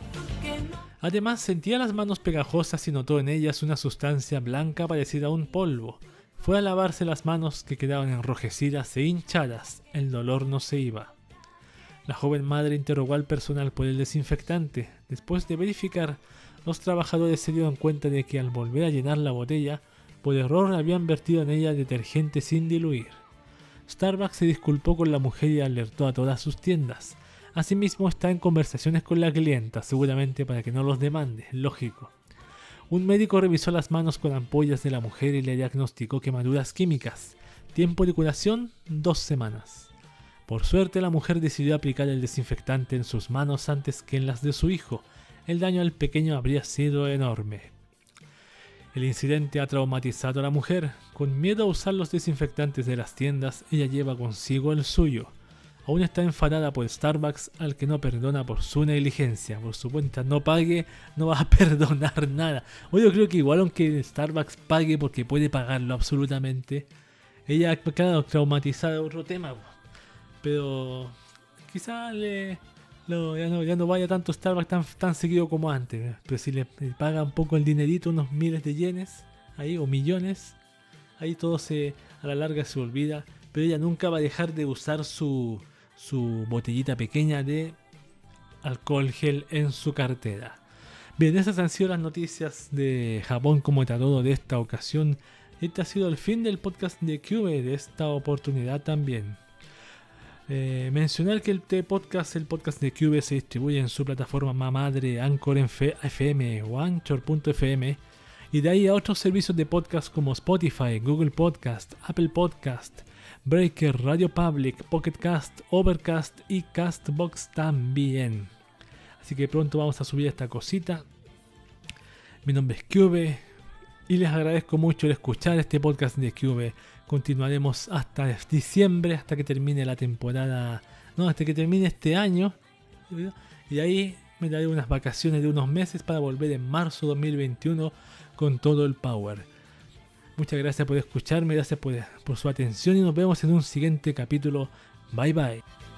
Además sentía las manos pegajosas y notó en ellas una sustancia blanca parecida a un polvo. Fue a lavarse las manos, que quedaban enrojecidas e hinchadas. El dolor no se iba. La joven madre interrogó al personal por el desinfectante. Después de verificar, los trabajadores se dieron cuenta de que al volver a llenar la botella, por error habían vertido en ella detergente sin diluir. Starbucks se disculpó con la mujer y alertó a todas sus tiendas. Asimismo está en conversaciones con la clienta, seguramente para que no los demande, lógico. Un médico revisó las manos con ampollas de la mujer y le diagnosticó quemaduras químicas. Tiempo de curación, dos semanas. Por suerte la mujer decidió aplicar el desinfectante en sus manos antes que en las de su hijo. El daño al pequeño habría sido enorme. El incidente ha traumatizado a la mujer. Con miedo a usar los desinfectantes de las tiendas, ella lleva consigo el suyo. Aún está enfadada por Starbucks, al que no perdona por su negligencia. Por su cuenta no pague, no va a perdonar nada. O yo creo que igual aunque Starbucks pague porque puede pagarlo absolutamente, ella ha quedado traumatizada de otro tema. Pero quizá le, lo, ya, no, ya no vaya tanto Starbucks tan, tan seguido como antes. Pero si le, le paga un poco el dinerito, unos miles de yenes, ahí, o millones, ahí todo se a la larga se olvida. Pero ella nunca va a dejar de usar su... su botellita pequeña de alcohol gel en su cartera. Bien, esas han sido las noticias de Japón como todo de esta ocasión. Este ha sido el fin del podcast de Cube de esta oportunidad también. Eh, mencionar que el podcast, el podcast de Cube se distribuye en su plataforma madre Anchor F M o Anchor punto F M, y de ahí a otros servicios de podcast como Spotify, Google Podcast, Apple Podcast, Breaker, Radio Public, Pocket Cast, Overcast y Castbox también. Así que pronto vamos a subir esta cosita. Mi nombre es Cube y les agradezco mucho el escuchar este podcast de Cube. Continuaremos hasta diciembre, hasta que termine la temporada, no, hasta que termine este año. Y de ahí me daré unas vacaciones de unos meses para volver en marzo dos mil veintiuno con todo el power. Muchas gracias por escucharme, gracias por, por su atención y nos vemos en un siguiente capítulo. Bye bye.